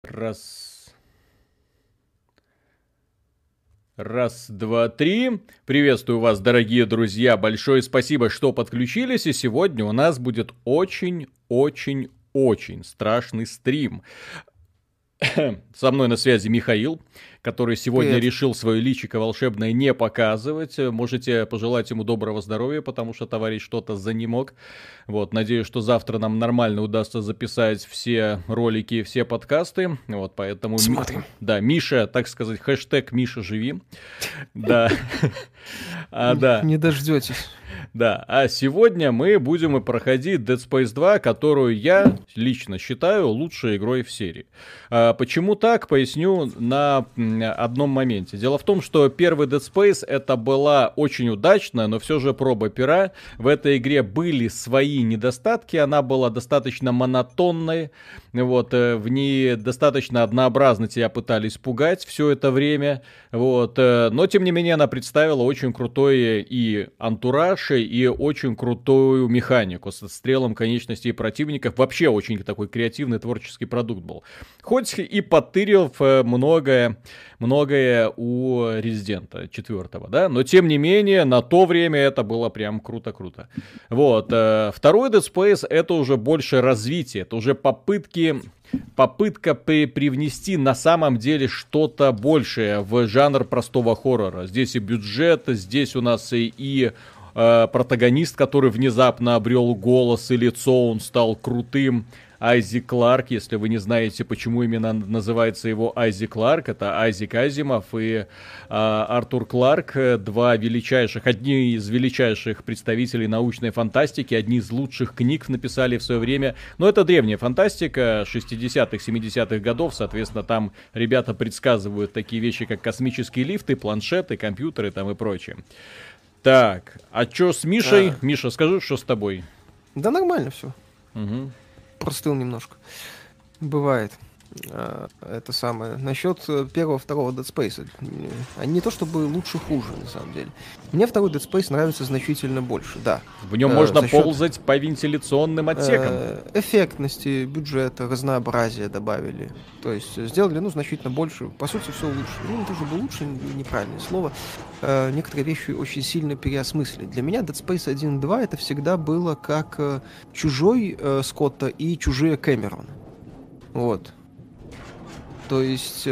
Раз, раз, два, три. Приветствую вас, дорогие друзья. Большое спасибо, что подключились. И сегодня у нас будет очень страшный стрим. Со мной на связи Михаил, который сегодня Привет. решил свое личико волшебное не показывать. Можете пожелать ему доброго здоровья, потому что товарищ что-то занемог. Вот, надеюсь, что завтра нам нормально удастся записать все ролики и все подкасты. Вот, поэтому... Смотрим. Да, Миша, так сказать, хэштег Миша живи. Да. Да. Не дождетесь. Да, а сегодня мы будем и проходить Dead Space 2, которую я лично считаю лучшей игрой в серии. Почему так, поясню на одном моменте. Дело в том, что первый Dead Space это была очень удачная, но все же проба пера. В этой игре были свои недостатки, она была достаточно монотонной, вот, в ней достаточно однообразно тебя пытались пугать все это время, вот, но тем не менее она представила очень крутой и антураж, и очень крутую механику с отстрелом конечностей противников. Вообще очень такой креативный творческий продукт был. Хоть и подтырил многое у Резидента 4, да, но тем не менее на то время это было прям круто-круто. Вот, второй Dead Space это уже больше развитие, это уже попытка привнести на самом деле что-то большее в жанр простого хоррора. Здесь и бюджет, здесь у нас и протагонист, который внезапно обрел голос и лицо, он стал крутым. Айзек Кларк, если вы не знаете, почему именно называется его Айзек Кларк, это Айзек Азимов и Артур Кларк, одни из величайших представителей научной фантастики, одни из лучших книг написали в свое время. Но это древняя фантастика 60-х, 70-х годов, соответственно, там ребята предсказывают такие вещи, как космические лифты, планшеты, компьютеры там и прочее. Так, а чё с Мишей? Миша, скажи, что с тобой? Да нормально все. Угу. Простыл немножко. Бывает. Это самое. Насчет первого, второго Dead Space. Они не то чтобы лучше, хуже, на самом деле. Мне второй Dead Space нравится значительно больше, да. В нем можно за счет, ползать по вентиляционным отсекам. Эффектности, бюджета, разнообразия добавили. То есть сделали, значительно больше. По сути, все лучше. Это уже было лучше, неправильное слово. Некоторые вещи очень сильно переосмыслили. Для меня Dead Space 1 и 2 это всегда было как чужой Скотта и чужие Кэмерона. Вот. То есть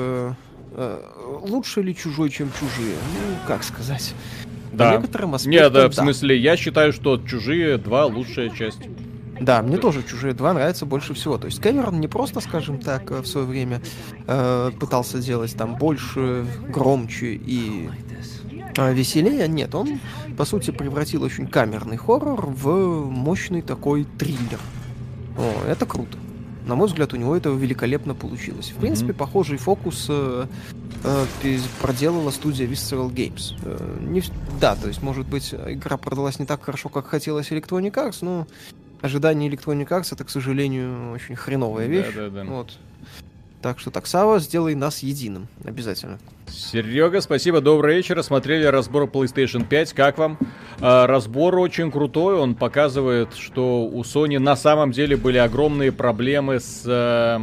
лучше ли чужой, чем чужие? Как сказать? Да. По некоторым аспектам, Нет, да, в смысле, я считаю, что «Чужие 2» лучшая часть. Да, мне тоже «Чужие 2» нравится больше всего. То есть Кэмерон не просто, скажем так, в свое время пытался делать там больше, громче и веселее. Нет, он, по сути, превратил очень камерный хоррор в мощный такой триллер. Это круто. На мой взгляд, у него это великолепно получилось. В принципе, похожий фокус проделала студия Visceral Games. Да, то есть, может быть, игра продалась не так хорошо, как хотелось Electronic Arts, но ожидание Electronic Arts это, к сожалению, очень хреновая вещь. Да. Вот. Так что, Сава, сделай нас единым. Обязательно. Серега, спасибо, добрый вечер. Смотрели разбор PlayStation 5, как вам? Разбор очень крутой, он показывает, что у Sony на самом деле были огромные проблемы с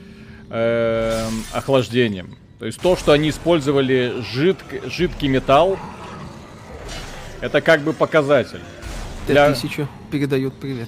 охлаждением. То есть то, что они использовали жидкий металл, это как бы показатель. Т-1000 передает привет.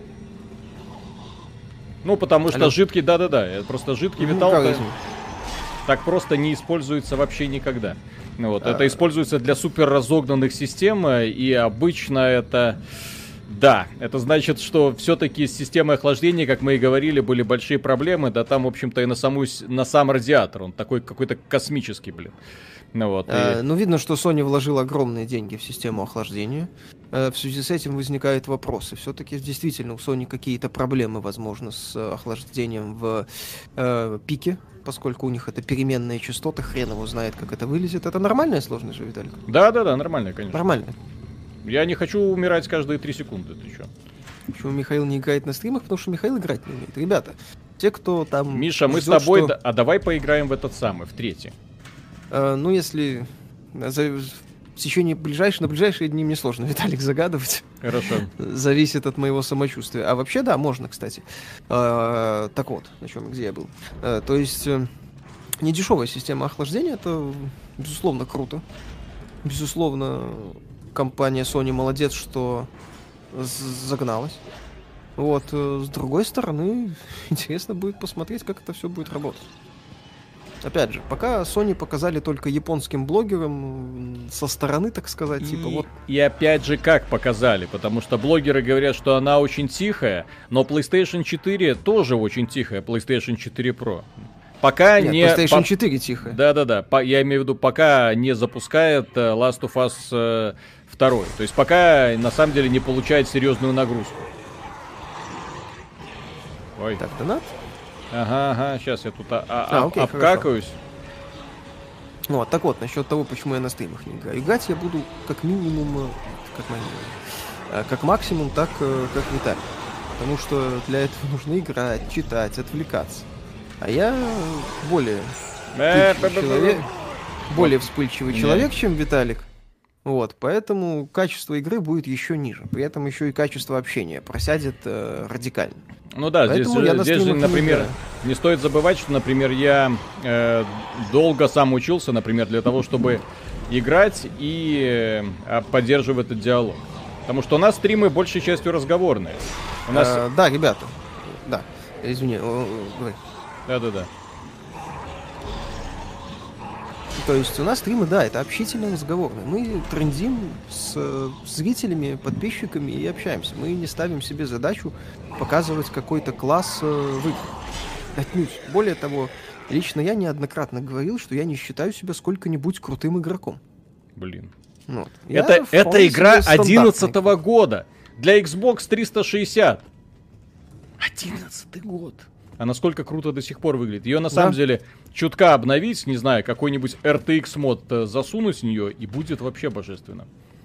Ну, потому что Алло. жидкий, да, просто жидкий металл так просто не используется вообще никогда. Вот, это используется для супер разогнанных систем, и обычно это... Да, это значит, что все-таки с системой охлаждения, как мы и говорили, были большие проблемы, да там, в общем-то, и на сам радиатор, он такой какой-то космический, блин. Видно, что Sony вложила огромные деньги в систему охлаждения. В связи с этим возникают вопросы. Все-таки действительно у Sony какие-то проблемы, возможно, с охлаждением в пике, поскольку у них это переменные частоты, хрен его знает, как это вылезет. Это нормальная сложность же, Виталик? Да, нормальная, конечно. Нормально. Я не хочу умирать каждые 3 секунды, ты чё? Почему Михаил не играет на стримах? Потому что Михаил играть не умеет. Ребята, те, кто там... Миша, мы с тобой... Давай поиграем в этот самый, в третий. Если в течение на ближайшие дни мне сложно, Виталик, загадывать. Хорошо. Зависит от моего самочувствия. А вообще, да, можно, кстати. Так вот, где я был. То есть, недешевая система охлаждения, это, безусловно, круто. Безусловно, компания Sony молодец, что загналась. Вот, с другой стороны, интересно будет посмотреть, как это все будет работать. Опять же, пока Sony показали только японским блогерам со стороны, так сказать, И опять же, как показали, потому что блогеры говорят, что она очень тихая, но PlayStation 4 тоже очень тихая, PlayStation 4 Pro. Пока Нет, PlayStation 4 тихая. Да-да-да, я имею в виду, пока не запускает Last of Us 2. То есть пока, на самом деле, не получает серьезную нагрузку. Ой. Так, донат? Ага, сейчас я тут окей, обкакаюсь. Вот, так вот, насчет того, почему я на стримах не играю. Играть я буду как минимум, как максимум, так как Виталий. Потому что для этого нужно играть, читать, отвлекаться. А я более вспыльчивый человек, чем Виталик. Вот, поэтому качество игры будет еще ниже. При этом еще и качество общения просядет радикально. Ну да, здесь же, например, не стоит забывать, что, например, я долго сам учился, например, для того, чтобы играть и поддерживать этот диалог. Потому что у нас стримы большей частью разговорные. У нас... Да, ребята. Да, извини. Да. То есть у нас стримы, да, это общительные разговорные. Мы трендим с зрителями, подписчиками и общаемся. Мы не ставим себе задачу показывать какой-то класс в играх. Отнюдь. Более того, лично я неоднократно говорил, что я не считаю себя сколько-нибудь крутым игроком. Блин. Вот. Это игра 11-го года. Для Xbox 360. 11-й год. А насколько круто до сих пор выглядит. Ее на самом деле чутка обновить, не знаю, какой-нибудь RTX мод засунуть в нее, и будет вообще божественно.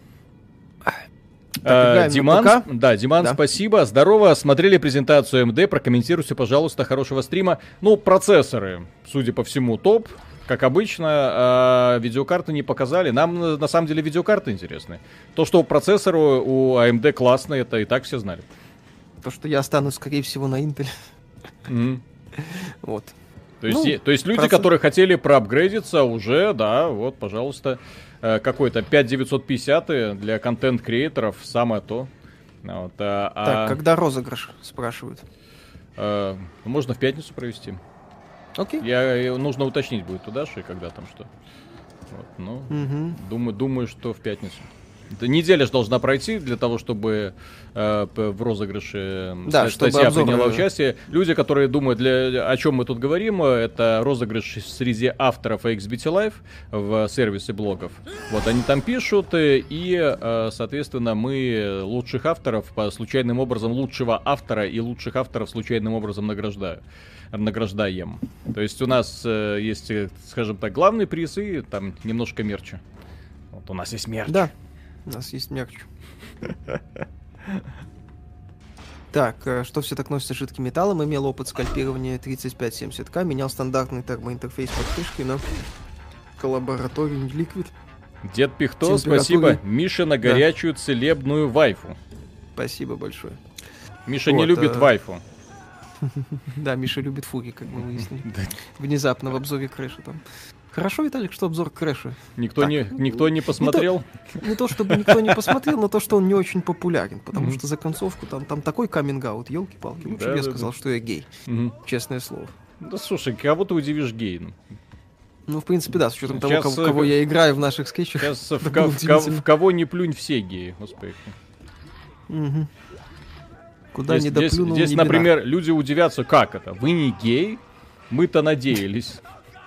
Диман, спасибо. Здорово, смотрели презентацию AMD, прокомментируйте, пожалуйста, хорошего стрима. Ну, процессоры, судя по всему, топ. Как обычно, видеокарты не показали. Нам, на самом деле, видеокарты интересны. То, что процессоры у AMD классные, это и так все знали. То, что я останусь, скорее всего, на Intel. Вот. То есть люди, которые хотели проапгрейдиться, уже, да, вот, пожалуйста, какой-то 5950 для контент-креаторов, самое то. Вот, так, когда розыгрыш, спрашивают? Можно в пятницу провести. Окей. Нужно уточнить будет у Даши, когда там что. Вот, думаю, что в пятницу. Неделя же должна пройти для того, чтобы в розыгрыше статья приняла участие. Люди, которые думают, о чем мы тут говорим, это розыгрыш среди авторов XBT Live в сервисе блогов. Вот они там пишут, и, соответственно, мы лучших авторов по случайным образом, лучшего автора и лучших авторов случайным образом награждаем. То есть у нас есть, скажем так, главный приз и там немножко мерча. Вот у нас есть мерч. Да. У нас есть мерч. Так, что все так носится жидким металлом? Имел опыт скальпирования 3570К, менял стандартный термоинтерфейс под крышкой на коллабораторию Liquid. Дед Пихто, спасибо. Миша на горячую целебную вайфу. Спасибо большое. Миша не любит вайфу. Да, Миша любит фуги, как мы выяснили. Внезапно в обзоре Крэша там. Хорошо, Виталик, что обзор Крэша. Никто не посмотрел? Не то, чтобы никто не посмотрел, но то, что он не очень популярен. Потому что за концовку там такой каминг-аут, елки-палки. Лучше бы я сказал, что я гей. Честное слово. Да слушай, кого ты удивишь геем? Ну, в принципе, да, с учетом того, кого я играю в наших скетчах. Сейчас в кого не плюнь, все геи. Господи. Куда не доплюнул, здесь, например, люди удивятся, как это? Вы не гей? Мы-то надеялись.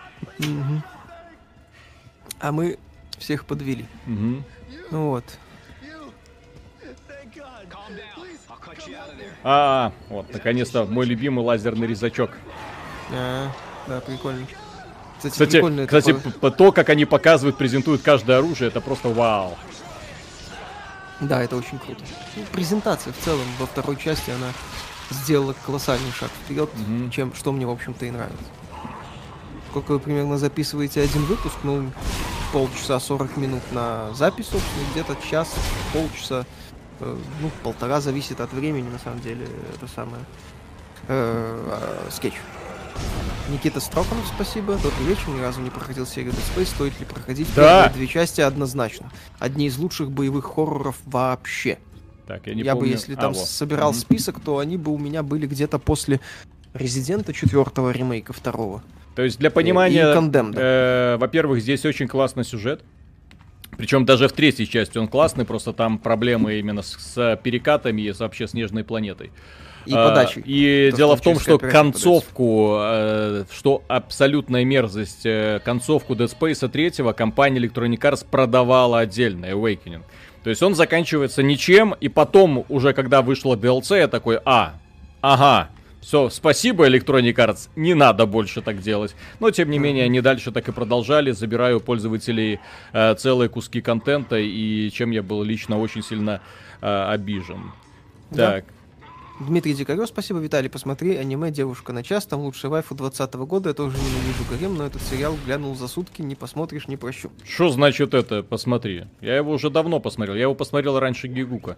А мы всех подвели. Вот. Вот, наконец-то мой любимый лазерный резачок. Да, прикольно. Кстати, то, как они показывают, презентуют каждое оружие, это просто вау. Да, это очень круто. Презентация в целом во второй части, она сделала колоссальный шаг вперед, что мне, в общем-то, и нравится. Сколько вы примерно записываете один выпуск, полчаса 40 минут на запись, собственно, где-то час, полчаса, ну, полтора, зависит от времени, на самом деле, это самое, скетч. Никита Строканов, спасибо. Добрый вечер, ни разу не проходил серию Dead Space. Стоит ли проходить первые две части? Однозначно. Одни из лучших боевых хорроров вообще. Так, я не помню. Бы, если там собирал список, то они бы у меня были где-то после Резидента 4-го ремейка 2-го. То есть для понимания, во-первых, здесь очень классный сюжет. Причем даже в третьей части он классный, просто там проблемы именно с перекатами и вообще снежной планетой. И подачей. И дело в том, что концовку, что абсолютная мерзость, концовку Dead Space 3 компания Electronic Arts продавала отдельно, Awakening. То есть он заканчивается ничем, и потом, уже когда вышло DLC, я такой, ага, все, спасибо, Electronic Arts, не надо больше так делать. Но, тем не менее, они дальше так и продолжали, забирая у пользователей целые куски контента, и чем я был лично очень сильно обижен. Да. Так. Дмитрий Дикарев, спасибо. Виталий, посмотри аниме «Девушка на час», там лучшая вайфу 2020 года. Я тоже ненавижу гарем, но этот сериал глянул за сутки, не посмотришь, не прощу. Что значит это «посмотри»? Я его уже давно посмотрел, я его посмотрел раньше Гигука.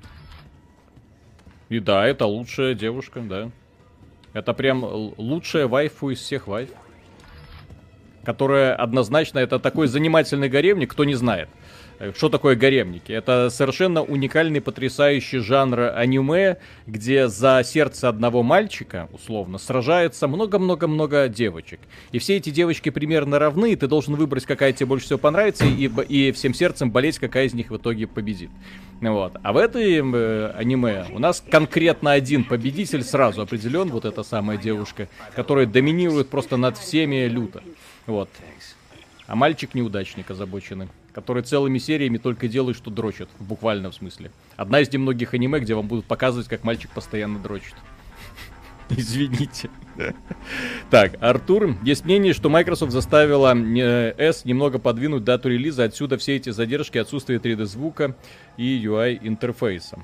И да, это лучшая девушка, да. Это прям лучшая вайфу из всех вайф. Которая однозначно, это такой занимательный гаремник, кто не знает. Что такое гаремники? Это совершенно уникальный, потрясающий жанр аниме, где за сердце одного мальчика, условно, сражается много-много-много девочек. И все эти девочки примерно равны, и ты должен выбрать, какая тебе больше всего понравится, и всем сердцем болеть, какая из них в итоге победит. Вот. А в этой аниме у нас конкретно один победитель сразу определен, вот эта самая девушка, которая доминирует просто над всеми люто. Вот. А мальчик-неудачник озабоченный, который целыми сериями только делает, что дрочит, в буквальном смысле. Одна из немногих аниме, где вам будут показывать, как мальчик постоянно дрочит. Извините. Так, Артур, есть мнение, что Microsoft заставила S немного подвинуть дату релиза, отсюда все эти задержки, отсутствие 3D звука и UI интерфейса.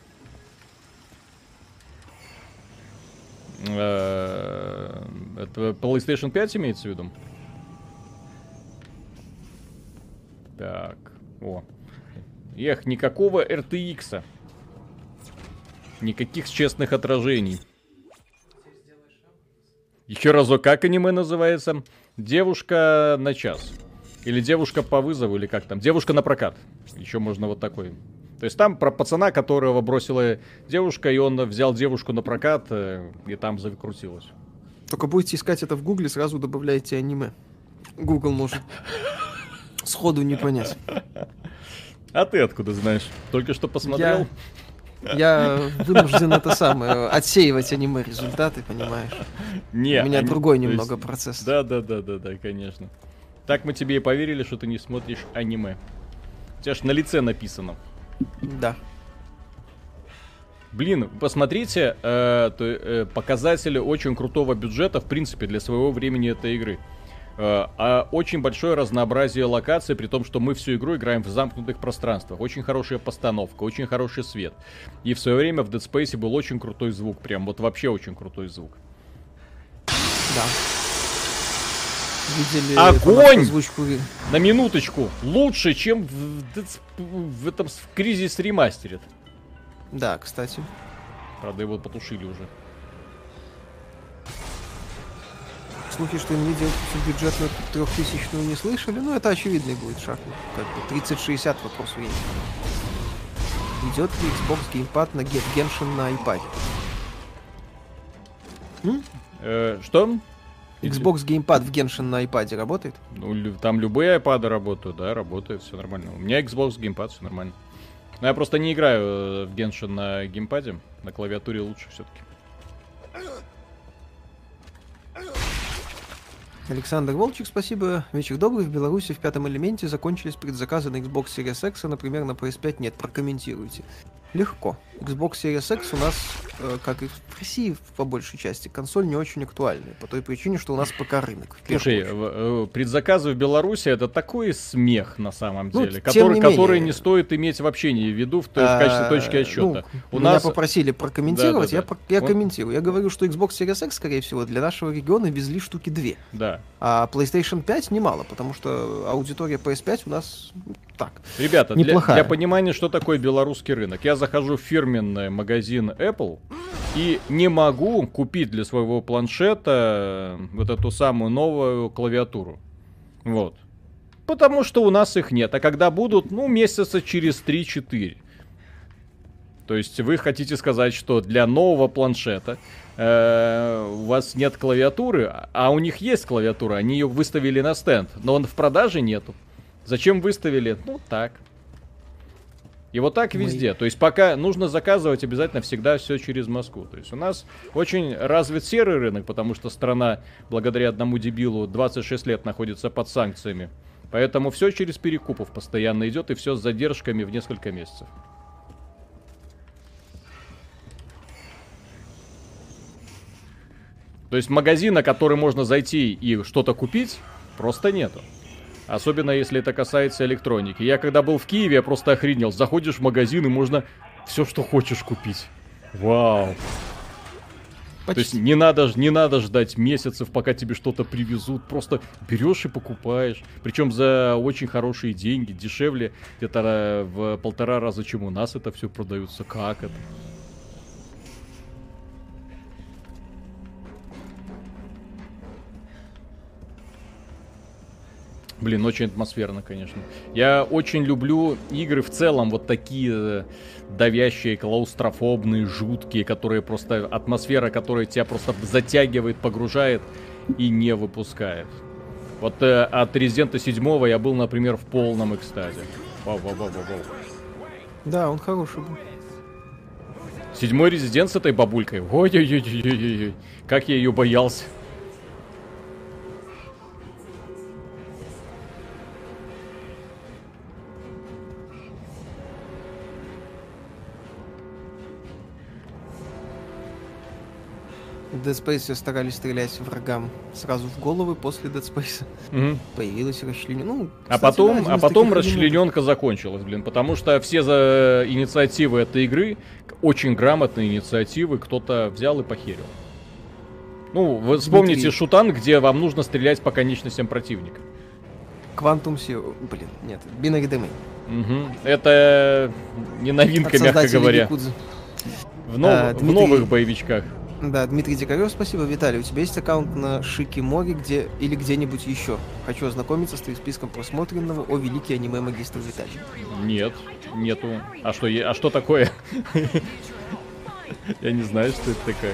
Это PlayStation 5 имеется в виду? Так, Эх, никакого RTX-а. Никаких честных отражений. Еще разок, как аниме называется? Девушка на час. Или девушка по вызову, или как там? Девушка на прокат. Еще можно вот такой. То есть там про пацана, которого бросила девушка, и он взял девушку на прокат, и там закрутилось. Только будете искать это в Гугле, сразу добавляйте аниме. Google может сходу не понять. А ты откуда знаешь? Только что посмотрел? Я вынужден это самое, отсеивать аниме результаты, понимаешь? Не, у меня другой немного процесс. Да, конечно. Так мы тебе и поверили, что ты не смотришь аниме. У тебя ж на лице написано. Да. Блин, посмотрите, показатели очень крутого бюджета, в принципе, для своего времени этой игры. Очень большое разнообразие локаций, при том, что мы всю игру играем в замкнутых пространствах. Очень хорошая постановка, очень хороший свет. И в свое время в Dead Space был очень крутой звук, прям вот вообще очень крутой звук. Да. Видели огонь! Озвучку? На минуточку! Лучше, чем в этом в Кризис Ремастеред. Да, кстати. Правда, его потушили уже. Слухи, что Nvidia бюджетную 3000-ную не слышали, ну это очевидный будет шаг. Как бы 3060 вопрос времени. Идет ли Xbox Gamepad на Genshin на iPad? Что? Xbox Gamepad в Genshin на iPad работает? Ну, там любые iPad работают, да, работает, все нормально. У меня Xbox Gamepad, все нормально. Но я просто не играю в Genshin на геймпаде, на клавиатуре лучше все-таки. Александр Волчек, спасибо. Вечер добрый. В Беларуси в 5-м элементе закончились предзаказы на Xbox Series X, а, например, на PS5 нет. Прокомментируйте. Легко. Xbox Series X у нас, как и в России по большей части, консоль не очень актуальная. По той причине, что у нас ПК рынок. Слушай, предзаказы в Беларуси это такой смех на самом деле, тем не который менее, не стоит иметь вообще не в виду в качестве точки отсчета. Меня попросили прокомментировать, Да. я комментирую. Я говорю, что Xbox Series X, скорее всего, для нашего региона везли штуки 2. Да. А PlayStation 5 немало, потому что аудитория PS5 у нас так. Ребята, неплохая. для понимания, что такое белорусский рынок, я захожу в фирменный магазин Apple и не могу купить для своего планшета вот эту самую новую клавиатуру. Вот. Потому что у нас их нет. А когда будут, месяца через 3-4. То есть вы хотите сказать, что для нового планшета у вас нет клавиатуры, а у них есть клавиатура, они ее выставили на стенд, но он в продаже нету. Зачем выставили? Так. И вот так везде. То есть пока нужно заказывать обязательно всегда все через Москву. То есть у нас очень развит серый рынок, потому что страна, благодаря одному дебилу, 26 лет находится под санкциями. Поэтому все через перекупов постоянно идет, и все с задержками в несколько месяцев. То есть магазина, который можно зайти и что-то купить, просто нету. Особенно если это касается электроники. Я когда был в Киеве, я просто охренел. Заходишь в магазин и можно все, что хочешь купить. Вау. Почти. То есть не надо ждать месяцев, пока тебе что-то привезут. Просто берешь и покупаешь. Причем за очень хорошие деньги. Дешевле где-то в 1,5 раза, чем у нас это все продается. Как это? Блин, очень атмосферно, конечно. Я очень люблю игры в целом, вот такие давящие, клаустрофобные, жуткие, которые просто... Атмосфера, которая тебя просто затягивает, погружает и не выпускает. Вот от Resident 7 я был, например, в полном экстазе. Вау. Да, он хороший был. 7-й Resident с этой бабулькой. Ой-ой-ой-ой-ой. Как я ее боялся. В Dead Space старались стрелять врагам сразу в головы после Dead Space. Появилась расчлененка. А потом расчлененка закончилась, потому что все за инициативы этой игры, очень грамотные инициативы, кто-то взял и похерил. Вы вспомните шутан, где вам нужно стрелять по конечностям противника. Quantum Zero. Нет, Binary Domain. Это не новинка, мягко говоря. В новых боевичках. Да, Дмитрий Дикарев, спасибо. Виталий, у тебя есть аккаунт на Шикиморе или где-нибудь еще? Хочу ознакомиться с твоим списком просмотренного. О, великий аниме-магистр Виталий. Нет, нету. А что такое? Я не знаю, что это такое.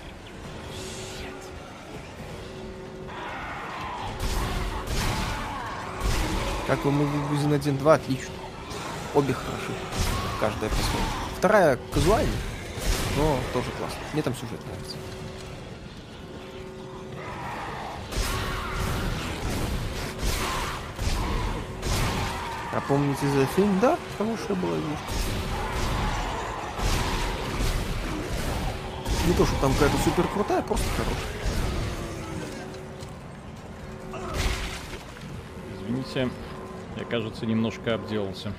Как вам Гузин 1.2, отлично. Обе хороши. Каждая по-своему. Вторая казуальная. Но тоже классно. Мне там сюжет нравится. А помните The Thing? Да, хорошая была игрушка. Не то, что там какая-то супер крутая, просто хорошая. Извините, я, кажется, немножко обделался.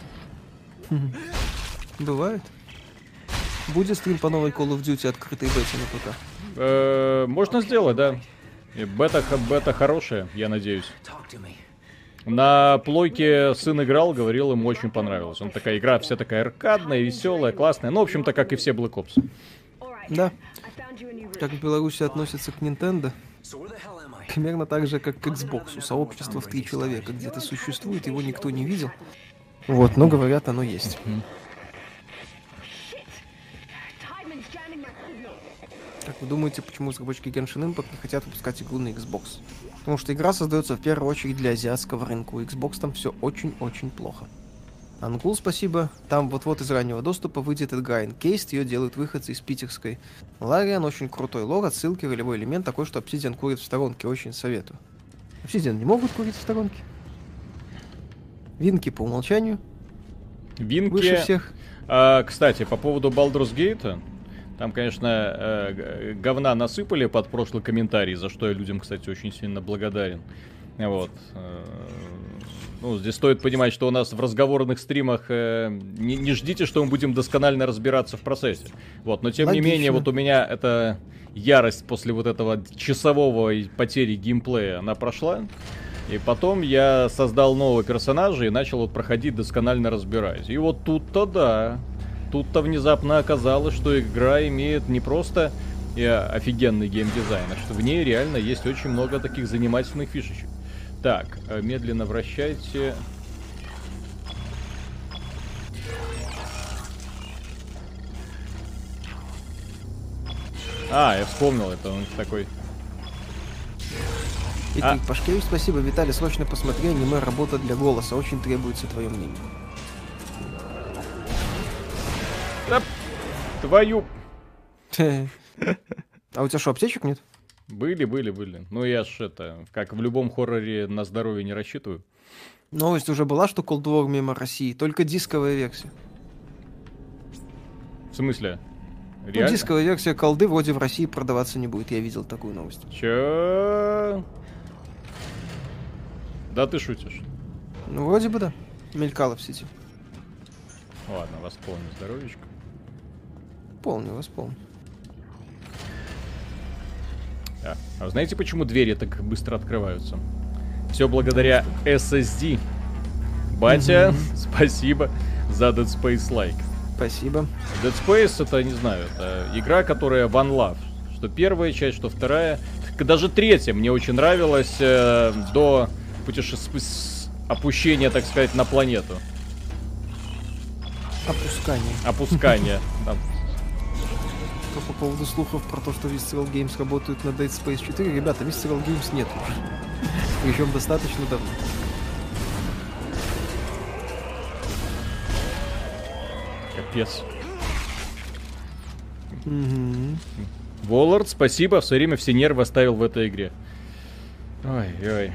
Бывает. Будет стрим по новой Call of Duty открытой бете на ПК? Можно сделать, да. И бета хорошая, я надеюсь. На плойке сын играл, говорил, ему очень понравилось. Он такая игра, вся такая аркадная, веселая, классная. Ну, в общем-то, как и все Black Ops. Да. Как в Беларуси относятся к Nintendo? Примерно так же, как к Xbox. Сообщество в 3 человека где-то существует, его никто не видел. Вот, но говорят, оно есть. Как вы думаете, почему разработчики Genshin Impact не хотят выпускать игру на Xbox? Потому что игра создается в первую очередь для азиатского рынка. У Xbox там все очень-очень плохо. Ангул, спасибо. Там вот-вот из раннего доступа выйдет игра Encased, ее делают выходцы из питерской Larian. Очень крутой лор, отсылки, ролевой элемент такой, что Obsidian курит в сторонке. Очень советую. Obsidian не могут курить в сторонке. Винки по умолчанию. Винки... Выше всех. Кстати, по поводу Baldur's Gate, там, конечно, говна насыпали под прошлый комментарий, за что я людям, кстати, очень сильно благодарен. Вот. Ну, здесь стоит понимать, что у нас в разговорных стримах не ждите, что мы будем досконально разбираться в процессе. Вот, но тем не менее, вот у меня эта ярость после вот этого часового потери геймплея, она прошла. И потом я создал нового персонажа и начал вот проходить, досконально разбираясь. И вот тут-то да. Тут-то внезапно оказалось, что игра имеет не просто офигенный геймдизайн, а что в ней реально есть очень много таких занимательных фишечек. Так, медленно вращайте. Я вспомнил это, он такой... Виталий Пашкевич, спасибо. Виталий, срочно посмотри аниме «Работа для голоса». Очень требуется твое мнение. Да, твою... А у тебя что, аптечек нет? Были. Ну я ж как в любом хорроре, на здоровье не рассчитываю. Новость уже была, что Cold War мимо России. Только дисковая версия. В смысле? Ну, дисковая версия колды вроде в России продаваться не будет. Я видел такую новость. Чё? Да ты шутишь. Ну, вроде бы да. Мелькало в сети. Ладно, восполню здоровечко. Восполню. А вы знаете, почему двери так быстро открываются? Все благодаря SSD. Батя, спасибо за Dead Space-like. Спасибо. Dead Space, это, не знаю, это игра, которая One Love. Что первая часть, что вторая. Даже третья мне очень нравилась до опущения, так сказать, на планету. Опускание. По поводу слухов про то, что Visceral Games работают на Dead Space 4, ребята, Visceral Games нет уже. Причем достаточно давно. Капец. Воллард, спасибо, все время все нервы оставил в этой игре. Ой.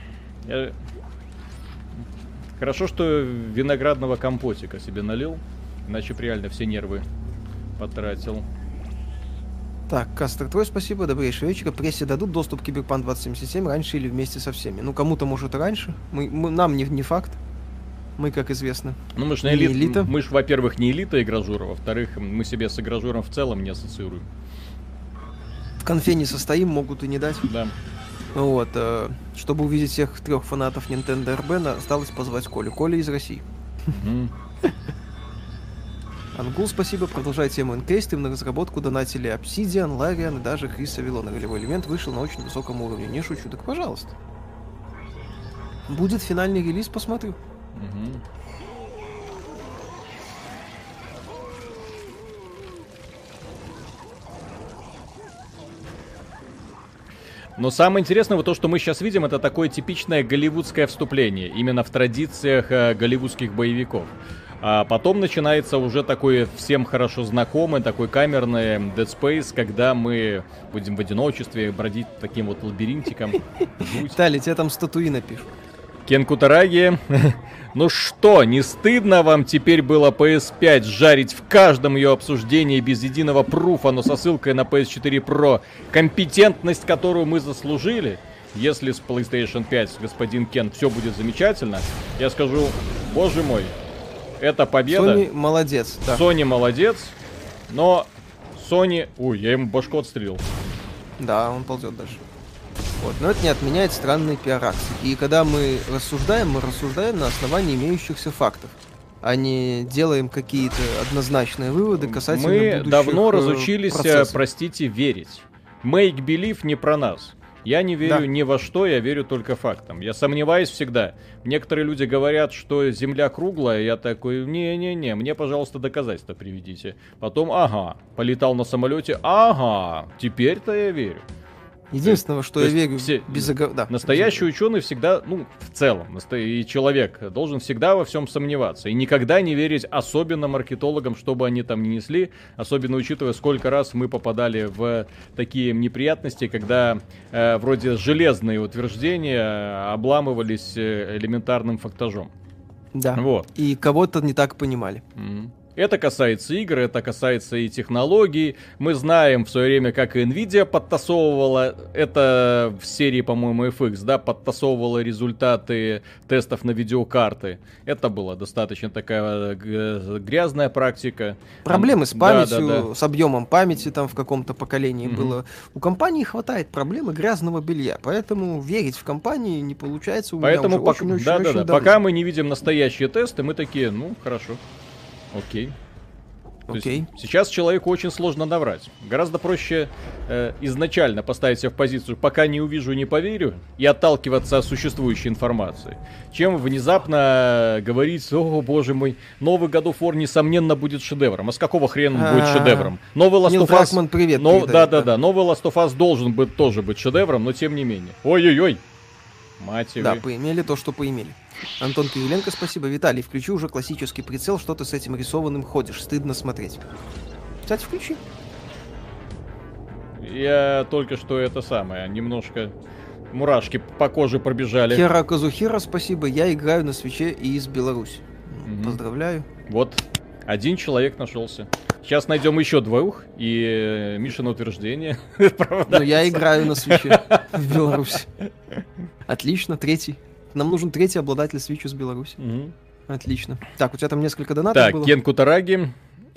Хорошо, что виноградного компотика себе налил, иначе б реально все нервы потратил. Так, Кастер, твой спасибо, добрейшего вечера. Прессе дадут доступ к Cyberpunk 2077 раньше или вместе со всеми? Ну, кому-то может и раньше. Нам не факт. Мы, как известно, ну, мы ж не элита. Мы ж, во-первых, не элита игражура, во-вторых, мы себе с игражуром в целом не ассоциируем. В конфе не состоим, могут и не дать. Да. Вот, чтобы увидеть всех 3 фанатов Nintendo RB, осталось позвать Колю. Коля из России. Ангул, спасибо. Продолжай тему инкейстов. На разработку донатили Obsidian, Larian и даже Крис Авилон. Ролевой элемент вышел на очень высоком уровне. Не шучу, так пожалуйста. Будет финальный релиз, посмотрю. Но самое интересное, вот то, что мы сейчас видим, это такое типичное голливудское вступление. Именно в традициях голливудских боевиков. А потом начинается уже такой всем хорошо знакомый, такой камерный Dead Space, когда мы будем в одиночестве бродить таким вот лабиринтиком. Виталий, тебе там статуи напишут. Кен Кутараги, ну что, не стыдно вам теперь было PS5 жарить в каждом ее обсуждении без единого пруфа, но со ссылкой на PS4 Pro, компетентность, которую мы заслужили? Если с PlayStation 5, господин Кен, все будет замечательно, я скажу, боже мой, это победа. Sony молодец, да. Sony молодец, но Sony... Ой, я ему башку отстрелил. Да, он ползет дальше. Вот. Но это не отменяет странные пиар-акции. И когда мы рассуждаем на основании имеющихся фактов, а не делаем какие-то однозначные выводы касательно будущих Мы давно разучились, процессов. простите, верить. Make believe не про нас. Я не верю ни во что, я верю только фактам. Я сомневаюсь всегда. Некоторые люди говорят, что Земля круглая, я такой, не-не-не, мне, пожалуйста, доказательства приведите. Потом, полетал на самолете, теперь-то я верю. Единственное, что я верю, настоящий ученый всегда, в целом, и человек должен всегда во всем сомневаться. И никогда не верить, особенно маркетологам, что бы они там ни несли, особенно учитывая, сколько раз мы попадали в такие неприятности, когда вроде железные утверждения обламывались элементарным фактажом. Да, вот. И кого-то не так понимали. Это касается игр, это касается и технологий. Мы знаем в свое время, как и Nvidia подтасовывала, это в серии, по-моему, FX, да, подтасовывала результаты тестов на видеокарты. Это была достаточно такая грязная практика. Проблемы с памятью, да. с объемом памяти там в каком-то поколении было. У компании хватает проблемы грязного белья, поэтому верить в компании не получается у Поэтому меня уже очень давно. Пока мы не видим настоящие тесты, мы такие, ну, хорошо. Окей. Окей. Сейчас человеку очень сложно наврать. Гораздо проще изначально поставить себя в позицию «пока не увижу, не поверю» и отталкиваться от существующей информации, чем внезапно говорить: «О, боже мой, новый God of War, несомненно, будет шедевром». А с какого хрена он будет шедевром? Новый Last of Us... Дракман, привет. Да. Новый Last of Us должен тоже быть шедевром, но тем не менее. Ой-ой-ой. Мать его. Да, поимели то, что поимели. Антон Кириленко, спасибо. Виталий, включи уже классический прицел, что ты с этим рисованным ходишь, стыдно смотреть. Кстати, включи. Я только что это самое, немножко мурашки по коже пробежали. Хера Казухира, спасибо. Я играю на свече и из Беларуси. Поздравляю. Вот, один человек нашелся. Сейчас найдем еще двух, и Мишина утверждение. Но я играю на свече в Беларуси. Отлично, третий. Нам нужен третий обладатель свечи из Беларуси. Отлично. Так, у тебя там несколько донатов было. Так, Кен Кутараги.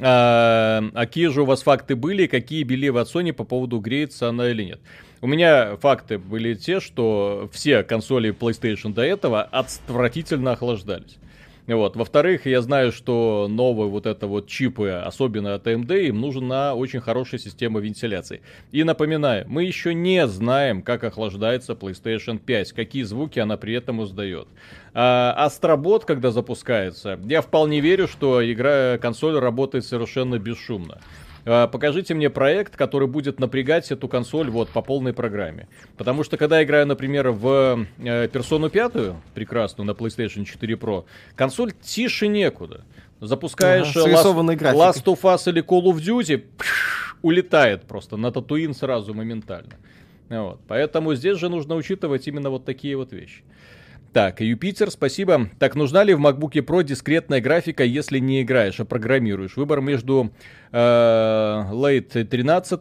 Какие же у вас факты были, какие бели вы от Sony по поводу, греется она или нет? У меня факты были те, что все консоли PlayStation до этого отвратительно охлаждались. Вот. Во-вторых, я знаю, что новые вот это вот чипы, особенно от AMD, им нужна очень хорошая система вентиляции. И напоминаю, мы еще не знаем, как охлаждается PlayStation 5, какие звуки она при этом издает. Астробот, когда запускается, я вполне верю, что консоль работает совершенно бесшумно. Покажите мне проект, который будет напрягать эту консоль вот по полной программе. Потому что когда я играю, например, в Персону 5, прекрасную, на PlayStation 4 Pro, консоль тише некуда. Запускаешь Last of Us или Call of Duty, улетает просто на Татуин сразу моментально. Вот. Поэтому здесь же нужно учитывать именно вот такие вот вещи. Так, Юпитер, спасибо. Так, нужна ли в MacBook Pro дискретная графика, если не играешь, а программируешь? Выбор между Late 13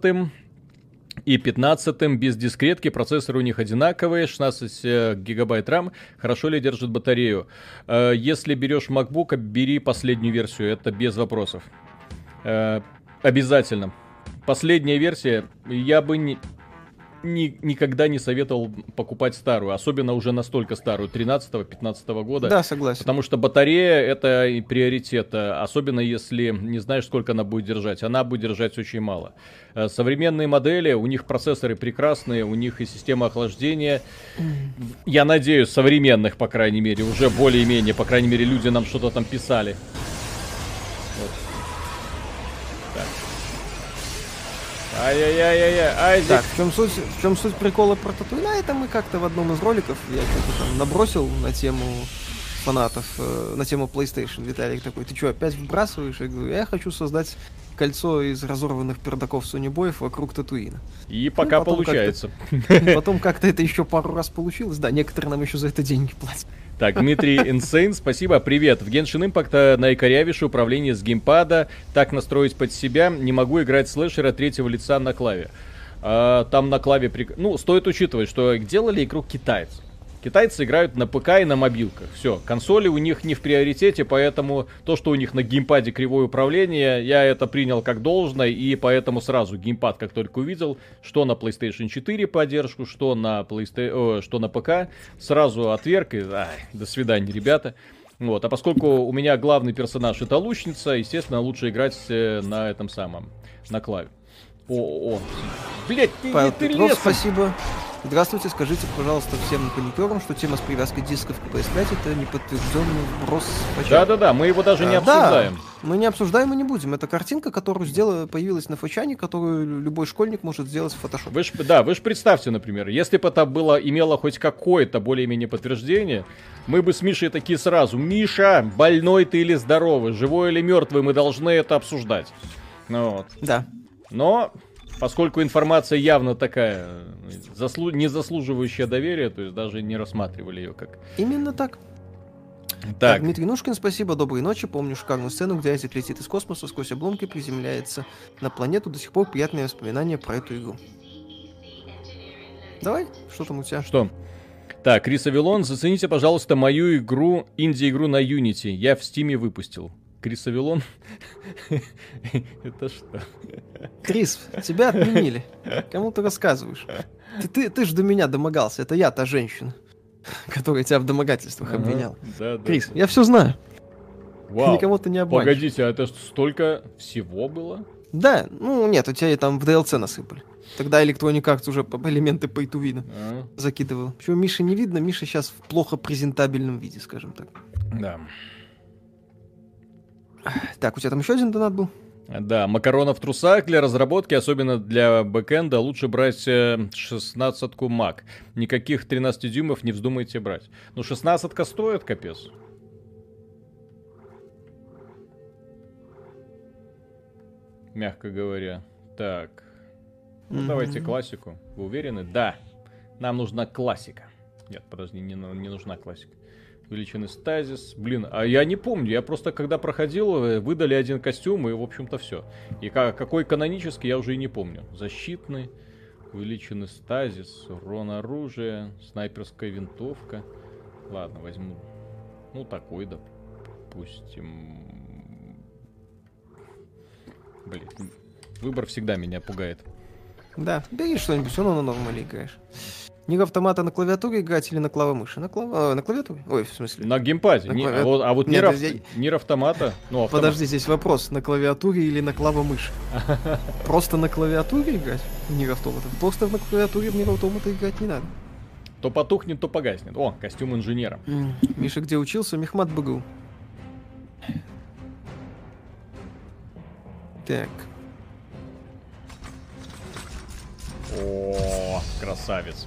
и 15 без дискретки. Процессоры у них одинаковые, 16 гигабайт RAM. Хорошо ли держит батарею? Если берешь MacBook, бери последнюю версию, это без вопросов. Обязательно. Последняя версия, я бы никогда не советовал покупать старую, особенно уже настолько старую, 13-15 года. Да, согласен. Потому что батарея — это и приоритет, особенно если не знаешь, сколько она будет держать. Она будет держать очень мало. Современные модели, у них процессоры прекрасные, у них и система охлаждения. Я надеюсь, современных, по крайней мере, уже более-менее, по крайней мере, люди нам что-то там писали. Вот. Ай-яй-яй-яй-яй. Так, в чем суть прикола про Татуина? Это мы как-то в одном из роликов, я что-то там набросил на тему фанатов, на тему PlayStation. Виталик такой: ты что, опять вбрасываешь? Я говорю: я хочу создать кольцо из разорванных пердаков сонибоев вокруг Татуина. И пока получается. Потом как-то это еще пару раз получилось. Да, некоторые нам еще за это деньги платят. Так, Дмитрий Insane, спасибо, привет. В Genshin Impact на Икарявише управление с геймпада, так настроить под себя, не могу играть слэшера третьего лица на клаве. Там на клаве... Ну, стоит учитывать, что делали игру китайцы. Китайцы играют на ПК и на мобилках. Все, консоли у них не в приоритете, поэтому то, что у них на геймпаде кривое управление, я это принял как должное, и поэтому сразу геймпад, как только увидел, что на PlayStation 4 поддержку, что на ПК, сразу отверг и до свидания, ребята. Вот, а поскольку у меня главный персонаж это лучница, естественно, лучше играть на этом самом, на клаве. Блять, ты лес! Спасибо. Здравствуйте, скажите, пожалуйста, всем паникерам, что тема с привязкой дисков к PS5 это неподтвержденный вброс. Да-да-да, мы его даже не обсуждаем. Да, мы не обсуждаем и не будем. Это картинка, которую появилась на фочане, которую любой школьник может сделать в фотошопе. Вы ж представьте, например, если бы это имело хоть какое-то более-менее подтверждение, мы бы с Мишей такие сразу: Миша, больной ты или здоровый, живой или мертвый, мы должны это обсуждать. Ну вот. Да. Но поскольку информация явно такая, не заслуживающая доверия, то есть даже не рассматривали ее как... Именно так. Так, Дмитрий Нушкин, спасибо, доброй ночи. Помню шикарную сцену, где Айзек летит из космоса, сквозь обломки приземляется на планету. До сих пор приятные воспоминания про эту игру. Давай, что там у тебя? Что? Так, Крис Авилон, зацените, пожалуйста, мою игру, инди-игру на Unity. Я в Стиме выпустил. Крис Авилон? Это что? Крис, тебя отменили. Кому ты рассказываешь? Ты ж до меня домогался. Это я, та женщина, которая тебя в домогательствах обвинял. Да, Крис, я все знаю. Вау. Никого ты не обманешь. Погодите, а это столько всего было? Да, ну нет, у тебя и там в DLC насыпали. Тогда Electronic Arts уже элементы pay to win закидывал. Почему Миши не видно? Миша сейчас в плохо презентабельном виде, скажем так. Да. Так, у тебя там еще один донат был? Да, макарона в трусах для разработки, особенно для бэкэнда, лучше брать 16-ку Mac. Никаких 13 дюймов не вздумайте брать. Ну, 16-ка стоит, капец. Мягко говоря. Так. Ну, давайте классику. Вы уверены? Да. Нам нужна классика. Нет, подожди, не нужна классика. Увеличенный стазис. Блин, а я не помню. Я просто, когда проходил, выдали один костюм, и, в общем-то, все. И какой канонический, я уже и не помню. Защитный. Увеличенный стазис. Урон оружия. Снайперская винтовка. Ладно, возьму. Ну, такой, допустим. Блин, выбор всегда меня пугает. Да, бери что-нибудь, все равно на нормале играешь. Нир Автомата на клавиатуре играть или на клавомыши? На клавиатуре? Ой, в смысле? На геймпаде. А вот Нир Автомата... Ну, Подожди, здесь вопрос. На клавиатуре или на клавомыши? Просто на клавиатуре играть в Нир Автомата? Просто на клавиатуре в Нир Автомата играть не надо. То потухнет, то погаснет. О, костюм инженера. Миша где учился? Мехмат БГУ. Так. О, красавец.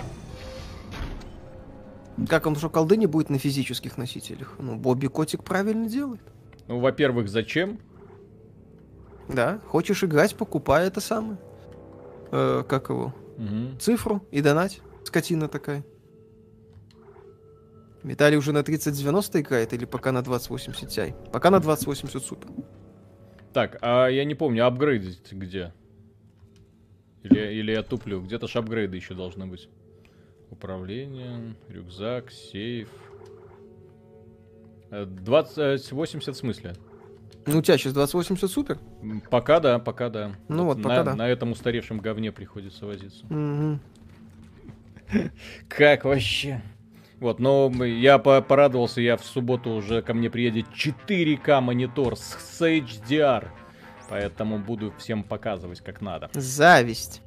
Как он, что колды не будет на физических носителях? Ну, Бобби Котик правильно делает. Ну, во-первых, зачем? Да, хочешь играть, покупай это самое. Как его? Цифру и донать. Скотина такая. Виталий уже на 3090 играет или пока на 2080 Ti? Пока на 2080 супер. Так, а я не помню, апгрейдить где? Или я туплю? Где-то ж апгрейды еще должны быть. Управление, рюкзак, сейф. 2080 в смысле? Ну, у тебя сейчас 2080 супер? Пока да, пока да. Ну вот, пока да. На этом устаревшем говне приходится возиться. Как вообще? Вот, но я порадовался, я в субботу уже ко мне приедет 4К монитор с HDR. Поэтому буду всем показывать, как надо. Зависть.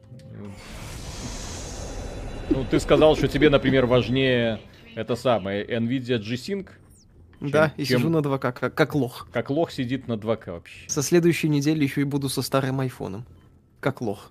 Ну, ты сказал, что тебе, например, важнее это самое NVIDIA G-Sync. Да, и сижу на 2К, как лох. Как лох сидит на 2К вообще. Со следующей недели еще и буду со старым айфоном. Как лох.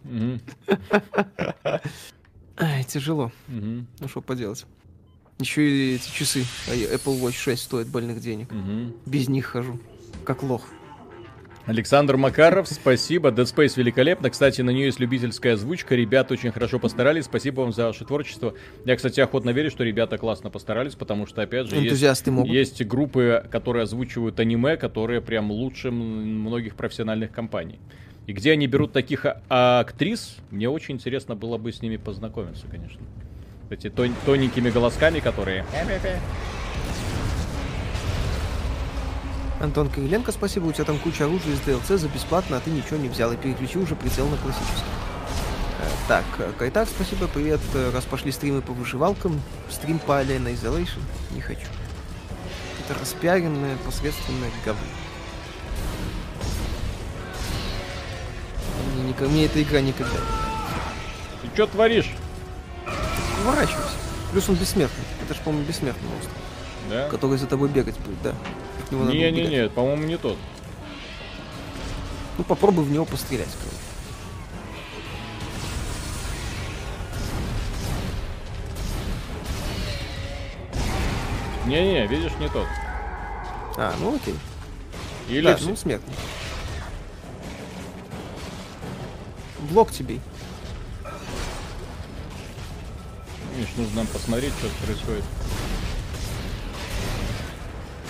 Ай, тяжело. Ну, что поделать. Еще и эти часы Apple Watch 6 стоят больных денег. Без них хожу. Как лох. Александр Макаров, спасибо. Dead Space великолепно. Кстати, на нее есть любительская озвучка. Ребята очень хорошо постарались. Спасибо вам за ваше творчество. Я, кстати, охотно верю, что ребята классно постарались, потому что, опять же, есть группы, которые озвучивают аниме, которые прям лучше многих профессиональных компаний. И где они берут таких актрис, мне очень интересно было бы с ними познакомиться, конечно. Эти тоненькими голосками, которые... Антон Кириленко, спасибо, у тебя там куча оружия из DLC за бесплатно, а ты ничего не взял и переключил уже прицел на классический. Так, Кайтак, спасибо, привет, раз пошли стримы по выживалкам, стрим по Alien Isolation, не хочу. Это распиаренное, посредственное говно. Мне эта игра никогда. Ты что творишь? Уворачивайся. Плюс он бессмертный. Это же, по-моему, бессмертный монстр. Да? Который за тобой бегать будет, да. Не, по-моему, не тот. Ну, попробуй в него пострелять, короче. Не, видишь, не тот. А, ну окей. Или да, ну смертный. Блок тебе. Миш, нужно нам посмотреть, что происходит.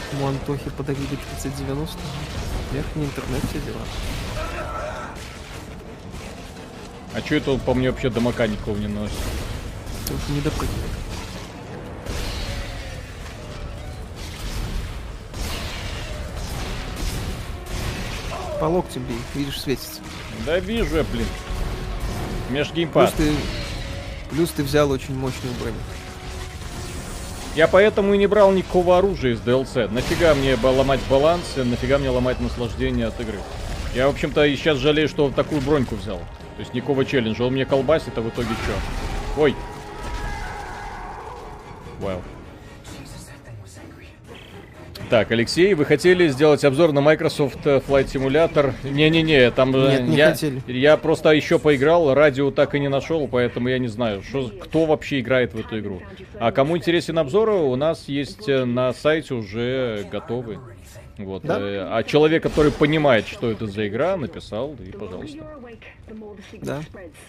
У Антохи подарили 3090. Верхний интернет, все дела. А чё это он по мне вообще дамака никого не носит? Только не допрыгивает. По локтям бей, видишь, светится. Да вижу я, блин. Межгеймпад. Плюс ты взял очень мощную броню. Я поэтому и не брал никакого оружия из DLC. Нафига мне ломать баланс, нафига мне ломать наслаждение от игры. Я, в общем-то, и сейчас жалею, что такую броньку взял. То есть никакого челленджа. Он мне колбасит, а в итоге что? Ой. Вау. Так, Алексей, вы хотели сделать обзор на Microsoft Flight Simulator? Не-не-не, там Нет, не хотели. Я просто еще поиграл, радио так и не нашел, поэтому я не знаю, кто вообще играет в эту игру. А кому интересен обзор, у нас есть на сайте уже готовы. Вот. Да? А человек, который понимает, что это за игра, написал, и пожалуйста. Да.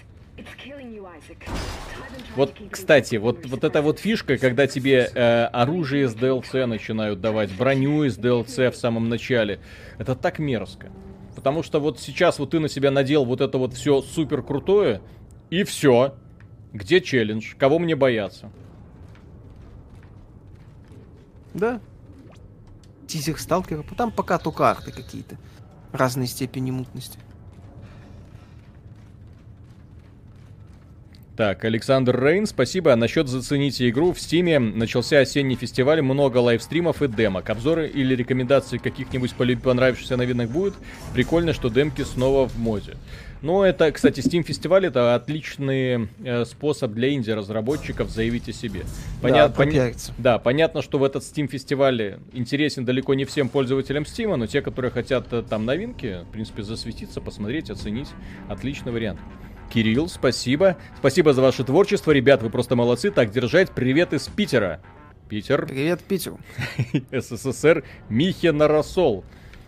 Вот, кстати, вот эта вот фишка, когда тебе оружие из DLC начинают давать, броню из DLC в самом начале, это так мерзко. Потому что вот сейчас вот ты на себя надел вот это вот все супер крутое, и все. Где челлендж? Кого мне бояться? Да. Тизер сталкера. Там пока только арты какие-то. Разной степени мутности. Так, Александр Рейн, спасибо. Насчет зацените игру. В Стиме начался осенний фестиваль, много лайвстримов и демок. Обзоры или рекомендации каких-нибудь понравившихся новинок будет. Прикольно, что демки снова в моде. Ну, это, кстати, Steam фестиваль — это отличный способ для инди-разработчиков заявить о себе. Да, понятно, что в этот Steam фестиваль интересен далеко не всем пользователям Steam, но те, которые хотят там новинки, в принципе, засветиться, посмотреть, оценить, отличный вариант. Кирилл, спасибо. Спасибо за ваше творчество, ребят, вы просто молодцы. Так держать. Привет из Питера. Питер. Привет, Питер. СССР. Михина рассол.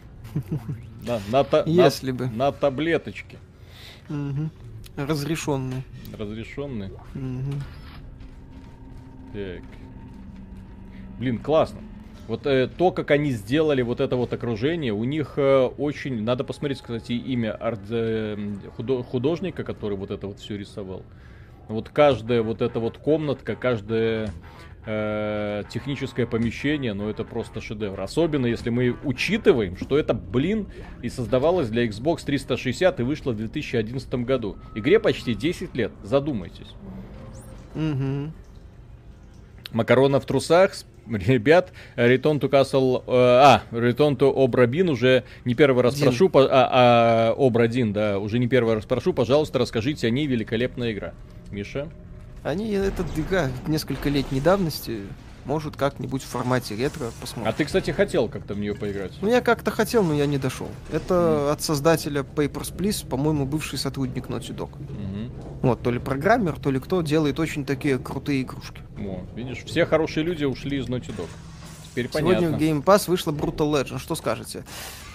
Если бы. На таблеточке. Угу. Разрешенный. Разрешенный. Угу. Так. Блин, классно. Вот то, как они сделали вот это вот окружение, у них очень... Надо посмотреть, кстати, имя художника, который вот это вот все рисовал. Вот каждая вот эта вот комнатка, каждое техническое помещение, ну это просто шедевр. Особенно если мы учитываем, что это, блин, и создавалось для Xbox 360 и вышло в 2011 году. Игре почти 10 лет, задумайтесь. Угу. Макарона в трусах. Ребят, Return to Castle... Return to Obra Dinn уже не первый раз прошу... Obra Dinn, да, уже не первый раз прошу, пожалуйста, расскажите о ней, великолепная игра. Миша? Эта игра несколько летней давности, может как-нибудь в формате ретро посмотрим. А ты, кстати, хотел как-то в нее поиграть? Ну, я как-то хотел, но я не дошел. Это от создателя Papers, Please, по-моему, бывший сотрудник Naughty Dog. Вот, то ли программер, то ли кто, делает очень такие крутые игрушки. О, видишь, все хорошие люди ушли из Naughty Dog. Теперь Сегодня понятно. в Game Pass вышла Brutal Legend. Что скажете?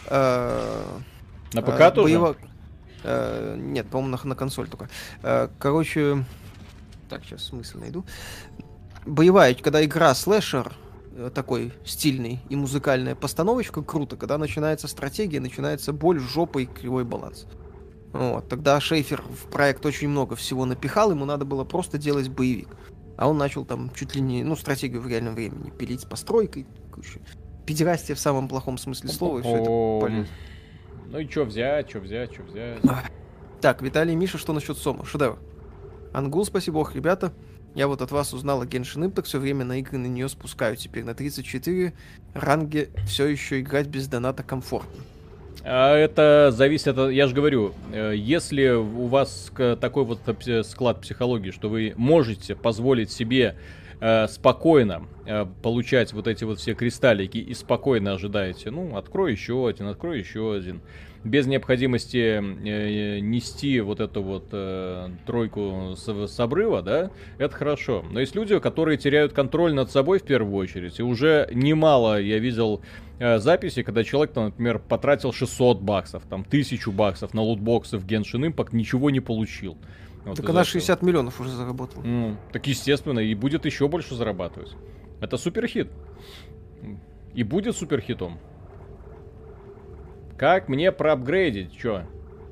На ПК тоже? Нет, по-моему, на консоль только. Короче... Так, сейчас смысл найду. Боевая, когда игра слэшер, такой стильный и музыкальная постановочка, круто. Когда начинается стратегия, начинается боль, жопа и кривой баланс. Вот, тогда Шейфер в проект очень много всего напихал, ему надо было просто делать боевик. А он начал там чуть ли не, стратегию в реальном времени пилить с постройкой. Педерастия в самом плохом смысле слова, и все это полезно. Ну и чё взять? Так, Виталий, Миша, что насчет Сома? Шедевр. Ангул, спасибо, ох, ребята. Я вот от вас узнал о Genshin Impact, все время на игры на нее спускаю. Теперь на 34 ранге все еще играть без доната комфортно. А это зависит от... Я же говорю, если у вас такой вот склад психологии, что вы можете позволить себе спокойно получать вот эти вот все кристаллики и спокойно ожидаете, открой еще один, без необходимости нести вот эту вот тройку с обрыва, да, это хорошо. Но есть люди, которые теряют контроль над собой в первую очередь, и уже немало я видел записи, когда человек, там, например, потратил $600, там, $1000 на лутбоксы в Genshin Impact, ничего не получил. Вот так она 60 миллионов уже заработала. Так естественно, и будет еще больше зарабатывать. Это суперхит. И будет суперхитом. Как мне проапгрейдить? Чё?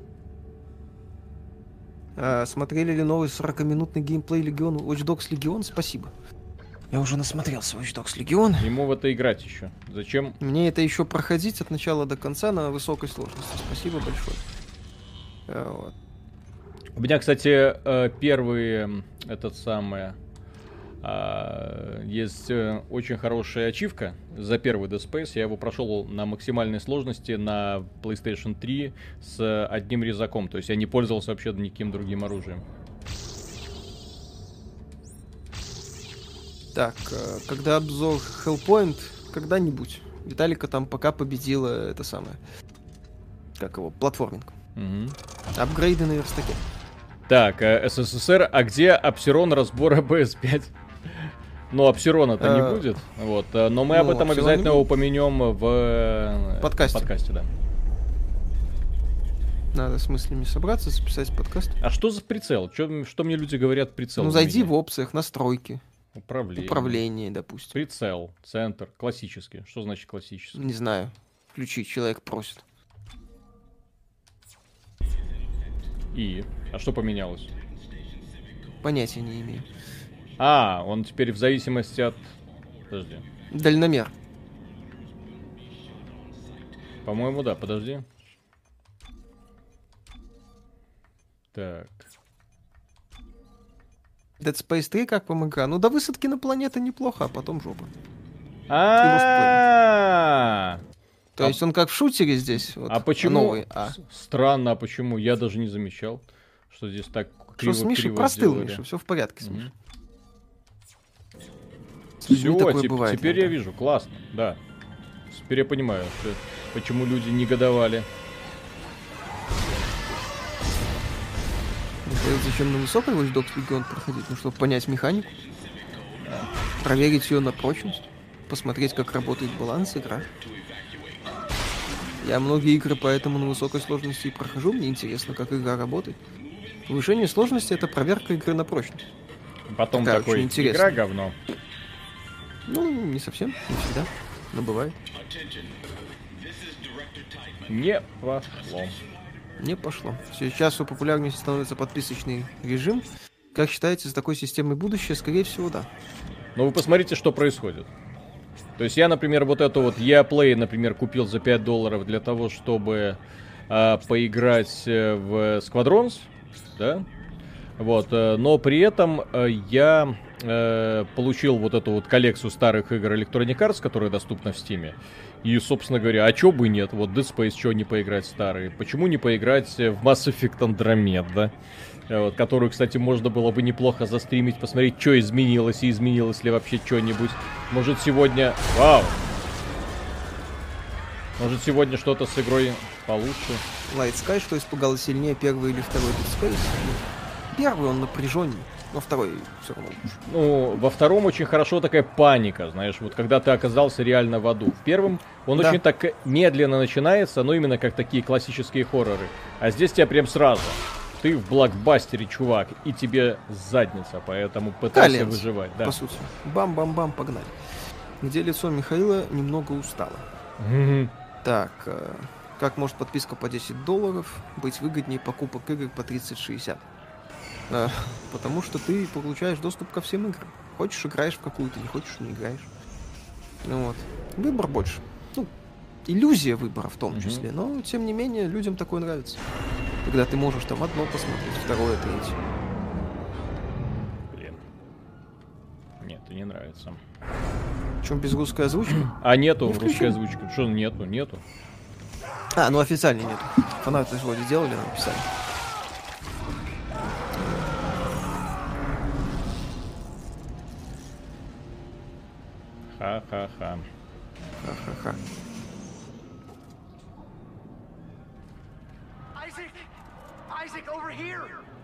Смотрели ли новый 40-минутный геймплей Легион Watch Dogs Legion? Спасибо. Я уже насмотрелся Watch Dogs Legion. Ему в это играть еще. Зачем? Мне это еще проходить от начала до конца на высокой сложности. Спасибо большое. Вот. У меня, кстати, первый есть очень хорошая ачивка за первый Dead Space. Я его прошел на максимальной сложности на PlayStation 3 с одним резаком. То есть я не пользовался вообще никаким другим оружием. Так, когда обзор Hellpoint, когда-нибудь. Виталика там пока победила это самое. Как его? Платформинг. Угу. Апгрейды на верстаке. Так, СССР, а где Апсирон разбора PS5? Ну, Апсирона-то не будет. Вот, но мы об этом обязательно упомянем в подкасте, да. Надо с мыслями собраться, записать подкаст. А что за прицел? Что мне люди говорят прицел? Ну, зайди в опциях, настройки. Управление, допустим. Прицел, центр, классический. Что значит классический? Не знаю. Включить, человек просит. А что поменялось? Понятия не имею. Он теперь в зависимости от... Подожди. Дальномер. По-моему, да, подожди. Так. Dead Space 3 как вам игра? Ну, до высадки на планеты неплохо, а потом жопа. То есть он как в шутере здесь. Вот, а почему? Странно, а почему? Я даже не замечал, что здесь так криво. Что с Мишей простыл, Миша, все в порядке с Мишей. Все, теперь я вижу, классно, да. Теперь я понимаю, почему люди негодовали. Зачем на высокой Watch Dogs Legion проходить? Ну, чтобы понять механику, проверить ее на прочность, посмотреть, как работает баланс игра. Я многие игры поэтому на высокой сложности и прохожу. Мне интересно, как игра работает. Повышение сложности — это проверка игры на прочность. Потом такой, игра говно. Ну, не совсем, не всегда, но бывает. Не пошло. Не пошло. Сейчас все популярнее становится подписочный режим. Как считаете, с такой системой будущее? Скорее всего, да. Но вы посмотрите, что происходит. То есть я, например, вот эту вот EA Play, например, купил за $5 для того, чтобы поиграть в Squadrons, да? Вот, но при этом я получил вот эту вот коллекцию старых игр Electronic Arts, которая доступна в Steam. И, собственно говоря, а чё бы нет? Вот Dead Space, чё не поиграть старые? Почему не поиграть в Mass Effect Andromeda? Вот, которую, кстати, можно было бы неплохо застримить, посмотреть, что изменилось и изменилось ли вообще что-нибудь. Может, сегодня... Вау! Может, сегодня что-то с игрой получше? Light Sky, что испугало сильнее, первый или второй Dead Space? Первый он напряженнее, но второй все равно лучше. Ну, во втором очень хорошо такая паника, знаешь, вот когда ты оказался реально в аду. В первом он очень так медленно начинается, но именно как такие классические хорроры. А здесь тебя прям сразу. Ты в блокбастере, чувак, и тебе задница, поэтому пытайся выживать. Да. По сути. Бам-бам-бам, погнали. Где лицо Михаила немного устало. Так, как может подписка по $10 быть выгоднее покупок игр по 30-60? Потому что ты получаешь доступ ко всем играм. Хочешь, играешь в какую-то, не хочешь, не играешь. Ну вот. Выбор больше. Ну, иллюзия выбора в том числе, но, тем не менее, людям такое нравится. Когда ты можешь там одно посмотреть, второе, третье. Блин. Нет, это не нравится. Причем без русской озвучки? А нету русской озвучки. Что нету? Нету. Ну официально нету. Фанаты вроде делали, но написали. Ха-ха-ха. Ха-ха-ха. Isaac, over here!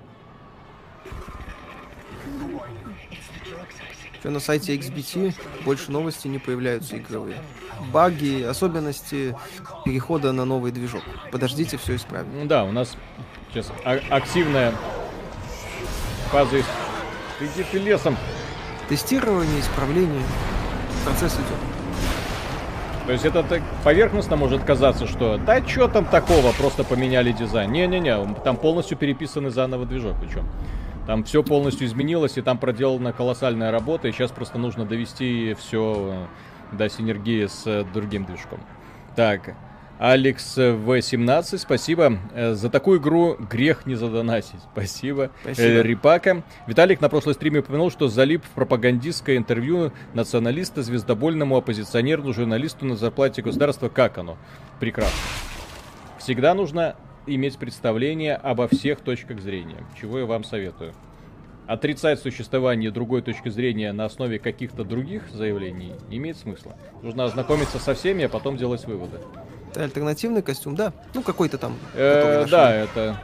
Что на сайте XBT больше новостей не появляются игровые. Баги, особенности перехода на новый движок. Подождите, все исправим. Ну да, у нас сейчас активная фаза. Иди ты лесом. Тестирование, исправление. Процесс идет. То есть это так поверхностно может казаться, что да что там такого, просто поменяли дизайн. Не-не-не, там полностью переписанный заново движок причем. Там все полностью изменилось, и там проделана колоссальная работа, и сейчас просто нужно довести все до синергии с другим движком. Так, Алекс В17, спасибо. За такую игру грех не задонатить. Спасибо. Рипака. Виталик на прошлой стриме упомянул, что залип в пропагандистское интервью националиста звездобольному оппозиционеру журналисту на зарплате государства. Как оно? Прекрасно. Всегда нужно иметь представление обо всех точках зрения, чего я вам советую. Отрицать существование другой точки зрения на основе каких-то других заявлений не имеет смысла. Нужно ознакомиться со всеми, а потом делать выводы. Альтернативный костюм, да. Ну, какой-то там. Да, это...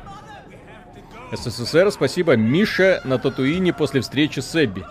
СССР, спасибо. Миша на Татуине после встречи с Эбби.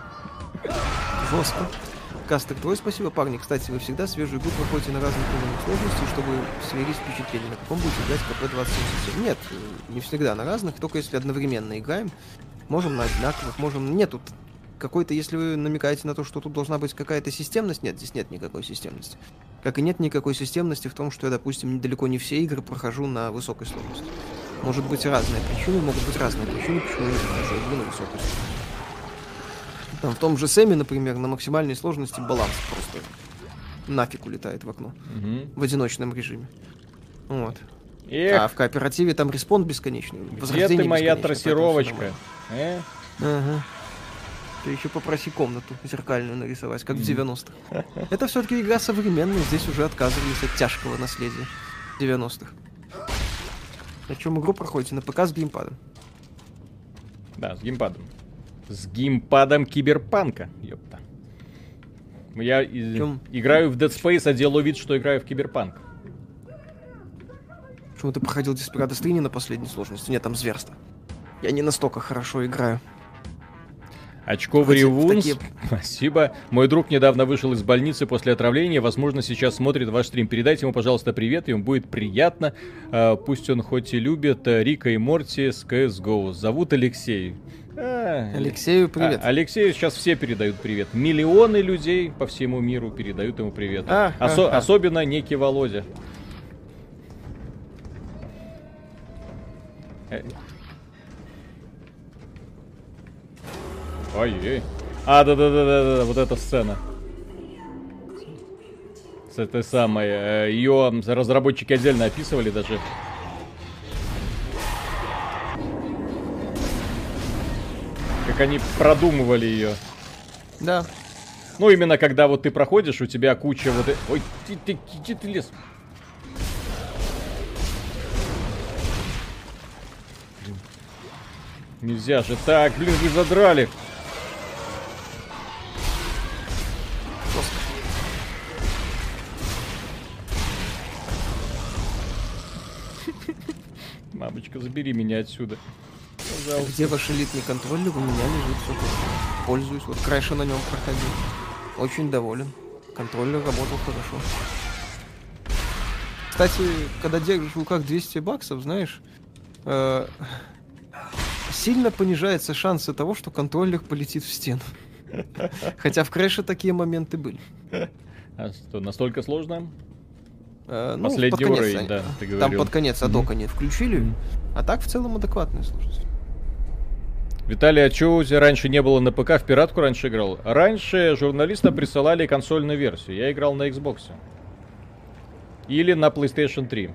Жестко. Кастер, твой спасибо, парни. Кстати, вы всегда свежую игру проходите на разных уровнях сложности, чтобы сверить впечатления. На каком будете играть КП-2077? Нет, не всегда на разных, только если одновременно играем. Можем на одинаковых, можем... Нет, тут какой-то, если вы намекаете на то, что тут должна быть какая-то системность, нет, здесь нет никакой системности. Как и нет никакой системности в том, что я, допустим, далеко не все игры прохожу на высокой сложности. Может быть разные причины, могут быть разные причины, почему я прохожу игру на высокой сложности. Там, в том же Сэме, например, на максимальной сложности баланс просто нафиг улетает в окно. В одиночном режиме. Вот. А в кооперативе там респон бесконечный. Где ты, моя трассировочка? Ага. Ты еще попроси комнату зеркальную нарисовать, как в 90-х. Это все-таки игра современная, здесь уже отказывались от тяжкого наследия 90-х. На чем игру проходите? На ПК с геймпадом. Да, с геймпадом. С геймпадом Киберпанка, ёпта. Я играю в Dead Space, а делаю вид, что играю в Киберпанк. Почему ты проходил Desperado 3 не на последней сложности? Нет, там зверство. Я не настолько хорошо играю. Очковый Ревунс, спасибо. Мой друг недавно вышел из больницы после отравления. Возможно, сейчас смотрит ваш стрим. Передайте ему, пожалуйста, привет, ему будет приятно. Пусть он хоть и любит Рика и Морти с CSGO. Зовут Алексей. Алексею привет. Алексею сейчас все передают привет. Миллионы людей по всему миру передают ему привет. Особенно некий Володя. Ой-ой. Да, вот эта сцена. С этой самой. Ее разработчики отдельно описывали даже. Как они продумывали ее. Да. Ну, именно когда вот ты проходишь, у тебя куча вот... Ой, ты лез. Нельзя же так, блин, вы задрали. Мамочка, забери меня отсюда. Пожалуйста. Где ваш элитный контроллер? У меня лежит все тут. Пользуюсь. Вот Крэша на нем проходил. Очень доволен. Контроллер работал хорошо. Кстати, когда держишь в руках 200 баксов, знаешь, сильно понижаются шансы того, что контроллер полетит в стену. Хотя в Крэше такие моменты были. А что, настолько сложно? Последний уровень, да, ты говорил. Там под конец адока не включили, а так в целом адекватная сложность. Виталий, а чего у тебя раньше не было на ПК? В пиратку раньше играл? Раньше журналистам присылали консольную версию. Я играл на Xbox. Или на PlayStation 3.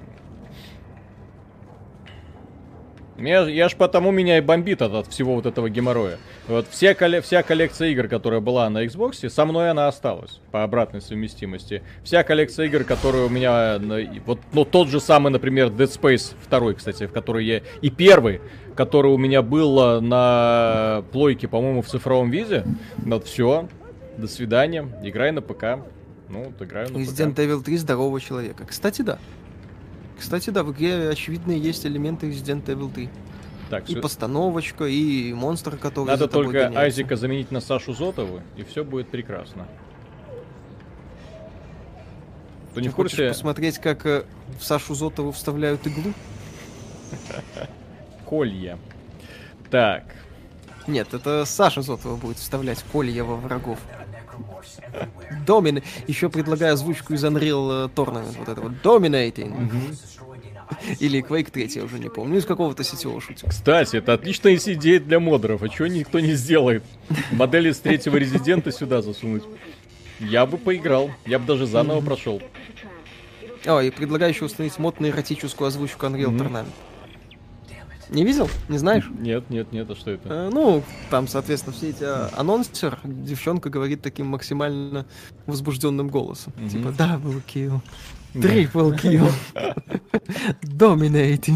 Я ж потому меня и бомбит от всего вот этого геморроя. Вот вся коллекция игр, которая была на Xbox, со мной она осталась по обратной совместимости. Вся коллекция игр, которая у меня... Вот, ну, тот же самый, например, Dead Space 2, кстати, в который я... И первый, который у меня был на плойке, по-моему, в цифровом виде. Вот все. До свидания. Играй на ПК. Ну, вот играю на Resident ПК. Evil 3 здорового человека. Кстати, да. Кстати, да, в игре, очевидно, есть элементы Resident Evil 3. Так, и постановочка, и монстр, который надо за тобой только гоняется. Айзека заменить на Сашу Зотову, и все будет прекрасно. Ты не в курсе? Хочешь посмотреть, как в Сашу Зотову вставляют иглу? Колья. Так. Нет, это Саша Зотова будет вставлять колья во врагов. Еще предлагаю озвучку из Unreal Tournament, вот это вот Dominating. Или Quake 3, я уже не помню, из какого-то сетевого шутера. Кстати, это отличная идея для модеров, а чего никто не сделает? Модели с третьего Резидента сюда засунуть. Я бы поиграл, я бы даже заново прошел. И предлагаю еще установить мод на эротическую озвучку Unreal Tournament. Не видел? Не знаешь? Нет, а что это? Там, соответственно, все эти анонсер, девчонка говорит таким максимально возбужденным голосом. Типа, double kill, triple kill, dominating.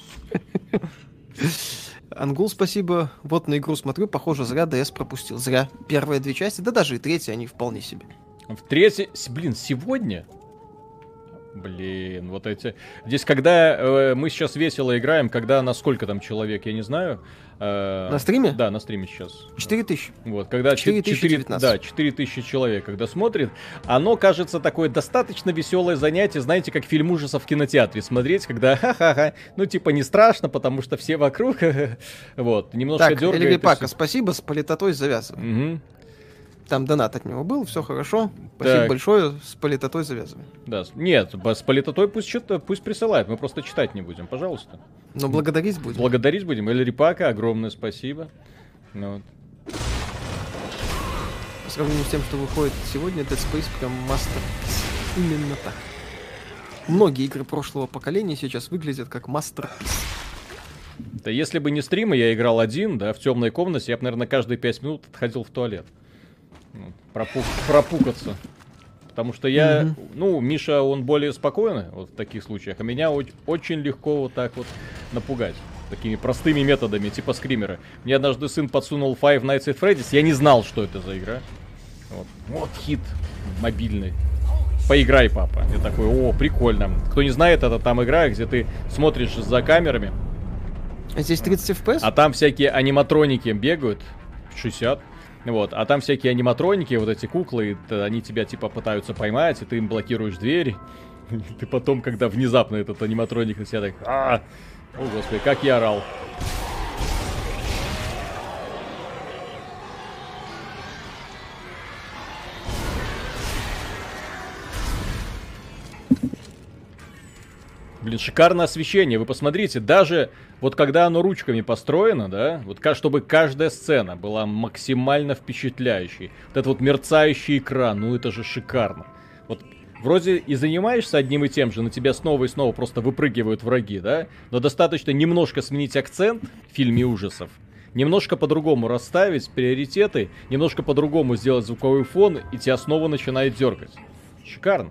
Ангул, спасибо. Вот на игру смотрю, похоже, зря DS пропустил. Зря. Первые 2 части, да даже и 3, они вполне себе. В 3, сегодня? Блин, вот эти... Здесь, когда мы сейчас весело играем, когда на сколько там человек, я не знаю. На стриме? Да, на стриме сейчас. 4000. Вот, когда 4000 человек, когда смотрит, оно кажется такое достаточно веселое занятие, знаете, как фильм ужасов в кинотеатре смотреть, когда ха-ха-ха, не страшно, потому что все вокруг, вот, немножко так, дергает. Эльви Пака, спасибо, с политотой завязываем. Угу. Там донат от него был, все хорошо. Спасибо большое, с политотой завязываем. Да, нет, с политотой пусть присылает, мы просто читать не будем, пожалуйста. Но благодарить будем. Благодарить будем. Эльри Пака, огромное спасибо. Вот. По сравнению с тем, что выходит сегодня, Dead Space прям masterpiece. Именно так. Многие игры прошлого поколения сейчас выглядят как masterpiece. Да если бы не стримы, я играл один, да, в темной комнате, я бы, наверное, каждые 5 минут отходил в туалет. Пропукаться. Потому что я, Миша, он более спокойный вот в таких случаях, а меня очень легко вот так вот напугать. Такими простыми методами, типа скримера. Мне однажды сын подсунул Five Nights at Freddy's, я не знал, что это за игра. Вот хит мобильный. Поиграй, папа. Я такой, прикольно. Кто не знает, это там игра, где ты смотришь за камерами. А здесь 30 FPS? А там всякие аниматроники бегают. 60. Вот, а там всякие аниматроники, вот эти куклы, они тебя типа пытаются поймать, и ты им блокируешь двери. Ты потом, когда внезапно этот аниматроник на тебя так... О, господи, как я орал. Блин, шикарное освещение, вы посмотрите, даже вот когда оно ручками построено, да, вот чтобы каждая сцена была максимально впечатляющей. Вот этот вот мерцающий экран, это же шикарно. Вот вроде и занимаешься одним и тем же, на тебя снова и снова просто выпрыгивают враги, да, но достаточно немножко сменить акцент в фильме ужасов, немножко по-другому расставить приоритеты, немножко по-другому сделать звуковой фон, и тебя снова начинает дергать. Шикарно.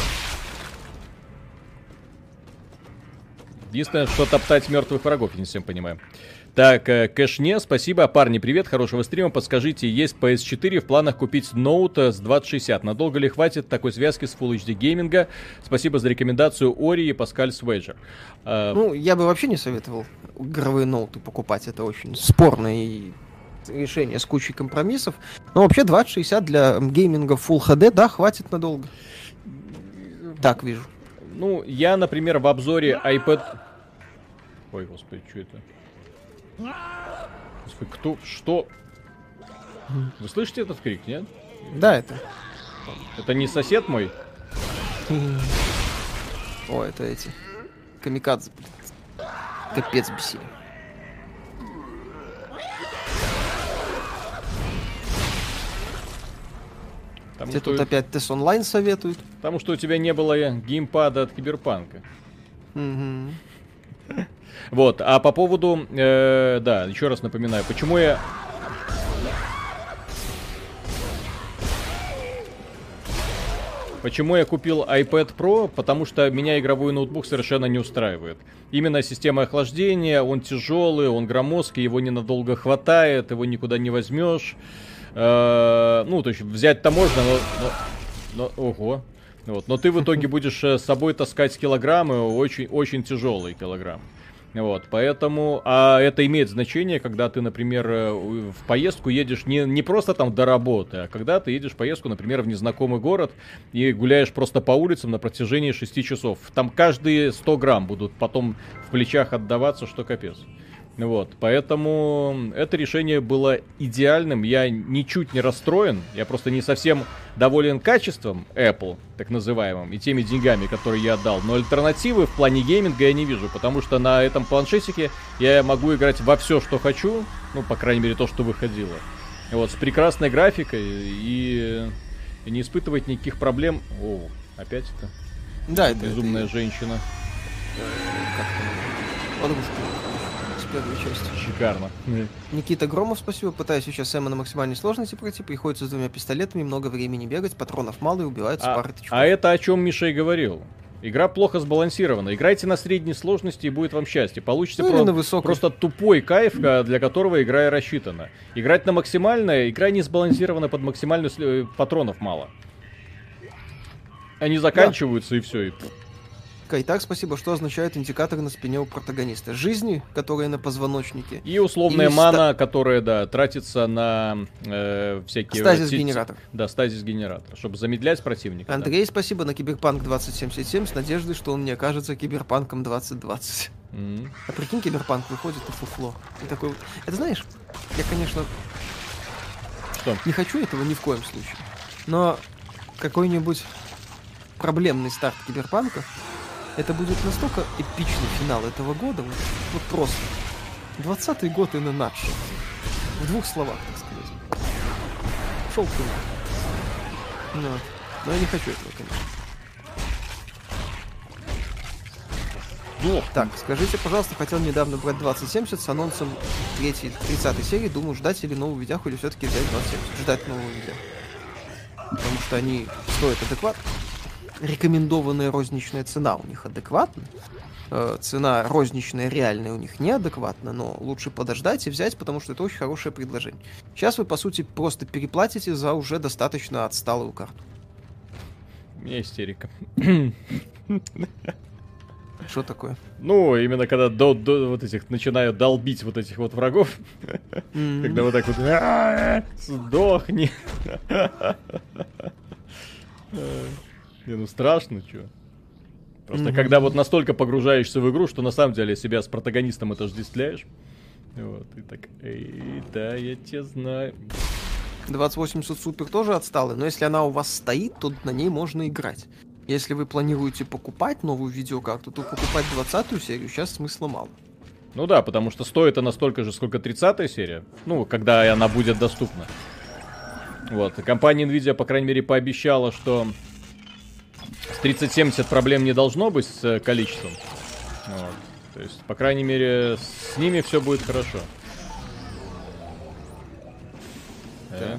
Единственное, что топтать мертвых врагов, я не всем понимаю. Так, Кэшне, спасибо. Парни, привет, хорошего стрима. Подскажите, есть PS4 в планах купить ноут с 2060? Надолго ли хватит такой связки с Full HD гейминга? Спасибо за рекомендацию Ори и Паскаль Свейджер. Я бы вообще не советовал игровые ноуты покупать. Это очень спорное решение с кучей компромиссов. Но вообще 2060 для гейминга Full HD, да, хватит надолго. Так вижу. Я, например, в обзоре iPad... Ой, господи, что это? Господи, кто? Что? Вы слышите этот крик, нет? Да, это. Это не сосед мой? Это эти. Камикадзе, блин. Капец бесили. Тебе тут опять TES Online советуют. Потому что у тебя не было геймпада от Киберпанка. Вот, а по поводу... да, еще раз напоминаю, почему я... Почему я купил iPad Pro? Потому что меня игровой ноутбук совершенно не устраивает. Именно система охлаждения, он тяжелый, он громоздкий, его ненадолго хватает, его никуда не возьмешь. То есть взять-то можно, но ого. Вот, но ты в итоге будешь с собой таскать килограммы, очень тяжелые килограммы. Вот, поэтому, это имеет значение, когда ты, например, в поездку едешь не просто там до работы, а когда ты едешь в поездку, например, в незнакомый город и гуляешь просто по улицам на протяжении 6 часов. Там каждые 100 грамм будут потом в плечах отдаваться, что капец. Вот, поэтому это решение было идеальным. Я ничуть не расстроен. Я просто не совсем доволен качеством Apple, так называемым, и теми деньгами, которые я отдал. Но альтернативы в плане гейминга я не вижу, потому что на этом планшетике я могу играть во все, что хочу. Ну, по крайней мере, то, что выходило. Вот, с прекрасной графикой и не испытывать никаких проблем. О, опять это? Да, безумная женщина. Как там? Подружка. Первой части. Шикарно. Никита Громов, спасибо. Пытаюсь сейчас Сэма на максимальной сложности пройти. Приходится с 2 пистолетами, много времени бегать, патронов мало и убиваются пары тычков. А это о чем Миша и говорил. Игра плохо сбалансирована. Играйте на средней сложности и будет вам счастье. Получите просто тупой кайф, для которого игра и рассчитана. Играть на максимальное, игра не сбалансирована под максимальную, патронов мало. Они заканчиваются и все. Итак, спасибо. Что означают индикаторы на спине у протагониста? Жизни, которые на позвоночнике. И условная мана, которая, да, тратится на всякие... Стазис-генератор. Да, стазис-генератор, чтобы замедлять противника. Андрей, спасибо. На Киберпанк 2077 с надеждой, что он не окажется Киберпанком 2020. А прикинь, Киберпанк выходит на фуфло. И такой вот... Это знаешь, я, конечно... Что? Не хочу этого ни в коем случае. Но какой-нибудь проблемный старт Киберпанка... Это будет настолько эпичный финал этого года, вот просто. 20-й год и на наш. В 2 словах, так сказать. Шел к нему. Но я не хочу этого, конечно. Так, скажите, пожалуйста, хотел недавно брать 2070 с анонсом 30-й серии. Думаю, ждать или новую видяху, или все-таки взять 2070. Ждать новую видяху. Потому что они стоят адекватно. Рекомендованная розничная цена у них адекватна. Цена розничная реальная у них неадекватна, но лучше подождать и взять, потому что это очень хорошее предложение. Сейчас вы, по сути, просто переплатите за уже достаточно отсталую карту. У меня истерика. Что такое? Ну, именно когда вот этих начинают долбить вот этих вот врагов. Когда вот так вот сдохни. Не, ну страшно, чё. Просто когда вот настолько погружаешься в игру, что на самом деле себя с протагонистом отождествляешь. Вот, и так, да, я тебя знаю. 2080 Super тоже отсталый, но если она у вас стоит, то на ней можно играть. Если вы планируете покупать новую видеокарту, то покупать 20-ю серию сейчас смысла мало. Ну да, потому что стоит она столько же, сколько 30-я серия. Ну, когда она будет доступна. Вот, компания Nvidia, по крайней мере, пообещала, что с 3070 проблем не должно быть с количеством. Вот. То есть, по крайней мере, с ними все будет хорошо. Так.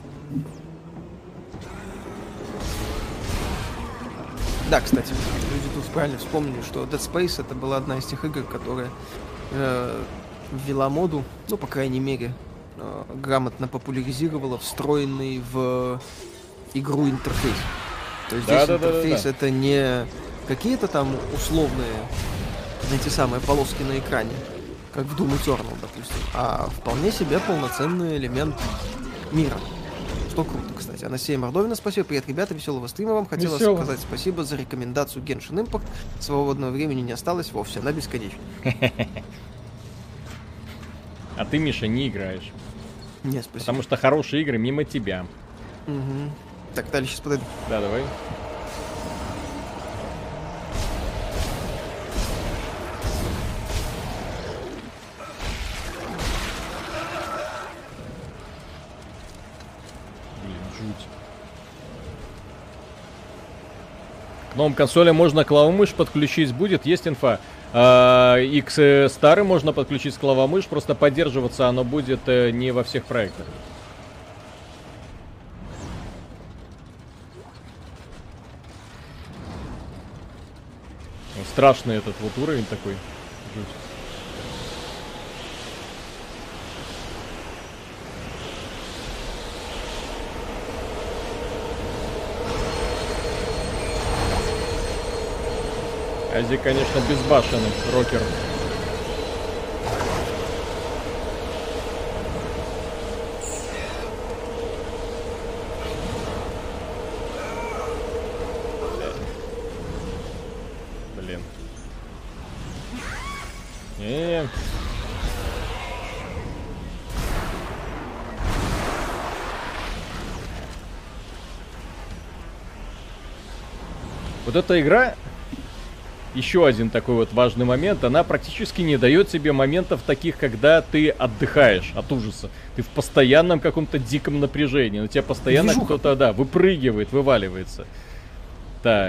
Да, кстати, люди тут правильно вспомнили, что Dead Space это была одна из тех игр, которая ввела моду, ну, по крайней мере, грамотно популяризировала встроенный в игру интерфейс. То есть здесь интерфейс это не какие-то там условные эти самые полоски на экране, как в Doom Eternal, допустим, а вполне себе полноценный элемент мира. Что круто, кстати. Анасея Мордовина, спасибо. Привет, ребята, веселого стрима вам. Хотела сказать спасибо за рекомендацию Genshin Impact. Свободного времени не осталось вовсе, она бесконечна. А ты, Миша, не играешь. Не, спасибо. Потому что хорошие игры мимо тебя. Угу. Так, далее сейчас подойду. Да, давай. Блин, жуть. К новым консолям можно клавомышь подключить будет, есть инфа. И к старым можно подключить клавомышь, просто поддерживаться оно будет не во всех проектах. Страшный этот вот уровень такой. Жуть. Ази, конечно, безбашенный рокер. Блин. Вот эта игра, еще один такой вот важный момент, она практически не дает тебе моментов таких, когда ты отдыхаешь от ужаса. Ты в постоянном каком-то диком напряжении. На тебя постоянно кто-то, да, выпрыгивает, вываливается. Так.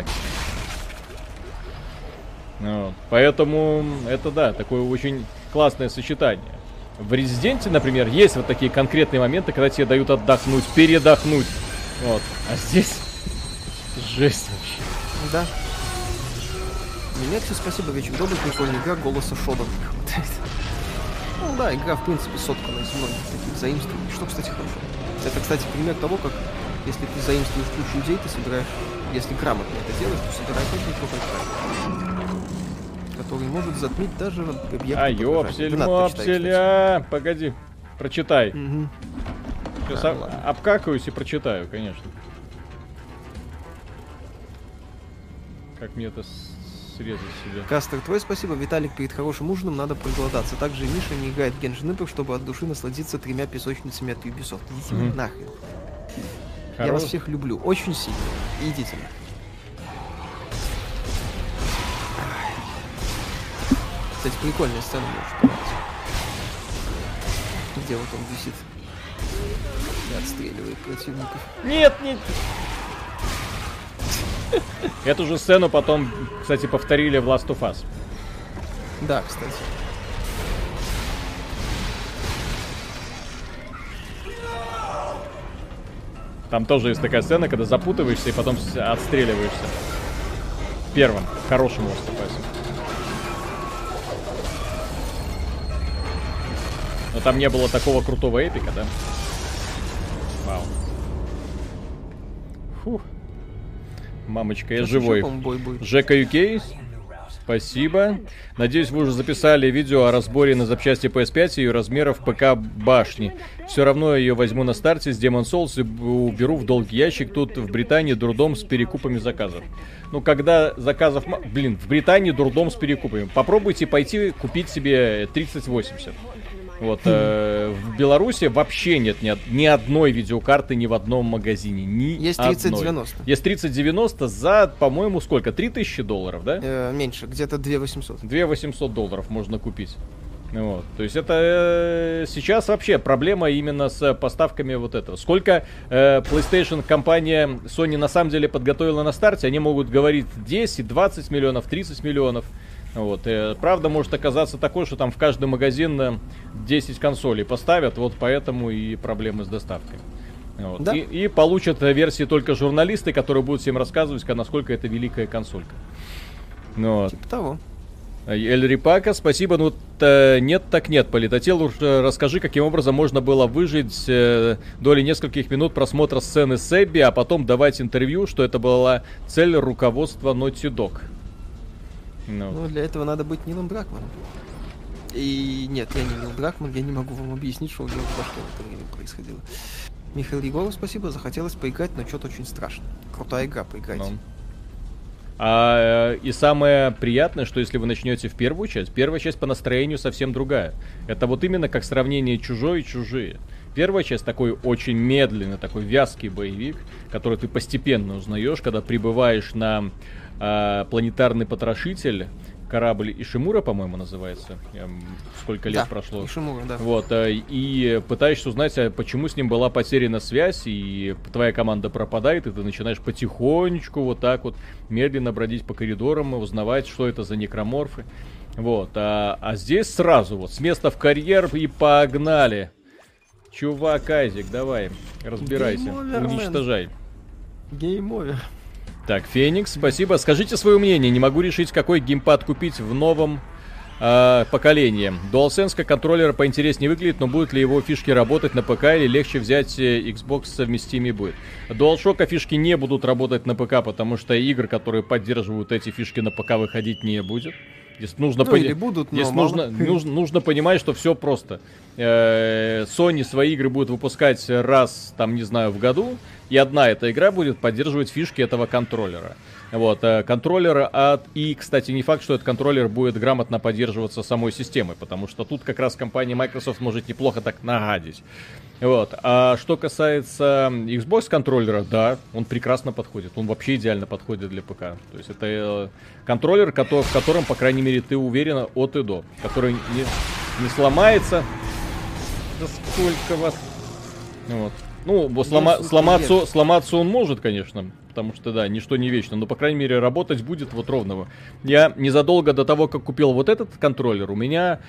Вот. Поэтому это, да, такое очень классное сочетание. В Резиденте, например, есть вот такие конкретные моменты, когда тебе дают отдохнуть, передохнуть. Вот. А здесь жесть вообще. Да. Немецкий, спасибо, вечер добрый, прикольная игра, голоса Шода не хватает. Ну да, игра, в принципе, соткана из многих таких заимствований, что, кстати, хорошо. Это, кстати, пример того, как, если ты заимствуешь кучу идей, ты собираешь, если грамотно это делаешь, то собираешь очень неплохой, который может затмить даже объект. А, ёпсель-мопселя, погоди, прочитай. Угу. Сейчас обкакаюсь и прочитаю, конечно. Как мне это срезать себе? Кастер, твой спасибо. Виталик, перед хорошим ужином надо проголодаться. Также и Миша не играет в Genshin Impact, чтобы от души насладиться 3 песочницами от Ubisoft. Идите нахрен. Я вас всех люблю. Очень сильно. Идите нахрен. Кстати, прикольная сцена может быть. Где вот он висит и отстреливает противников. Нет, нет. Эту же сцену потом, кстати, повторили в Last of Us. Да, кстати. Там тоже есть такая сцена, когда запутываешься и потом отстреливаешься. Первым, хорошим Last of Us. Но там не было такого крутого эпика, да? Вау. Фух. Мамочка, я живой. Жека UK, спасибо. Надеюсь, вы уже записали видео о разборе на запчасти PS5 и ее размеров ПК башни. Все равно я ее возьму на старте с Demon's Souls и уберу в долгий ящик. Тут в Британии дурдом с перекупами заказов. Ну, когда заказов... Блин, в Британии дурдом с перекупами. Попробуйте пойти купить себе 3080. Вот, в Беларуси вообще нет ни одной видеокарты ни в одном магазине. Есть 3090. Есть 3090 за, по-моему, сколько? $3000, да? Меньше, где-то 2800. $2800 можно купить. Вот. То есть это сейчас вообще проблема именно с поставками вот этого. Сколько PlayStation компания Sony на самом деле подготовила на старте, они могут говорить 10, 20 миллионов, 30 миллионов. Вот. Правда может оказаться такой, что там в каждый магазин 10 консолей поставят, вот поэтому и проблемы с доставкой. Вот. Да. И получат версии только журналисты, которые будут всем рассказывать, насколько это великая консолька. Вот. Типа того. Эль Рипака, спасибо. Ну, нет, так нет, Политотел. Расскажи, каким образом можно было выжить доли нескольких минут просмотра сцены с Эбби, а потом давать интервью, что это была цель руководства Naughty Dog. Ну, для этого надо быть Нилом Дракманом. И нет, я не Нил Дракман, я не могу вам объяснить, что у него в башке в это время происходило. Михаил Егоров, спасибо, захотелось поиграть, но что-то очень страшно. Крутая игра, поиграйте. И самое приятное, что если вы начнете в первую часть, первая часть по настроению совсем другая. Это вот именно как сравнение Чужой и Чужие. Первая часть такой очень медленный, такой вязкий боевик, который ты постепенно узнаешь, когда прибываешь на планетарный потрошитель, корабль Ишимура, по-моему, называется. Сколько лет прошло. Ишимура, да. Вот, и пытаешься узнать, почему с ним была потеряна связь, и твоя команда пропадает, и ты начинаешь потихонечку вот так вот медленно бродить по коридорам и узнавать, что это за некроморфы. Вот, а здесь сразу вот с места в карьер и погнали. Чувак, Айзек, давай, разбирайся, уничтожай. Гейм-овер. Так, Феникс, спасибо. Скажите свое мнение. Не могу решить, какой геймпад купить в новом поколении. DualSense как контроллер поинтереснее выглядит, но будут ли его фишки работать на ПК или легче взять Xbox совместимый будет? DualShock фишки не будут работать на ПК, потому что игр, которые поддерживают эти фишки на ПК, выходить не будет. Здесь нужно, нужно понимать, что все просто. Sony свои игры будет выпускать раз, там, не знаю, в году, и одна эта игра будет поддерживать фишки этого контроллера. Вот, контроллер и, кстати, не факт, что этот контроллер будет грамотно поддерживаться самой системой, потому что тут как раз компания Microsoft может неплохо так нагадить. Вот. А что касается Xbox контроллера, да, он прекрасно подходит. Он вообще идеально подходит для ПК. То есть это контроллер, в котором, по крайней мере, ты уверена от и до. Который не сломается. Да сколько вас... Вот. Ну, сломаться он может, конечно, потому что, да, ничто не вечно, но, по крайней мере, работать будет вот ровно. Я незадолго до того, как купил вот этот контроллер, у меня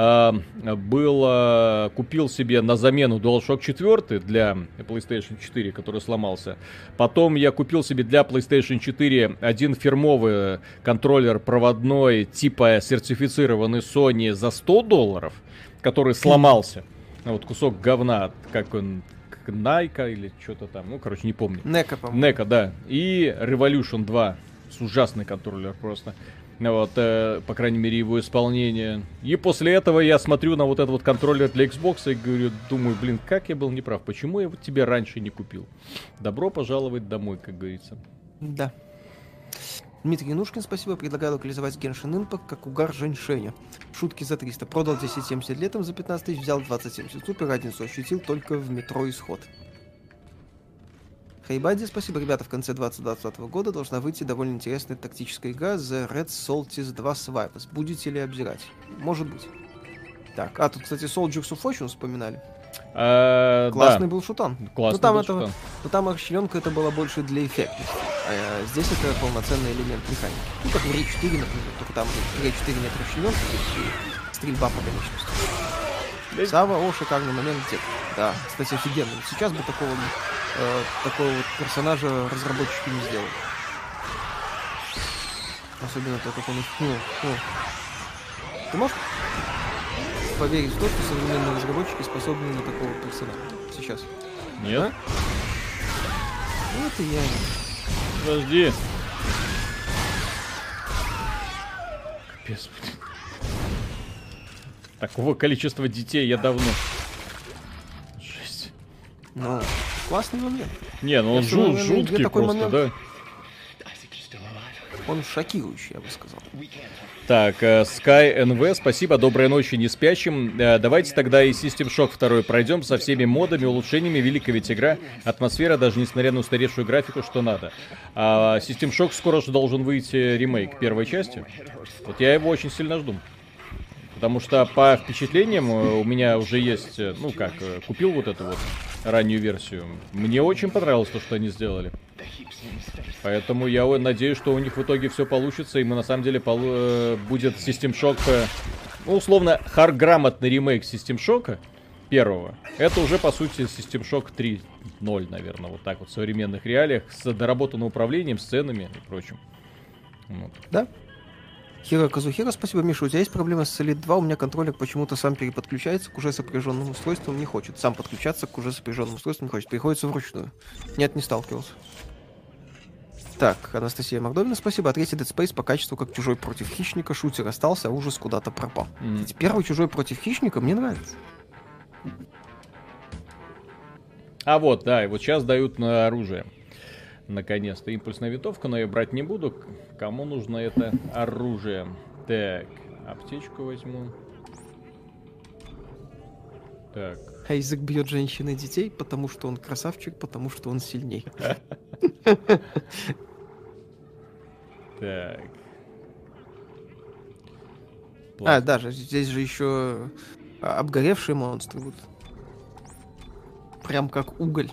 купил себе на замену DualShock 4 для PlayStation 4, который сломался. Потом я купил себе для PlayStation 4 один фирмовый контроллер проводной, типа сертифицированный Sony за $100, который сломался. Вот кусок говна, как он... Найка или что-то там, ну, короче, не помню. Нека, по-моему. Нека, да. И Revolution 2. Ужасный контроллер просто. Вот, по крайней мере, его исполнение. И после этого я смотрю на вот этот вот контроллер для Xbox и говорю, думаю, блин, как я был неправ. Почему я вот тебе раньше не купил? Добро пожаловать домой, как говорится. Да. Дмитрий Янушкин, спасибо. Предлагаю локализовать Genshin Impact как угар Женьшеня. Шутки за 300. Продал 1070 летом за 15 тысяч, взял 2070. Супер, разницу ощутил только в метро Исход. Хейбади, спасибо. Ребята, в конце 2020 года должна выйти довольно интересная тактическая игра The Red Solstice 2 Survivors. Будете ли обзирать? Может быть. Так, тут, кстати, Soldiers of Fortune вспоминали. Классный был шутан. Классный был шутан. Но там расчленка это была больше для эффектности. А здесь это полноценный элемент механики. Ну, как в Рей 4, например. Только там в Рей 4 нет расчлененки и стрельба по конечности. Сава, шикарный момент где-то. Да, кстати, офигенно. Сейчас бы такого вот персонажа разработчики не сделали. Особенно то, как он... Ты можешь поверить в то, что современные разработчики способны на такого персонажа сейчас? Нет. А? Вот и я. Подожди. Капец. Такого количества детей я давно... Жесть. Ну, классный момент. Не, ну он жуткий просто, момент... да. Он шокирующий, я бы сказал. Так, Sky NV, спасибо, доброй ночи не спящим. Давайте тогда и System Shock 2 пройдем со всеми модами, улучшениями. Великая ведь игра, атмосфера, даже несмотря на устаревшую графику, что надо. А System Shock скоро же должен выйти ремейк первой части. Вот я его очень сильно жду. Потому что по впечатлениям у меня уже есть, купил вот эту вот раннюю версию. Мне очень понравилось то, что они сделали. Поэтому я надеюсь, что у них в итоге все получится, и мы на самом деле будет System Shock, условно, грамотный ремейк System Shock первого. Это уже, по сути, System Shock 3.0, наверное, вот так вот, в современных реалиях, с доработанным управлением, сценами и прочим. Вот. Да. Хиро Казухира, спасибо. Миша, у тебя есть проблема с Solid 2? У меня контроллер почему-то сам переподключается к уже сопряженным устройствам, не хочет. Сам подключаться к уже сопряженным устройствам не хочет. Приходится вручную. Нет, не сталкивался. Так, Анастасия Макдовина, спасибо. А третий Dead Space по качеству как Чужой против Хищника. Шутер остался, а ужас куда-то пропал. Первый Чужой против Хищника мне нравится. А вот, да, и вот сейчас дают на оружие. Наконец-то импульсная винтовка, но я брать не буду. Кому нужно это оружие? Так, аптечку возьму. Так. Айзек бьет женщин и детей, потому что он красавчик, потому что он сильней. Так. Даже здесь же еще обгоревшие монстры будут. Прям как уголь.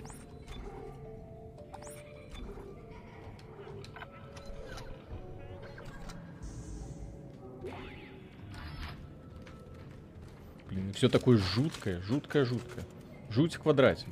Блин, все такое жуткое. Жуть в квадрате.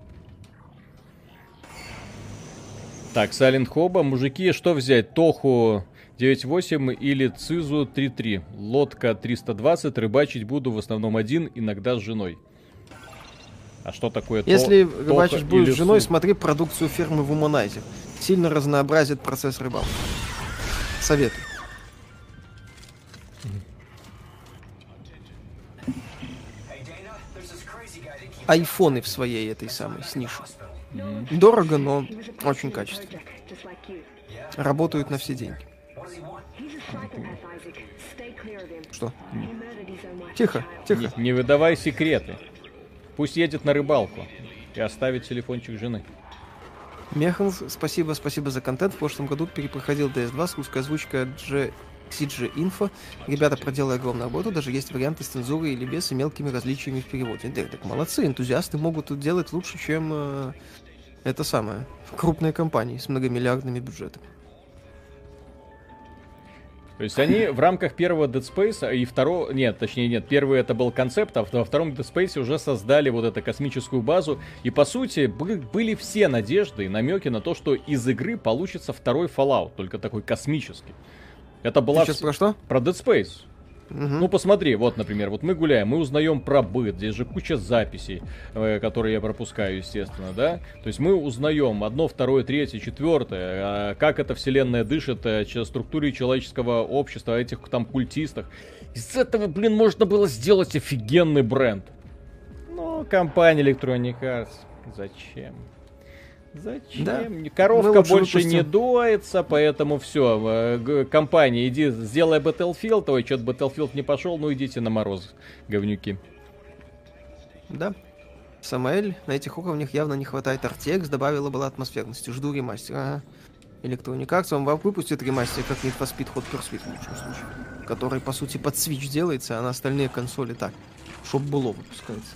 Так, Silent Hoba. Мужики, что взять? Тоху 9.8 или Цизу 3.3? Лодка 320. Рыбачить буду в основном один, иногда с женой. А что такое Если рыбачишь будешь с женой, смотри продукцию фирмы Womanizer. Сильно разнообразит процесс рыбалки. Советую. Айфоны в своей этой самой с нишей. Дорого, но очень качественно. Работают на все деньги. Что? Тихо. Не выдавай секреты. Пусть едет на рыбалку и оставит телефончик жены. Механс, спасибо за контент. В прошлом году перепроходил DS2 с русской озвучкой от CG Info. Ребята проделали огромную работу, даже есть варианты с цензурой или без, и мелкими различиями в переводе. Так молодцы, энтузиасты могут тут делать лучше, чем это самое, крупные компании с многомиллиардными бюджетами. То есть они в рамках первого Dead Space и второго... Нет, первый это был концепт, а во втором Dead Space уже создали вот эту космическую базу. И по сути были все надежды и намеки на то, что из игры получится второй Fallout, только такой космический. Это была... Ты сейчас про что? Про Dead Space. Угу. Ну, посмотри, вот, например, вот мы гуляем, мы узнаем про быт, здесь же куча записей, которые я пропускаю, естественно, да? То есть мы узнаем одно, второе, третье, четвертое, как эта вселенная дышит, структуре человеческого общества, о этих там культистах. Из этого, блин, можно было сделать офигенный бренд. Но компания Electronic Arts, зачем? Зачем? Да. Коровка больше не доится, поэтому все. Компания, иди, сделай Battlefield. Ой, что-то Battlefield не пошел, ну идите на мороз, говнюки. Да. Самаэль, на этих уровнях явно не хватает RTX, добавила была атмосферности. Жду ремастера. Ага. Electronic Arts вам выпустит ремастер, как Need for Speed Hot Pursuit в лучшем случае. Который, по сути, под Switch делается, а на остальные консоли так. Чтоб было выпускается.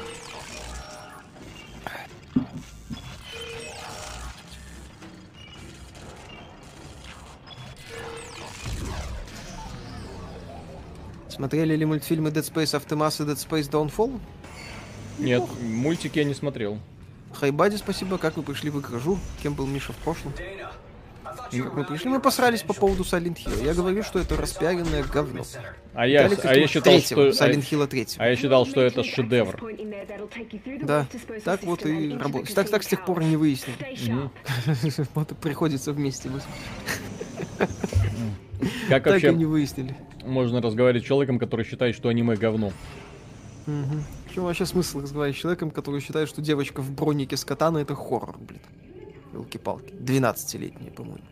Смотрели ли мультфильмы Dead Space Aftermath и Dead Space Downfall? Нет, мультики я не смотрел. Хайбади, спасибо. Как вы пришли в игражу? Кем был Миша в прошлом? Как мы пришли? Мы посрались по поводу Silent Hill. Я говорю, что это распиаренное говно. А я считал, что... Silent Hill 3. А я считал, что это шедевр. Да, так вот и работает. Так с тех пор не выяснили. Вот и приходится вместе. Как так вообще и не выяснили. Можно разговаривать с человеком, который считает, что аниме говно? В чем вообще смысл разговаривать с человеком, который считает, что девочка в бронике с катаной это хоррор, блин? Елки-палки. 12-летняя, по-моему.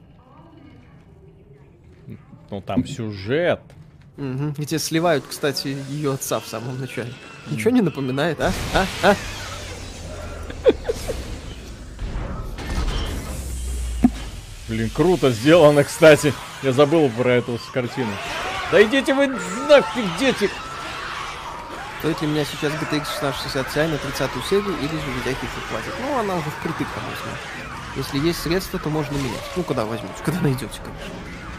Ну там сюжет. И тебе сливают, кстати, ее отца в самом начале. Ничего не напоминает, а? Блин, круто сделано, кстати. Я забыл про эту картину. Да идите вы нафиг, дети! Стоит ли меня сейчас GTX 1660 Ti на 30-ю серию или же видеохитры хватит? Ну, она уже впритык, конечно. Если есть средства, то можно менять. Ну, когда возьмете, когда найдете, конечно.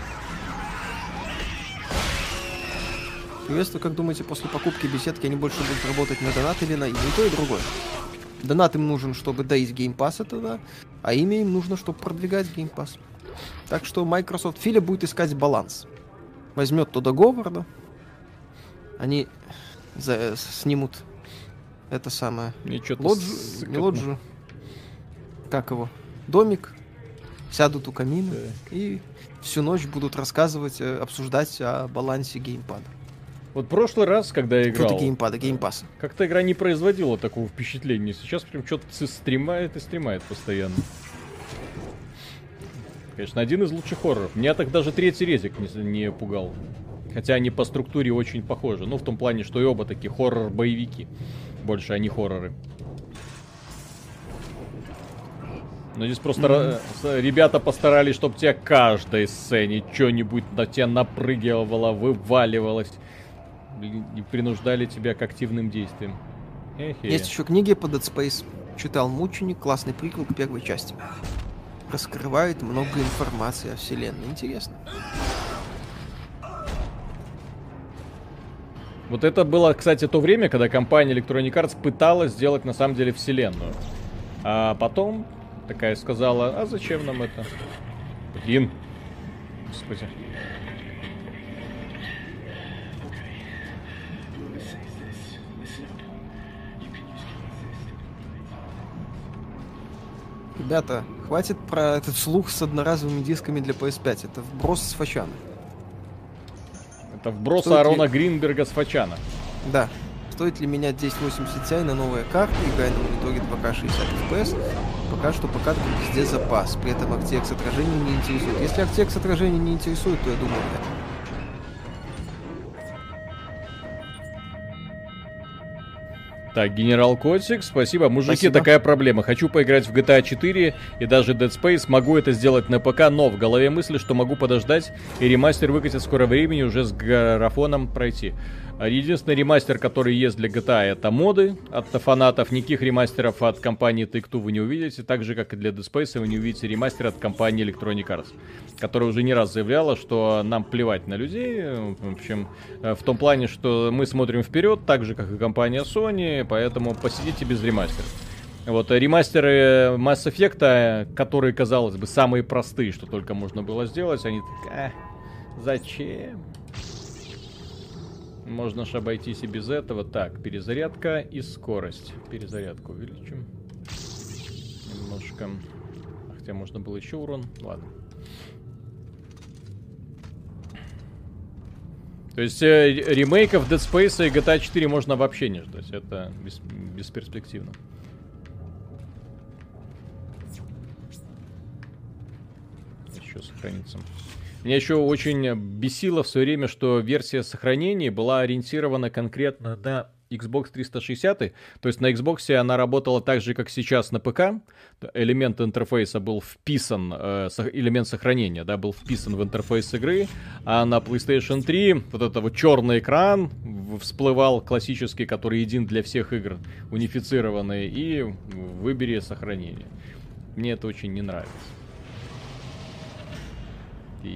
Приветствую, как думаете, после покупки беседки они больше будут работать на донат или на имя? И то, и другое. Донат им нужен, чтобы доить Game Pass, это да, а имя им нужно, чтобы продвигать Game Pass. Так что Microsoft Филя будет искать баланс. Возьмет туда Говарда, они снимут это самое лоджию, как его, домик, сядут у камина и всю ночь будут рассказывать, обсуждать о балансе геймпада. Вот прошлый раз, когда я играл, геймпасса. Как-то игра не производила такого впечатления. Сейчас прям что-то стримает постоянно. Конечно, один из лучших хорроров. Меня так даже третий резик не пугал. Хотя они по структуре очень похожи. Ну, в том плане, что и оба такие хоррор-боевики. Больше они хорроры. Но здесь просто ребята постарались, чтобы тебе каждой сцене что-нибудь на тебя напрыгивало, вываливалось. И принуждали тебя к активным действиям. Есть еще книги по Dead Space. Читал «Мученик», классный приквел к первой части. Раскрывает много информации о вселенной. Интересно. Вот это было, кстати, то время, когда компания Electronic Arts пыталась сделать на самом деле вселенную. А потом такая сказала, а зачем нам это? Блин. Господи. Ребята, хватит про этот слух с одноразовыми дисками для PS5. Это вброс с Фачана. Это вброс Аарона Гринберга с Фачана. Да. Стоит ли менять 1080 Ti на новые карты, играя на мониторе 2К 60 FPS? Пока что по карте везде запас. При этом RTX отражение не интересует. Если RTX отражение не интересует, то я думаю, нет. Так, Генерал Котик, спасибо. Мужики, Спасибо. такая проблема. Хочу поиграть в GTA 4 и даже Dead Space. Могу это сделать на ПК, но в голове мысли, что могу подождать и ремастер выкатит в скором времени уже с графоном пройти. Единственный ремастер, который есть для GTA, это моды от фанатов. Никаких ремастеров от компании Take-Two вы не увидите. Так же, как и для Dead Space, вы не увидите ремастер от компании Electronic Arts, которая уже не раз заявляла, что нам плевать на людей. В общем, в том плане, что мы смотрим вперед, так же, как и компания Sony, поэтому посидите без ремастеров. Вот, ремастеры Mass Effect, которые, казалось бы, самые простые, что только можно было сделать, они так, зачем? Можно ж обойтись и без этого. Так, перезарядка и скорость. Перезарядку увеличим. Немножко. Хотя можно было еще урон. Ладно. То есть ремейков Dead Space и GTA 4 можно вообще не ждать. Это бесперспективно. Еще сохранится. Меня еще очень бесило в свое время, что версия сохранений была ориентирована конкретно на Xbox 360. То есть на Xbox она работала так же, как сейчас на ПК. Элемент интерфейса был вписан, элемент сохранения, да, был вписан в интерфейс игры. А на PlayStation 3 вот этот вот черный экран всплывал классический, который един для всех игр, унифицированный, и выбери сохранение. Мне это очень не нравится. Так.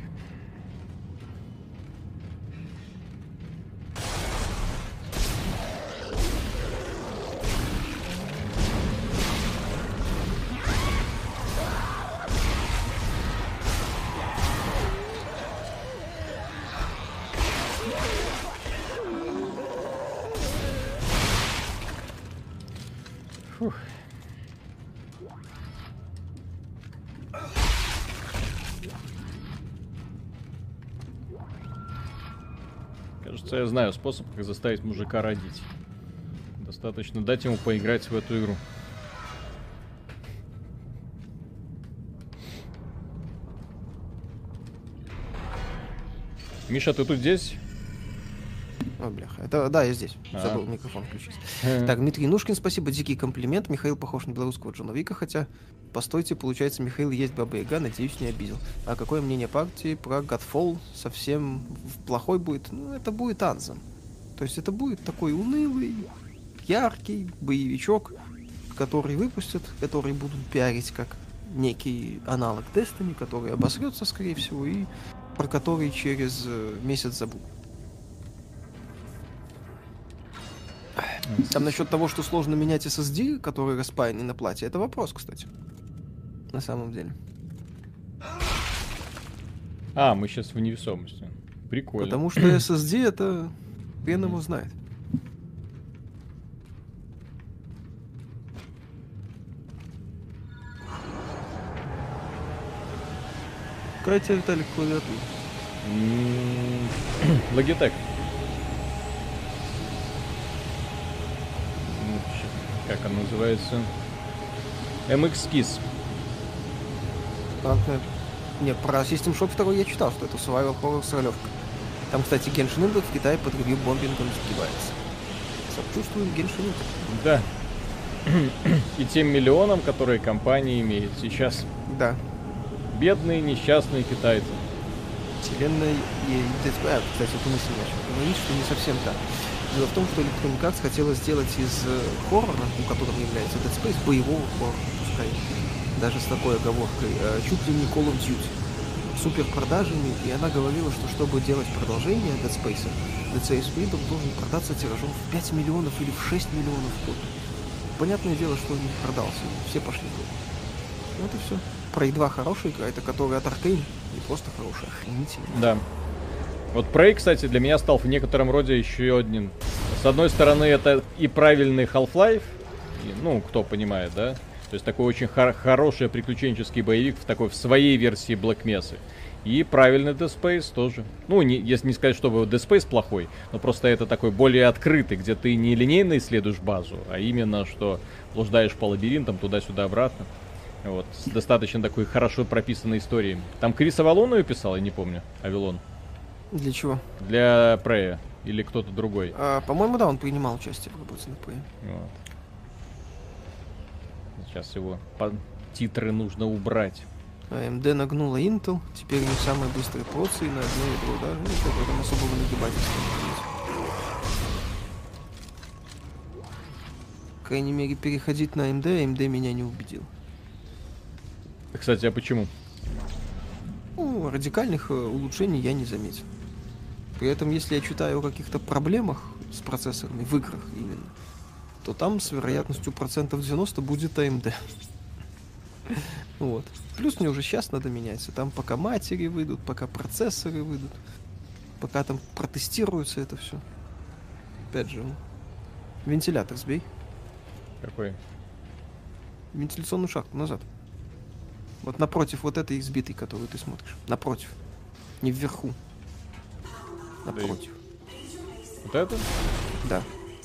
Фух. Кажется, я знаю способ, как заставить мужика родить. Достаточно дать ему поиграть в эту игру. Миша, ты тут здесь? О, бляха. Это, да, я здесь. Забыл микрофон включить. Так, Дмитрий Нушкин, спасибо. Дикий комплимент. Михаил похож на белорусского Джона Вика, хотя, постойте, получается, Михаил есть Баба Яга, надеюсь, не обидел. А какое мнение партии про Godfall? Совсем плохой будет? Ну, это будет Anthem. То есть это будет такой унылый, яркий боевичок, который выпустят, который будут пиарить как некий аналог Destiny, который обосрется, скорее всего, и про который через месяц забудут. Там насчет того, что сложно менять SSD, который распаянный на плате, это вопрос, кстати. На самом деле. Мы сейчас в невесомости. Прикольно. Потому что SSD это хрен его знает. Какая тебе, Виталик, клавиатура? Logitech. Как она называется? MX Keys. Не, про System Shock 2 я читал, что это survival horror с ролевкой. Там, кстати, Genshin Impact в Китае под ревью бомбингом сгибается. Сочувствуем Genshin Impact. Да. И тем миллионам, которые компания имеет сейчас. Да. Бедные, несчастные китайцы. Вселенная и... кстати, эту мысль начал говорить, что не совсем так. Дело в том, что Electronic Arts хотела сделать из хоррора, которым является Dead Space, боевого хоррора, пускай даже с такой оговоркой, чуть ли не Call of Duty, супер продажами, и она говорила, что чтобы делать продолжение Dead Space, Dead Space Freedom должен продаться тиражом в 5 миллионов или в 6 миллионов в год. Понятное дело, что он не продался, все пошли в год. Вот и все. Prey 2 хорошая игра, это которая от Arkane, не просто хорошая, охренительная. Да. Вот Prey, кстати, для меня стал в некотором роде еще одним. С одной стороны, это и правильный Half-Life, ну, кто понимает, да? То есть такой очень хороший приключенческий боевик в своей версии Black Mesa. И правильный Dead Space тоже. Ну, если не сказать, что Dead Space плохой, но просто это такой более открытый, где ты не линейно исследуешь базу, а именно, что блуждаешь по лабиринтам туда-сюда, обратно. Вот, с достаточно такой хорошо прописанной историей. Там Крис Авалон ее писал, я не помню, Авилон. Для чего? Для Прея. Или кто-то другой? По-моему, да, он принимал участие в работе над ПМ. Вот. Сейчас его титры нужно убрать. AMD нагнула Intel, теперь не самые быстрые процы на одно ядро, да? Ну, как бы там особого нагибательства нет. По крайней мере, переходить на AMD меня не убедил. Кстати, а почему? Ну, радикальных улучшений я не заметил. При этом, если я читаю о каких-то проблемах с процессорами в играх именно, то там с вероятностью процентов 90 будет AMD. Вот. Плюс мне уже сейчас надо меняться. Там пока матери выйдут, пока процессоры выйдут, пока там протестируется это все. Опять же, вентилятор сбей. Какой? Вентиляционную шахту назад. Вот напротив вот этой избитой, которую ты смотришь. Напротив. Не вверху. Напротив. Вот это? Да.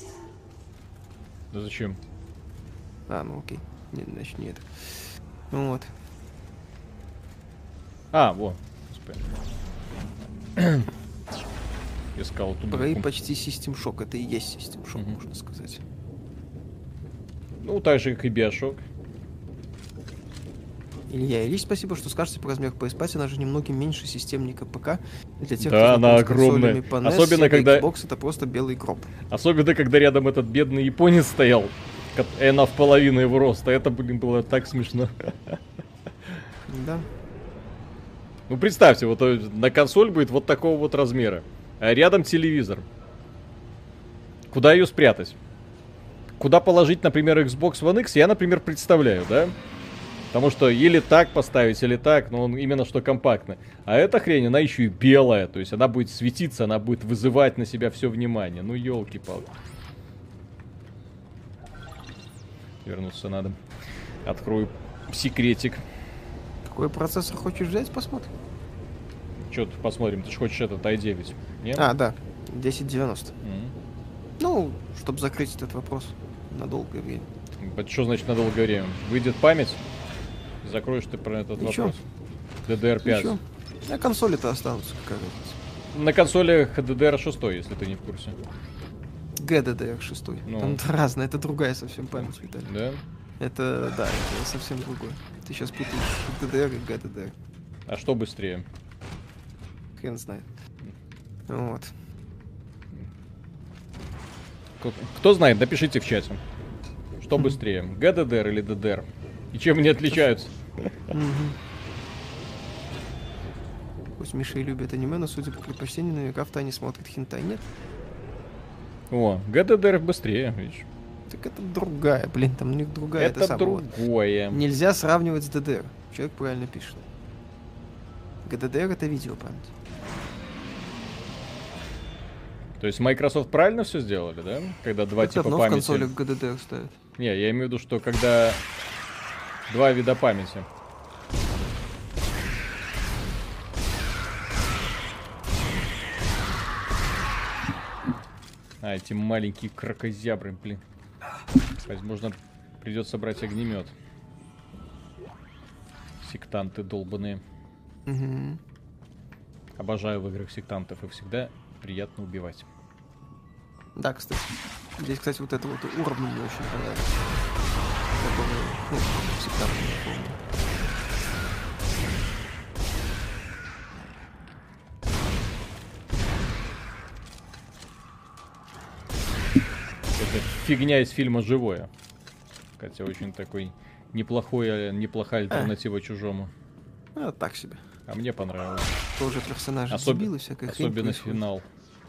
Да зачем? Ну окей. Не, значит, не это. Ну вот. Во. Искал ту Брей букву. почти System Shock. Это и есть System Shock, можно сказать. Ну, так же, как и Bioshock. Ильич, спасибо, что скажете по размеру PS5. Она же немного меньше системника ПК. Для тех, Да, кто она знаком с консолями огромная. по NES, Особенно, Sega, когда- Xbox это просто белый гроб. Особенно, когда рядом этот бедный японец стоял. И она в половину его роста. Это, было так смешно. Да. Ну, представьте, вот на консоль будет вот такого вот размера. А рядом телевизор. Куда ее спрятать? Куда положить, например, Xbox One X, я, например, представляю, да? Потому что или так поставить, или так, но он именно что компактный. А эта хрень, она еще и белая, то есть она будет светиться, она будет вызывать на себя все внимание. Ну, елки-палки. Вернуться надо. Открою секретик. Какой процессор хочешь взять, посмотрим. Че тут посмотрим? Ты же хочешь этот i9? Нет? Да. 1090. Ну, чтобы закрыть этот вопрос на долгое время. Что значит на долгое время? Выйдет память? Закроешь ты про этот Ничего. вопрос. DDR5. Ничего. На консоли-то останутся, какая разница. На консолях DDR6, если ты не в курсе. GDDR6. Ну. Там разное, это другая совсем память, Виталий. Да? Это совсем другое. Ты сейчас путаешь DDR и GDDR. А что быстрее? Хрен знает. Вот. Кто знает, напишите в чате. Что быстрее, GDDR или DDR? И чем они отличаются? Пусть Миша и любит аниме, но судя по предпочтению, наверняка в тайне смотрит хентай. Нет? О, GDDR быстрее, видишь. Так это другая, блин, там у них другая. Это самое. другое. Нельзя сравнивать с DDR. Человек правильно пишет. GDDR это видеопамять. То есть Microsoft правильно все сделали, да? Когда два Как типа давно памяти. в консолях GDDR ставят? Не, я имею в виду, что когда два вида памяти. Эти маленькие кракозябры, блин. Возможно, придется брать огнемет. Сектанты долбаные. Угу. Обожаю в играх сектантов, и всегда приятно убивать. Да, кстати. Здесь, кстати, вот это вот уровень мне очень понравился. Который, всегда помню. Это фигня из фильма «Живое». Хотя очень такой неплохая альтернатива «Чужому». Так себе. А мне понравилось. Тоже персонажи дебилы, всякая хрень Особенно происходит. финал.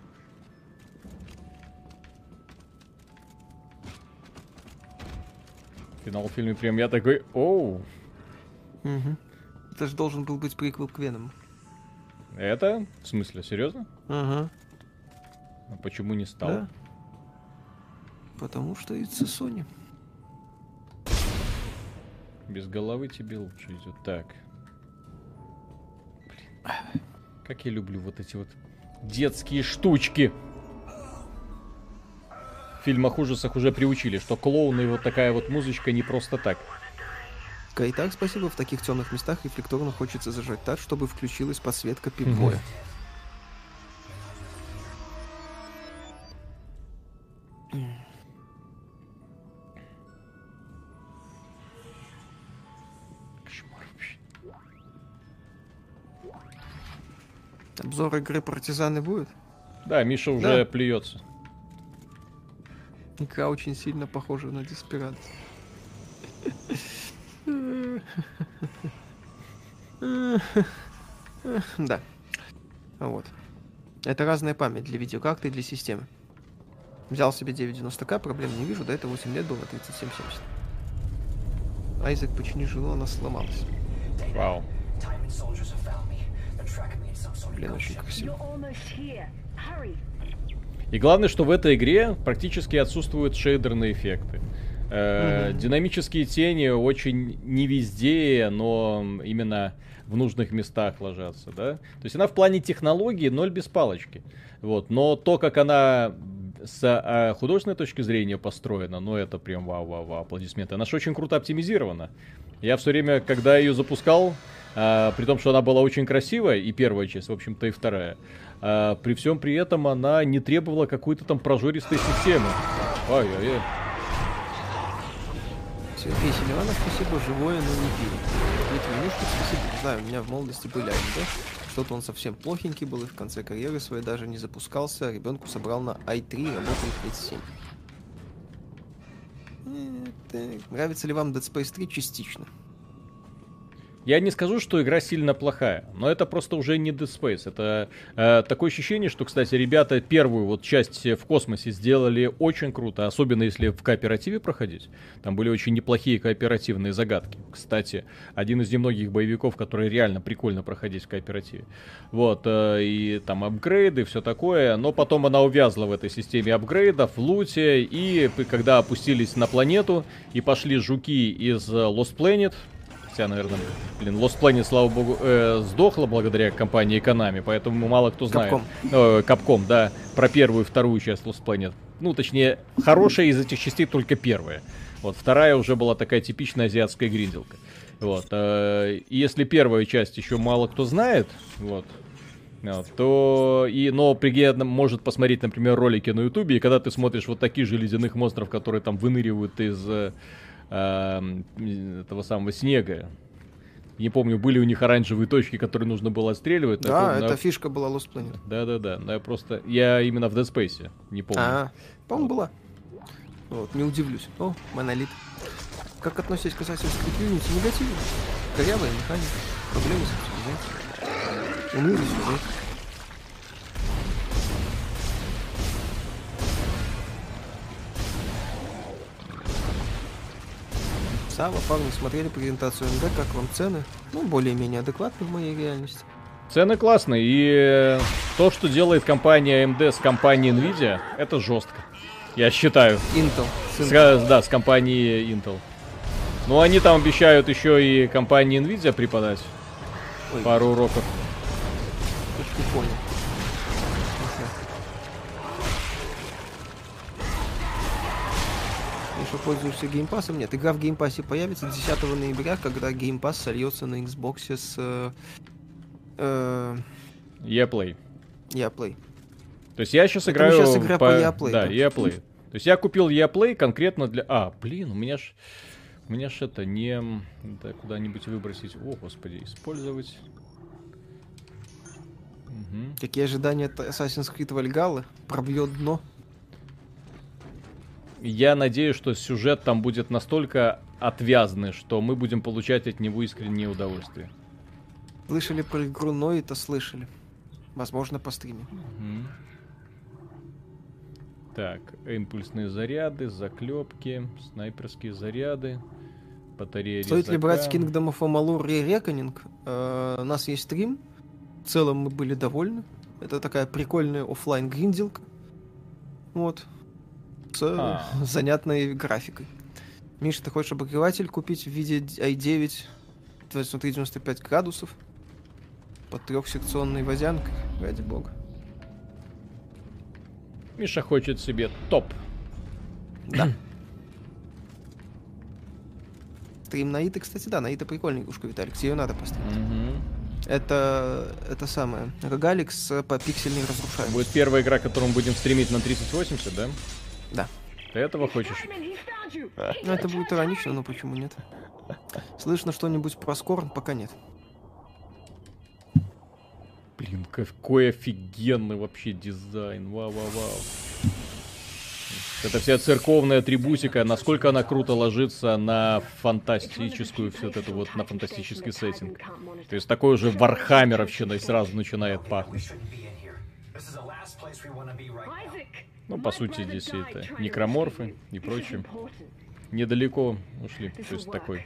Финал в фильме прям я такой, оу. Угу. Это же должен был быть приквел к Веному. Это? В смысле, серьезно? Ага. А почему не стал? Да. Потому что это Sony. Без головы тебе лучше идет. Так. Блин. Как я люблю вот эти вот детские штучки. В фильмах ужасах уже приучили, что клоуны и вот такая вот музычка не просто так. Итак, спасибо. В таких темных местах рефлекторно хочется зажать так, чтобы включилась подсветка пивбоя. Обзор игры «Партизаны» будет? Да, Миша уже плюется. Игра очень сильно похожа на Desperado. Да. Вот. Это разная память для видеокарты и для системы. Взял себе 990К, проблем не вижу, до этого 8 лет было 3770. Айзек, почини жену, она сломалась. Вау. Блин, очень красиво. И главное, что в этой игре практически отсутствуют шейдерные эффекты. Динамические тени очень не везде, но именно в нужных местах ложатся, да. То есть она в плане технологии ноль без палочки. Вот. Но то, как она с художественной точки зрения построена, ну это прям вау-вау-вау, аплодисменты. Она же очень круто оптимизирована. Я все время, когда ее запускал, при том, что она была очень красивая, и первая часть, в общем-то, и вторая, при всем при этом она не требовала какой-то там прожористой системы. Ай-яй-яй. Сергей Селиванов, спасибо, живое, но не пили. Литвинюшки, спасибо, не знаю, у меня в молодости были AMD, что-то он совсем плохенький был, и в конце карьеры своей даже не запускался, а ребенку собрал на i3, работает 37. Нравится ли вам Dead Space 3? Частично. Я не скажу, что игра сильно плохая, но это просто уже не Dead Space. Это такое ощущение, что, кстати, ребята первую вот часть в космосе сделали очень круто, особенно если в кооперативе проходить. Там были очень неплохие кооперативные загадки. Кстати, один из немногих боевиков, который реально прикольно проходить в кооперативе. Вот, и там апгрейды, все такое, но потом она увязла в этой системе апгрейдов, в луте, и когда опустились на планету, и пошли жуки из Lost Planet. Хотя, наверное, Lost Planet, слава богу, сдохла благодаря компании Konami, поэтому мало кто знает. Capcom, да, про первую и вторую часть Lost Planet. Ну, точнее, хорошая из этих частей только первая. Вот, вторая уже была такая типичная азиатская гринделка. Вот, и если первая часть еще мало кто знает, вот, то но приятно может посмотреть, например, ролики на Ютубе, и когда ты смотришь вот таких же ледяных монстров, которые там выныривают из этого самого снега. Не помню, были у них оранжевые точки, которые нужно было отстреливать. Да, эта фишка была Lost Planet. Да. Я именно в Dead Space не помню. По-моему, была. Вот, не удивлюсь. О, Монолит. Как относитесь к Assassin's Creed Unity? Негативно. Корявая механика. Проблемы с оптимизацией. Унылый сюжет. Сава, парни, смотрели презентацию МД, как вам цены? Ну, более-менее адекватны в моей реальности. Цены классные, и то, что делает компания AMD с компанией Nvidia, это жестко. Я считаю. Intel. Да, с компанией Intel. Ну, они там обещают еще и компании Nvidia преподать. Пару уроков. Точно понял. Что пользуешься геймпассом? Нет, игра в геймпассе появится 10 ноября, когда геймпасс сольется на Xbox с EA Play. То есть я сейчас играю сейчас игра по EA Play. Да, EA Play. То есть я купил EA Play конкретно для... у меня ж это не... Да, куда-нибудь выбросить. О, господи, использовать. Угу. Какие ожидания от Assassin's Creed Valhalla? Пробьет дно? Я надеюсь, что сюжет там будет настолько отвязный, что мы будем получать от него искреннее удовольствие. Слышали про игру Ноита? Слышали. Возможно, по стриме. Угу. Так, импульсные заряды, заклепки, снайперские заряды, батареи. Стоит ли брать Kingdom of Amalur Re-Reckoning? У нас есть стрим. В целом мы были довольны. Это такая прикольная оффлайн гринделка. Вот. С занятной графикой. Миша, ты хочешь обогреватель купить в виде i9 внутри 95 градусов под трехсекционной водянкой? Ради бога. Миша хочет себе топ. Да. Стрим Наиты, кстати, да, Наита прикольная игрушка, Виталик, тебе ее надо поставить. Это самое. Рогалик по пиксельной разрушаемости. Будет первая игра, которую мы будем стримить на 3080, да? Да. Ты этого хочешь? Ну, это будет иронично, но почему нет? Слышно что-нибудь про Скорн? Пока нет. Блин, какой офигенный вообще дизайн. Вау-вау-вау. Это вся церковная атрибутика, насколько она круто ложится на фантастическую, все вот это вот, на фантастический сеттинг. То есть такой уже вархаммеровщиной сразу начинает пахнуть. Ну, по сути, здесь это некроморфы и прочее. Недалеко ушли, то есть такой.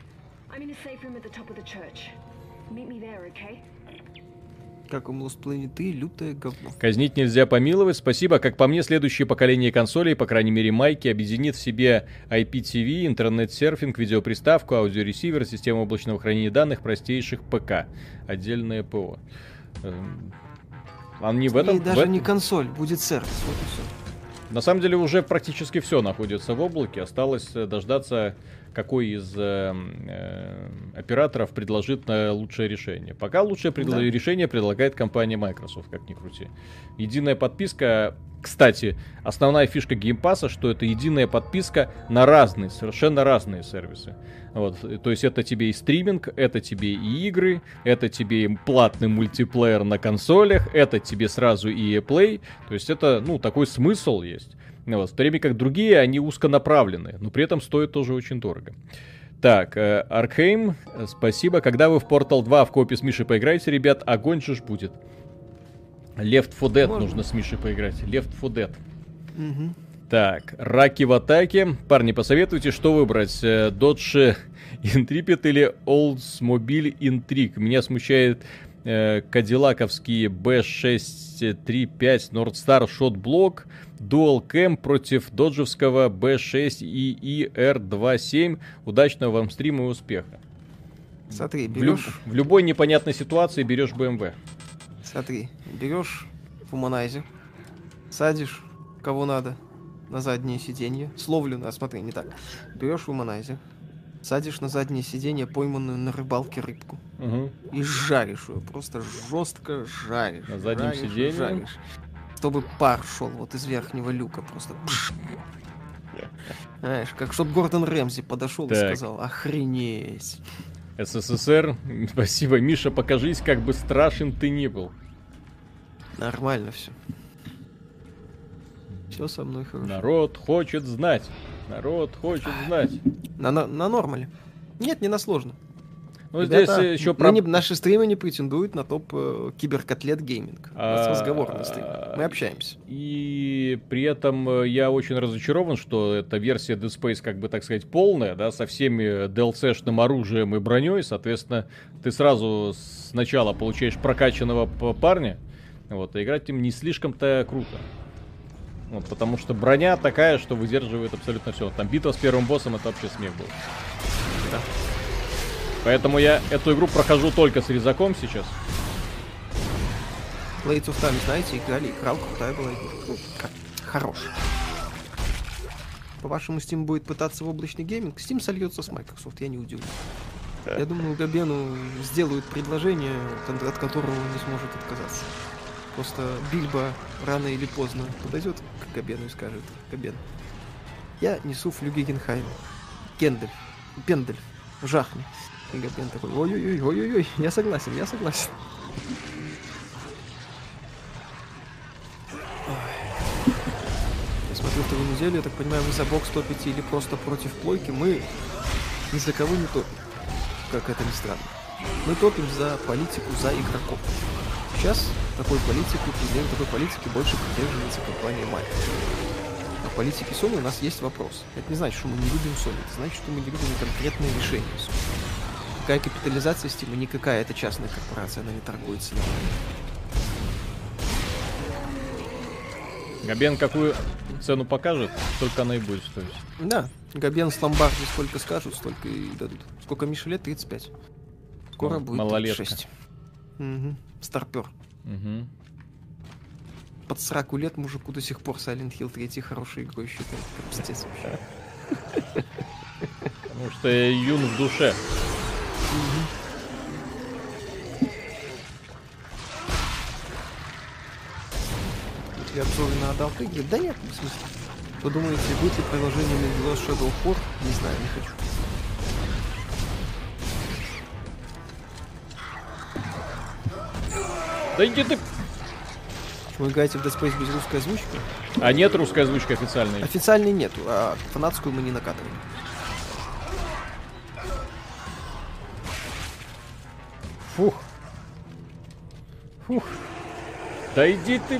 Как им Lost Planet 3, лютое говно. Казнить нельзя помиловать. Спасибо. Как по мне, следующее поколение консолей, по крайней мере майки, объединит в себе IPTV, интернет-серфинг, видеоприставку, аудиоресивер, систему облачного хранения данных, простейших ПК. Отдельное ПО. Они в этом... И даже не консоль, будет сервис, вот и все. На самом деле уже практически все находится в облаке. Осталось дождаться, какой из операторов предложит лучшее решение. Пока лучшее решение предлагает компания Microsoft, как ни крути. Единая подписка. Кстати, основная фишка Game Pass'а, что это единая подписка на разные, совершенно разные сервисы. Вот, то есть это тебе и стриминг, это тебе и игры, это тебе и платный мультиплеер на консолях, это тебе сразу и Play. То есть это, ну, такой смысл есть. Вот, в то время как другие, они узконаправленные, но при этом стоят тоже очень дорого. Так, Аркхейм, спасибо. Когда вы в Portal 2 в коопе с Мишей поиграете, ребят, огонь же ж будет. Left 4 Dead нужно с Мишей поиграть. Left 4 Dead. Угу. Так, раки в атаке. Парни, посоветуйте, что выбрать? Dodge Intrepid или Oldsmobile Intrigue? Меня смущает кадиллаковские B635 Northstar Shotblock Dual Cam против доджевского B6 и ER27. Удачного вам стрима и успеха. Смотри, берешь... В любой непонятной ситуации берешь BMW. Смотри, берешь Womanizer, садишь кого надо на заднее сиденье, смотри, не так. Берешь Womanizer, садишь на заднее сиденье пойманную на рыбалке рыбку. Угу. И жаришь ее, просто жестко жаришь. На заднем сиденье? Жаришь, чтобы пар шел вот из верхнего люка, просто. Знаешь, как чтоб Гордон Рэмзи подошел и сказал: охренеть. СССР, спасибо. Миша, покажись, как бы страшен ты ни был. Нормально все. Все со мной хорошо. Народ хочет знать. Народ хочет знать. На нормале. Нет, не на сложно. Ну, ребята, здесь еще наши стримы не претендуют на топ киберкотлет гейминг. У нас разговорный стрим. Мы общаемся. И при этом я очень разочарован, что эта версия Dead Space, как бы, так сказать, полная, да, со всеми DLC-шным оружием и броней. Соответственно, ты сразу сначала получаешь прокачанного парня, вот, и играть им не слишком-то круто. Вот, потому что броня такая, что выдерживает абсолютно все. Там битва с первым боссом — это вообще смех был. Да. Поэтому я эту игру прохожу только с резаком сейчас. Blades of Time, знаете, играл, крутая была игра. Хорошая. По-вашему, Steam будет пытаться в облачный гейминг? Steam сольется с Microsoft, я не удивлюсь. Я думаю, Габену сделают предложение, от которого он не сможет отказаться. Просто Бильбо рано или поздно подойдет к Габену и скажет: Габен, я несу флюги Генхайма. Пендельф, жахни. И Габен такой: ой-ой-ой, я согласен. Я смотрю вторую неделю, я так понимаю, вы за бокс топите или просто против плойки. Мы ни за кого не топим, как это ни странно. Мы топим за политику, за игроков. Сейчас такой политики больше придерживается компания Microsoft. О политике Sony у нас есть вопрос. Это не значит, что мы не любим Sony, это значит, что мы не любим конкретные решения Sony. Какая капитализация Steam, никакая, это частная корпорация, она не торгуется. Габен какую цену покажет, столько она и будет стоить. Да, Габен с ломбарди сколько скажут, столько и дадут. Сколько Мише лет? 35. Скоро будет 36. Угу. Старпер. Угу. Под 40 лет мужику до сих пор Silent Hill 3 хорошей игрой считает. Пиздец вообще. Потому что я юн в душе. Если обзоры на адалт игры? Да нет, в смысле. Вы думаете, будет ли продолжение на Shadow of War? Не знаю, не хочу. Да иди ты! Вы играете в Dead Space без русской озвучки? А нет русской озвучки официальной? Официальной нету, а фанатскую мы не накатываем. Фух. Фух. Да иди ты...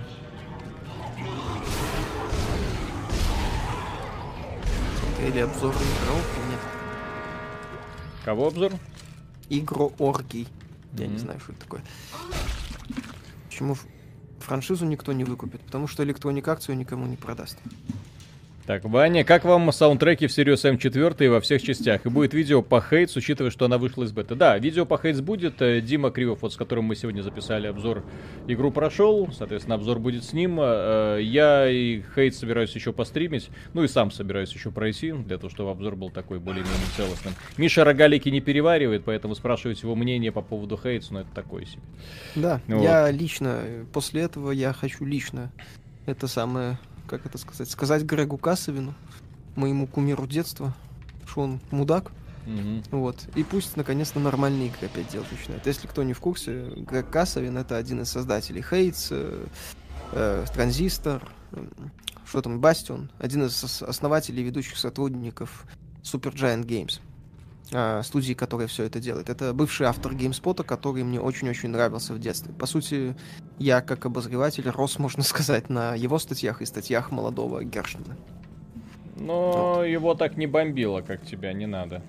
Или обзор игрооргий? Нет. Кого обзор? Игрооргий. Я не знаю, что это такое. Почему франшизу никто не выкупит? Потому что Electronic Arts ее никому не продаст. Так, Ваня, как вам саундтреки в Serious M4 во всех частях? И будет видео по Хейтс, учитывая, что она вышла из беты. Да, видео по Хейтс будет. Дима Кривов, вот с которым мы сегодня записали обзор, игру прошел. Соответственно, обзор будет с ним. Я и Хейтс собираюсь еще постримить. Ну и сам собираюсь еще пройти, для того, чтобы обзор был такой более-менее целостным. Миша рогалики не переваривает, поэтому спрашивать его мнение по поводу Хейтс, но это такое себе. Да, Вот. я лично, после этого я хочу лично это самое... Как это сказать Грегу Кассовину, моему кумиру детства, что он мудак. Вот. И пусть наконец-то нормальные игры опять делать начинают. Если кто не в курсе, Грег Кассовин — это один из создателей Хейтс, Транзистор, что там, Бастион, один из основателей и ведущих сотрудников Supergiant Games, студии, которая все это делает. Это бывший автор GameSpot, который мне очень-очень нравился в детстве. По сути, я, как обозреватель, рос, можно сказать, на его статьях и статьях молодого Гершвина. Но вот. Его так не бомбило, как тебя, не надо.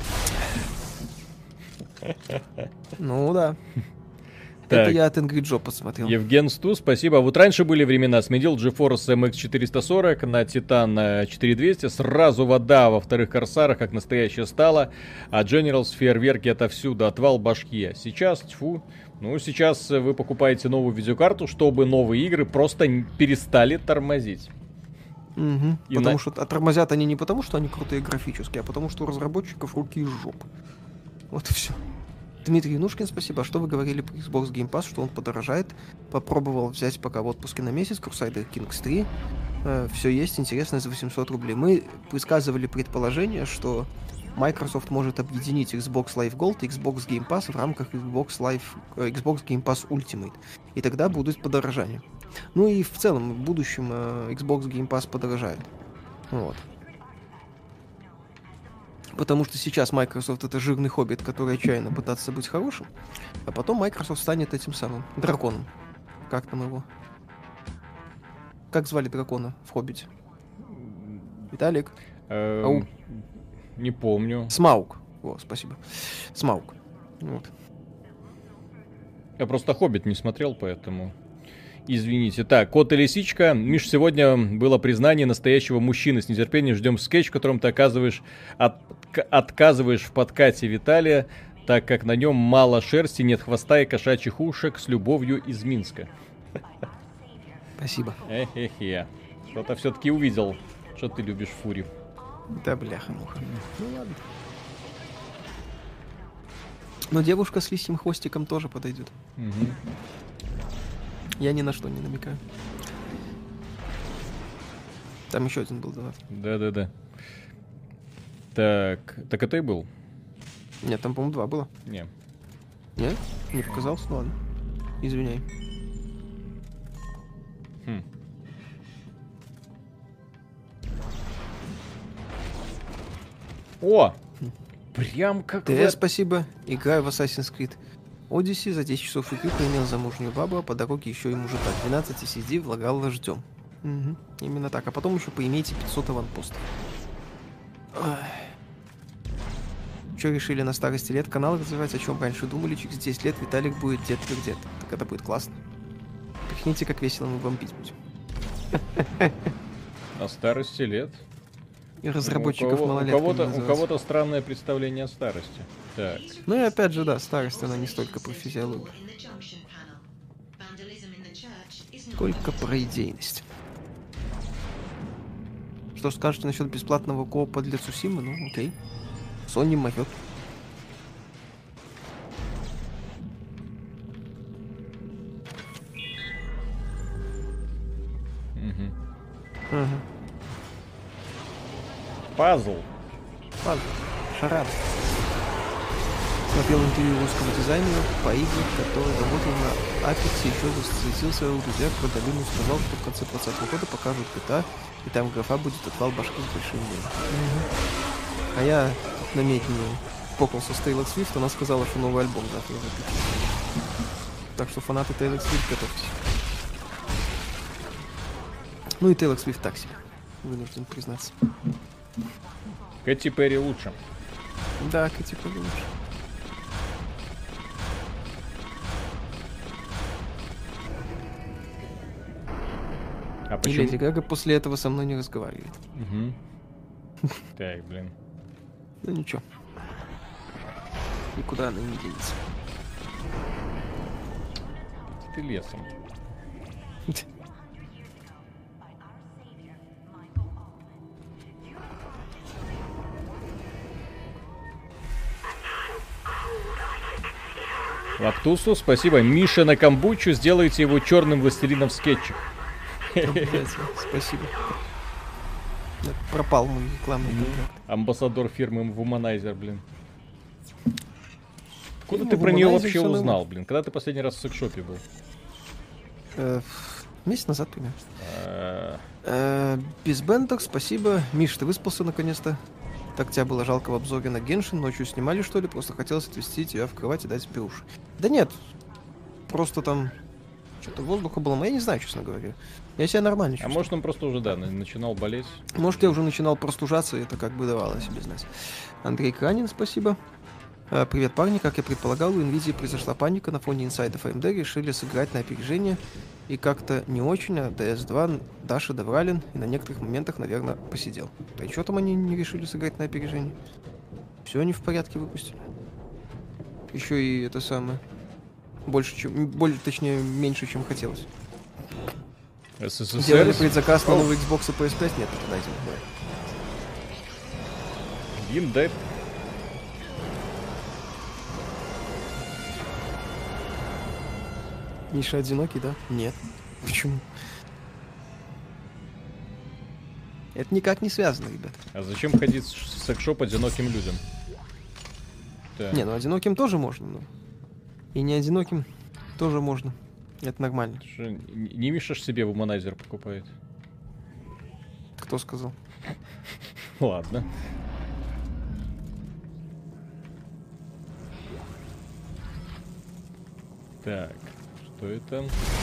Ну да. Так. Это я от Angry Joe посмотрел. Евген Сту, спасибо. Вот раньше были времена, сменил GeForce MX 440 на Titan 4200, сразу вода во вторых корсарах, как настоящая стала, а Generals фейерверки отовсюду, отвал башки. Сейчас, тьфу, ну сейчас вы покупаете новую видеокарту, чтобы новые игры просто перестали тормозить. Угу. Потому что тормозят они не потому, что они крутые графически, а потому что у разработчиков руки из жопы. Вот и все. Дмитрий Янушкин, спасибо. А что вы говорили про Xbox Game Pass, что он подорожает? Попробовал взять пока в отпуске на месяц Crusader Kings 3. Все есть, интересно, за 800 рублей. Мы высказывали предположение, что Microsoft может объединить Xbox Live Gold и Xbox Game Pass в рамках Xbox Game Pass Ultimate. И тогда будет подорожание. Ну и в целом, в будущем Xbox Game Pass подорожает. Вот. Потому что сейчас Microsoft — это жирный хоббит, который отчаянно пытается быть хорошим, а потом Microsoft станет этим самым драконом. Как там его? Как звали дракона в Хоббите? Виталик? Не помню. Смауг. О, спасибо. Смауг. Вот. Я просто Хоббит не смотрел, поэтому... Извините. Так, Кот и Лисичка. Миш, сегодня было признание настоящего мужчины. С нетерпением ждем скетч, в котором ты отказываешь в подкате Виталия, так как на нем мало шерсти, нет хвоста и кошачьих ушек, с любовью из Минска. Спасибо. Эхе-хе. Что-то все-таки увидел, что ты любишь фури. Да бляха-муха. Ну ладно. Но девушка с лисьим хвостиком тоже подойдет. Угу. Я ни на что не намекаю. Там еще один был, да. Да-да-да. Так это и был? Нет, там, по-моему, 2 было. Не. Нет? Не показалось? Ну ладно. Извиняй. О! Прям как... Спасибо. Играю в Assassin's Creed Odyssey. За 10 часов игры принял замужнюю бабу, а по дороге еще и мужика. 12 SSD влагал, ждем. Угу. Именно так. А потом еще поимейте 500 аванпостов. Что решили на старости лет канал развивать? О чем раньше думали? Через 10 лет Виталик будет дед-пердед. Так это будет классно. Прикиньте, как весело мы бомбить будем. На старости лет? И разработчиков малолетками у кого-то странное представление о старости. Так. Ну и опять же, да, старость, она не столько про физиологию, сколько про идейность. Что скажете насчет бесплатного коопа для Цусимы? Ну, окей. Sony махет. Угу. Пазл. Шарад. Смотрел интервью русского дизайнера по играм, который работал на Apex и еще засветил своего друзья, когда ему сказал, что в конце 2020 года покажут GTA, и там графа будет отвал башки с большим миром. А я на медне покался с Тейлор Свифт, она сказала, что новый альбом завтра запишет. Так что фанаты Тейлор Свифт, готовьтесь. Ну и Тейлор Свифт так себе, вынужден признаться. Кэти Перри лучше. Да, Кэти Перри лучше. А И почему? Леди Гага после этого со мной не разговаривает. Угу. Так, блин. Ну ничего. Никуда она не денется. Ты лесом. Лактусу, спасибо. Миша на камбучу, сделайте его черным властелином в скетчах. Спасибо. Пропал мой рекламный контракт. Амбассадор фирмы Womanizer, блин. Откуда Ну, ты про нее Womanizer вообще всё узнал, нормально. блин? Когда ты последний раз в секшопе был? Месяц назад примерно. Э, Безбендер, спасибо. Миш, ты выспался наконец-то? Так тебя было жалко в обзоре на Геншин. Ночью снимали, что ли? Просто хотелось отвезти тебя в кровать и дать тебе уши. Да нет. Просто там что-то воздуха было. Я не знаю, честно говоря. Я себя нормально А чувствую. может он просто уже, да, начинал болеть? Может, я уже начинал простужаться, и это как бы давало о себе знать. Андрей Кранин, спасибо. Привет, парни. Как я предполагал, у NVIDIA произошла паника на фоне инсайдов AMD. Решили сыграть на опережение. И как-то не очень, а DS2 Даша Девралин и на некоторых моментах, наверное, посидел. Да и что там они не решили сыграть на опережение? Все они в порядке выпустили. Еще и это самое. Точнее, меньше, чем хотелось. Сделали СССР. предзаказ на новый Xbox и PS5? Нет, это дайте. Геймдеп. Миша одинокий, да? Нет. Почему? Это никак не связано, ребят. А зачем ходить в секшоп одиноким людям? Да. Не, ну одиноким тоже можно, но... И не одиноким тоже можно. Это нормально. Что, не Миша ж себе Womanizer покупает. Кто сказал? Ладно. Так, что это?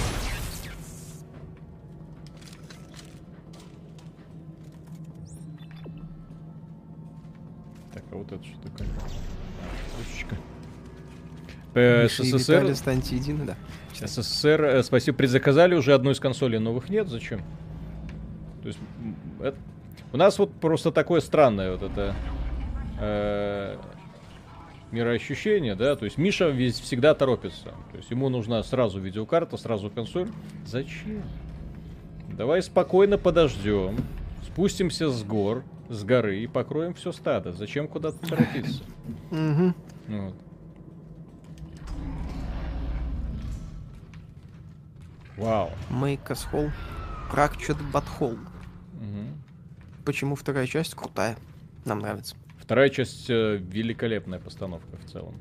Так, а вот это что такое? Ручечка. Миша и Виталий, СССР, станьте едины, да. СССР, спасибо, предзаказали уже одну из консолей, новых нет, зачем? То есть, у нас вот просто такое странное вот это мироощущение, да, то есть Миша всегда торопится, то есть ему нужна сразу видеокарта, сразу консоль. Зачем? Давай спокойно подождем, спустимся с горы и покроем все стадо. Зачем куда-то торопиться? Угу. Вот. Вау. Make us whole. Fractured but whole. Мгм. Почему вторая часть крутая? Нам нравится. Вторая часть великолепная постановка в целом.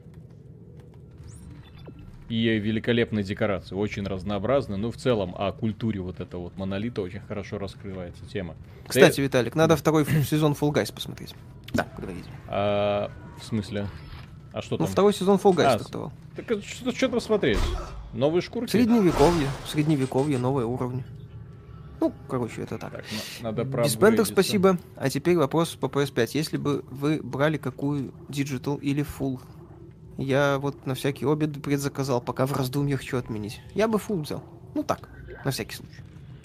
И великолепные декорации, очень разнообразны. Ну, в целом, о культуре вот этого вот монолита очень хорошо раскрывается тема. Кстати, Виталик, надо второй сезон Fall Guys посмотреть. Да, говорите. В смысле? А что Ну, там? второй сезон Fall Guys А, стартовал. Так что там смотреть? Новые шкурки? Средневековье, новые уровни. Ну, короче, это так. Так, надо Безбендер, проапгрейдиться. спасибо. А теперь вопрос по PS5. Если бы вы брали какую Digital или Full? Я вот на всякий обе предзаказал, пока в раздумьях что отменить. Я бы Full взял. Ну так, на всякий случай.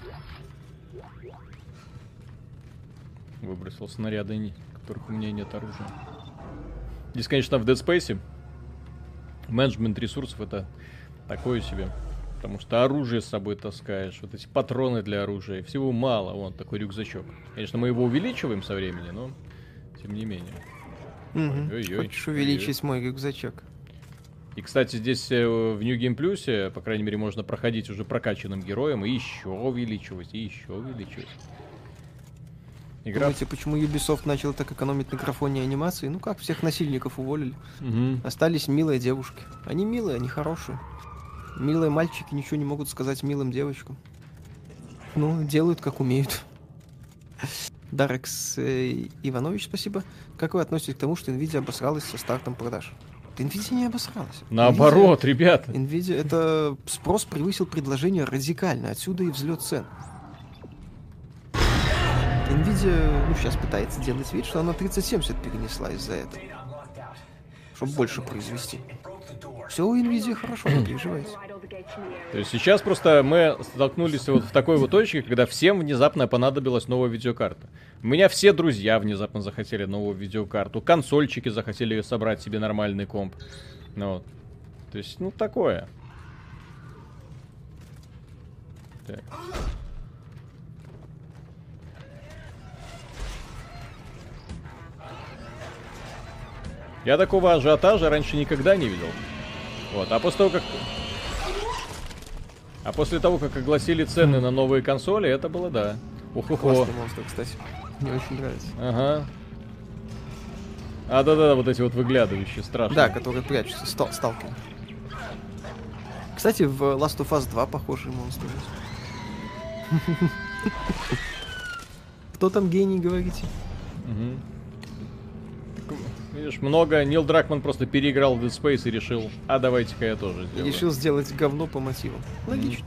Выбросил снаряды, которых у меня нет оружия. Здесь, конечно, в Dead Space менеджмент ресурсов это такое себе. Потому что оружие с собой таскаешь, вот эти патроны для оружия, всего мало. Вон такой рюкзачок. Конечно, мы его увеличиваем со временем, но тем не менее. Ой-ой-ой. Хочешь увеличить мой рюкзачок? И, кстати, здесь в New Game Plus, по крайней мере, можно проходить уже прокачанным героем и еще увеличивать, и еще увеличивать. Игра... Думаете, почему Ubisoft начал так экономить на графоне и анимации? Ну как, всех насильников уволили. Остались милые девушки. Они милые, они хорошие. Милые мальчики ничего не могут сказать милым девочкам. Ну, делают как умеют. Дарекс Иванович, спасибо. Как вы относитесь к тому, что Nvidia обосралась со стартом продаж? Да Nvidia не обосралась. Наоборот, ребята. Nvidia, это спрос превысил предложение радикально. Отсюда и взлет цен. Nvidia, ну, сейчас пытается делать вид, что она 3070 перенесла из-за этого. Чтобы больше произвести. Все у Nvidia хорошо, не переживайте. То есть сейчас просто мы столкнулись вот в такой вот точке, когда всем внезапно понадобилась новая видеокарта. У меня все друзья внезапно захотели новую видеокарту. Консольчики захотели собрать себе нормальный комп. Ну, вот. То есть, ну, такое. Так. Я такого ажиотажа раньше никогда не видел. Вот, а после того, как огласили цены на новые консоли, это было да. Классный монстр, кстати. Мне очень нравится. Ага. А, да-да-да, вот эти вот выглядывающие, страшные. Да, которые прячутся, сталкеры. Кстати, в Last of Us 2 похожий монстр. Кто там гений, говорите? Видишь, много. Нил Дракман просто переиграл Dead Space и решил, а давайте-ка я тоже сделаю. Решил сделать говно по мотивам. Логично.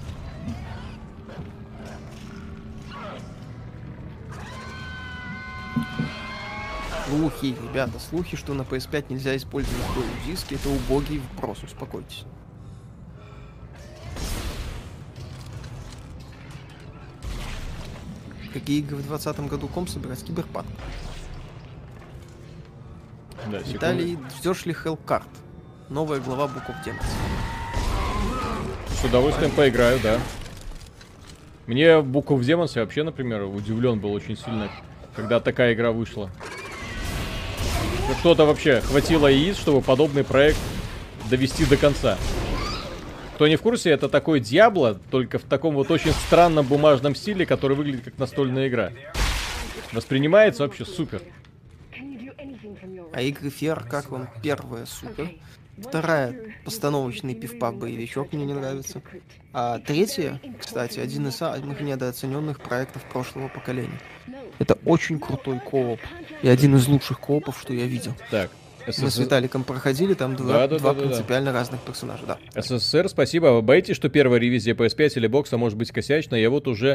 Слухи, ребята, слухи, что на PS5 нельзя использовать диски, это убогий вброс, успокойтесь. Какие игры в 2020 году комп собирать? Киберпанк. Да, Виталий, ждешь ли Hellcard? Новая глава Book of Demons. С удовольствием поиграю, да. Мне Book of Demons я вообще, например, удивлен был очень сильно, когда такая игра вышла. Кто-то вообще хватило яиц, чтобы подобный проект довести до конца. Кто не в курсе, это такой Diablo, только в таком вот очень странном бумажном стиле, который выглядит как настольная игра. Воспринимается вообще супер. А игры Фер, как вам? Первая, супер. Вторая, постановочный пивпак боевичок, мне не нравится. А третья, кстати, один из самых недооцененных проектов прошлого поколения. Это очень крутой кооп. И один из лучших коопов, что я видел. Так. Мы с Виталиком проходили, там два принципиально разных персонажа, да. СССР, спасибо. Вы боитесь, что первая ревизия PS5 или бокса может быть косячной? Я вот уже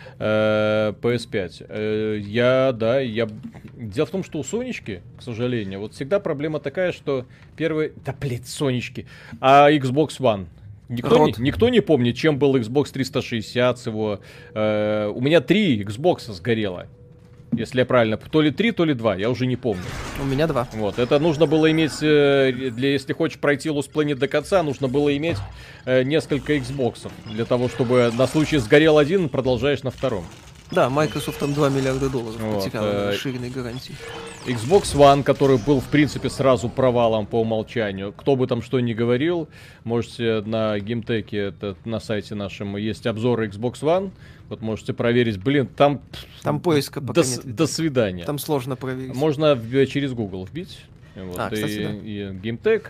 PS5. Дело в том, что у Сонечки, к сожалению, вот всегда проблема такая, что первый... Да, блядь, Сонечки. А Xbox One? Никто не помнит, чем был Xbox 360 с его... у меня 3 Xbox сгорело. Если я правильно, то ли 3, то ли 2, я уже не помню. У меня 2. Вот, это нужно было иметь, если хочешь пройти Lost Planet до конца, нужно было иметь несколько Xbox'ов. Для того, чтобы на случай сгорел один, продолжаешь на втором. Да, Microsoft там $2 миллиарда потерял на расширенной гарантии. Xbox One, который был, в принципе, сразу провалом по умолчанию. Кто бы там что ни говорил, можете на GameTech, это на сайте нашем, есть обзор Xbox One. Вот можете проверить. Блин, там поиска пока нет. До свидания. Там сложно проверить. Можно через Google вбить. Вот, кстати, да. И GameTech,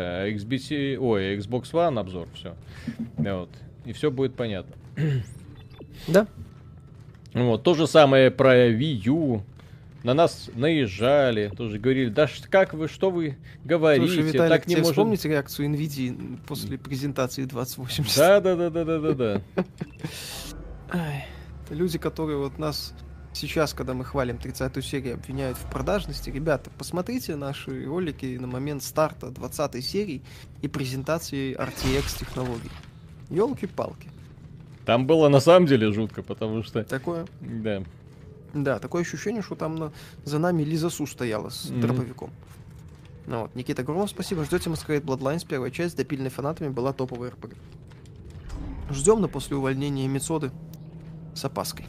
Xbox One, обзор, все. Вот. И все будет понятно. Да. Вот, то же самое про Wii U. На нас наезжали, тоже говорили, да как вы, что вы говорите, слушай, Виталик, так не может... вспомните реакцию NVIDIA после презентации 2080? Да. Люди, которые вот нас сейчас, когда мы хвалим 30-ю серию, обвиняют в продажности. Ребята, посмотрите наши ролики на момент старта 20-й серии и презентации RTX технологий. Ёлки-палки. Там было на самом деле жутко, потому что... Такое? Да. Да, такое ощущение, что там за нами Лиза Су стояла с дробовиком. Ну вот, Никита Громов, спасибо. Ждете Masquerade Bloodlines, первая часть, допильной фанатами, была топовая РПГ. Ждем, но после увольнения Мицоды с опаской.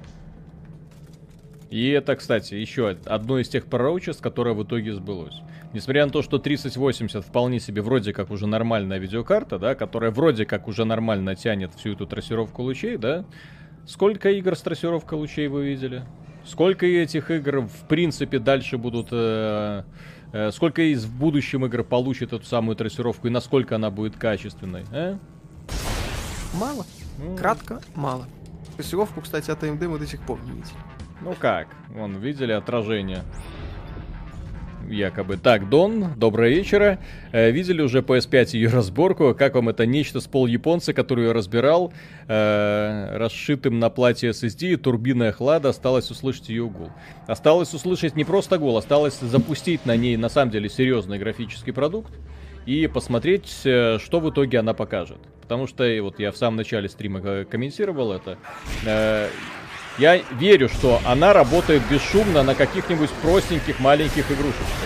И это, кстати, еще одно из тех пророчеств, которое в итоге сбылось. Несмотря на то, что 3080 вполне себе вроде как уже нормальная видеокарта, да, которая вроде как уже нормально тянет всю эту трассировку лучей, да, сколько игр с трассировкой лучей вы видели? Сколько этих игр в принципе дальше будут... сколько из в будущем игр получит эту самую трассировку и насколько она будет качественной, а? Мало. Кратко, мало. Трассировку, кстати, от AMD мы до сих пор не видели. Ну как? Вон, видели отражение? Якобы. Так, Дон, доброе вечера. Видели уже PS5 ее разборку? Как вам это нечто с пол-японца, который ее разбирал, расшитым на платье SSD, турбиной охлада, осталось услышать ее гул. Осталось услышать не просто гул, осталось запустить на ней, на самом деле, серьезный графический продукт и посмотреть, что в итоге она покажет. Потому что, вот я в самом начале стрима комментировал это, я верю, что она работает бесшумно на каких-нибудь простеньких маленьких игрушечках.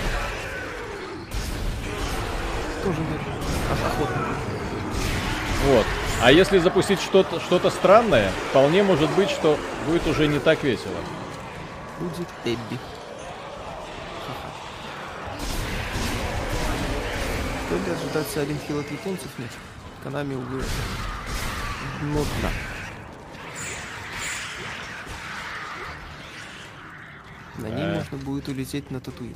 Тоже верю. Охотно. Вот. А если запустить что-то странное, вполне может быть, что будет уже не так весело. Будет Эбби. Что ли ожидать Silent Hill от японцев нет? Konami, увы. Ну да. На ней можно будет улететь на Татуин.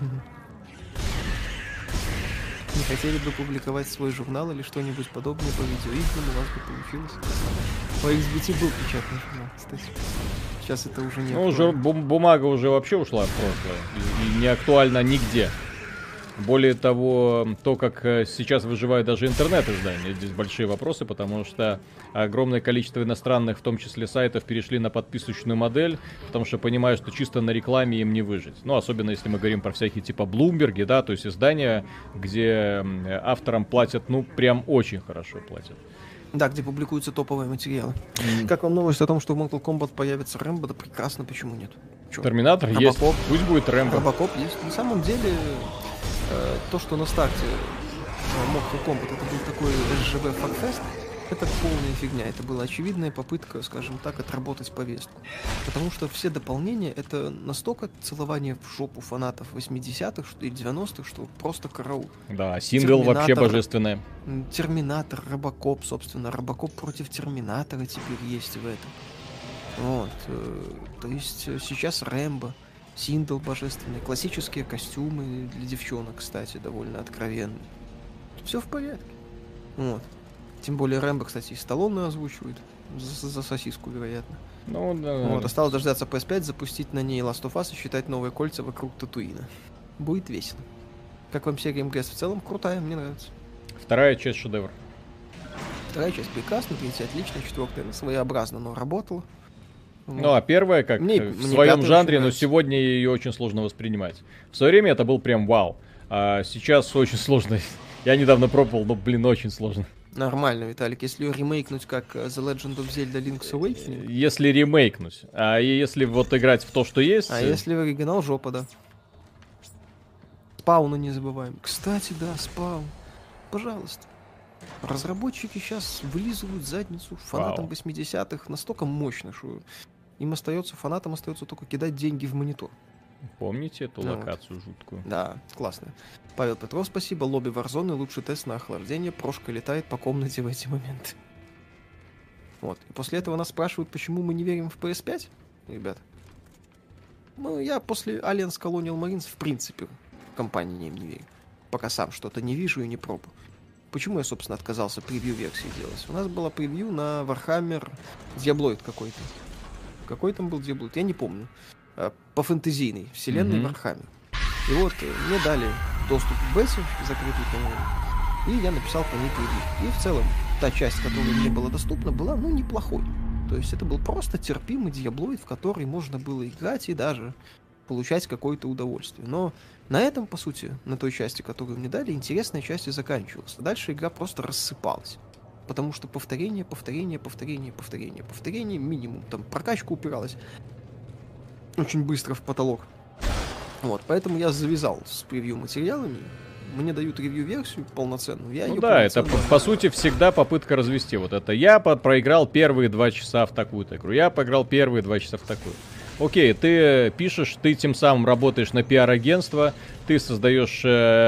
Не хотели бы публиковать свой журнал или что-нибудь подобное по видеоиграм, у вас бы получилось? По XBT был печатный журнал, кстати. Сейчас это уже не актуально. Уже бумага уже вообще ушла в прошлое. И не актуальна нигде. Более того, то, как сейчас выживают даже интернет-издания, здесь большие вопросы, потому что огромное количество иностранных, в том числе сайтов, перешли на подписочную модель, потому что понимают, что чисто на рекламе им не выжить. Ну, особенно если мы говорим про всякие типа Bloomberg, да, то есть издания, где авторам платят, ну, прям очень хорошо платят. Да, где публикуются топовые материалы. Как вам новость о том, что в Mortal Kombat появится Рэмбо? Да прекрасно, почему нет? Терминатор есть, пусть будет Рэмбо. Робокоп есть. На самом деле... То, что на старте Mortal Kombat это был такой СЖВ фанфест, это полная фигня. Это была очевидная попытка, скажем так, отработать повестку. Потому что все дополнения это настолько целование в жопу фанатов 80-х и 90-х, что просто караул. Да, сингл вообще божественный. Терминатор, Робокоп, собственно. Робокоп против Терминатора теперь есть в этом. Вот. То есть сейчас Рэмбо. Синдл божественный, классические костюмы для девчонок, кстати, довольно откровенные. Все в порядке. Вот. Тем более Рэмбо, кстати, и Сталлоне озвучивает. За сосиску, вероятно. Ну, да. Вот. Осталось дождаться PS5, запустить на ней Last of Us и считать новые кольца вокруг Татуина. Будет весело. Как вам серия МГС в целом? Крутая, мне нравится. Вторая часть шедевр. Вторая часть прекрасна, третья отлично, четвертая своеобразно, но работала. Вот. Ну, а первая, как в своем жанре, но сегодня ее очень сложно воспринимать. В свое время это был прям вау. А сейчас очень сложно. Я недавно пробовал, но, блин, очень сложно. Нормально, Виталик. Если ремейкнуть как The Legend of Zelda Link's Awakening... Если ремейкнуть. А если вот играть в то, что есть... А если в оригинал, жопа, да. Спауна не забываем. Кстати, да, спаун. Пожалуйста. Разработчики сейчас вылизывают задницу фанатам 80-х настолько мощно, что фанатам остается только кидать деньги в монитор. Помните эту локацию жуткую? Да, классно. Павел Петров, спасибо. Лобби Warzone — лучший тест на охлаждение. Прошка летает по комнате в эти моменты. Вот. И после этого нас спрашивают, почему мы не верим в PS5, ребят. Ну, я после Alliance Colonial Marines в принципе в компании не верю. Пока сам что-то не вижу и не пробую. Почему я, собственно, отказался превью-версии делать? У нас была превью на Warhammer Diabloid какой-то. Какой там был Diabloid? Я не помню. По фэнтезийной вселенной Warhammer. И вот мне дали доступ к бете, закрытый, по-моему. И я написал по ней превью. И в целом та часть, которая мне была доступна, была, ну, неплохой. То есть это был просто терпимый Diabloid, в который можно было играть и даже получать какое-то удовольствие. Но на этом, по сути, на той части, которую мне дали, интересная часть и заканчивалась. А дальше игра просто рассыпалась. Потому что повторение, минимум. Там прокачка упиралась очень быстро в потолок. Вот, поэтому я завязал с превью-материалами. Мне дают ревью-версию полноценную. Я ну да, это по сути всегда попытка развести вот это. Я проиграл первые 2 часа в такую-то игру. Я поиграл первые 2 часа в такую. окей, ты пишешь, ты тем самым работаешь на пиар-агентство, ты создаешь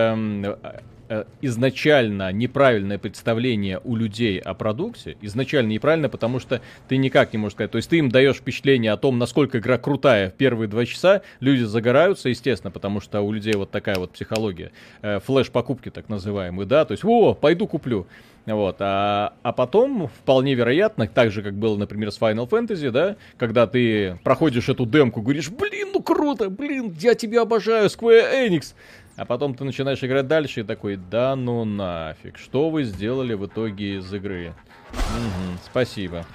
изначально неправильное представление у людей о продукте. Изначально неправильно, потому что ты никак не можешь сказать. То есть ты им даешь впечатление о том, насколько игра крутая в первые 2 часа. Люди загораются, естественно, потому что у людей вот такая вот психология. Флэш-покупки так называемые, да. То есть, пойду куплю. Вот, а потом, вполне вероятно, так же, как было, например, с Final Fantasy, да, когда ты проходишь эту демку, говоришь, блин, ну круто, блин, я тебя обожаю, Square Enix. А потом ты начинаешь играть дальше и такой, да ну нафиг, что вы сделали в итоге из игры? Спасибо.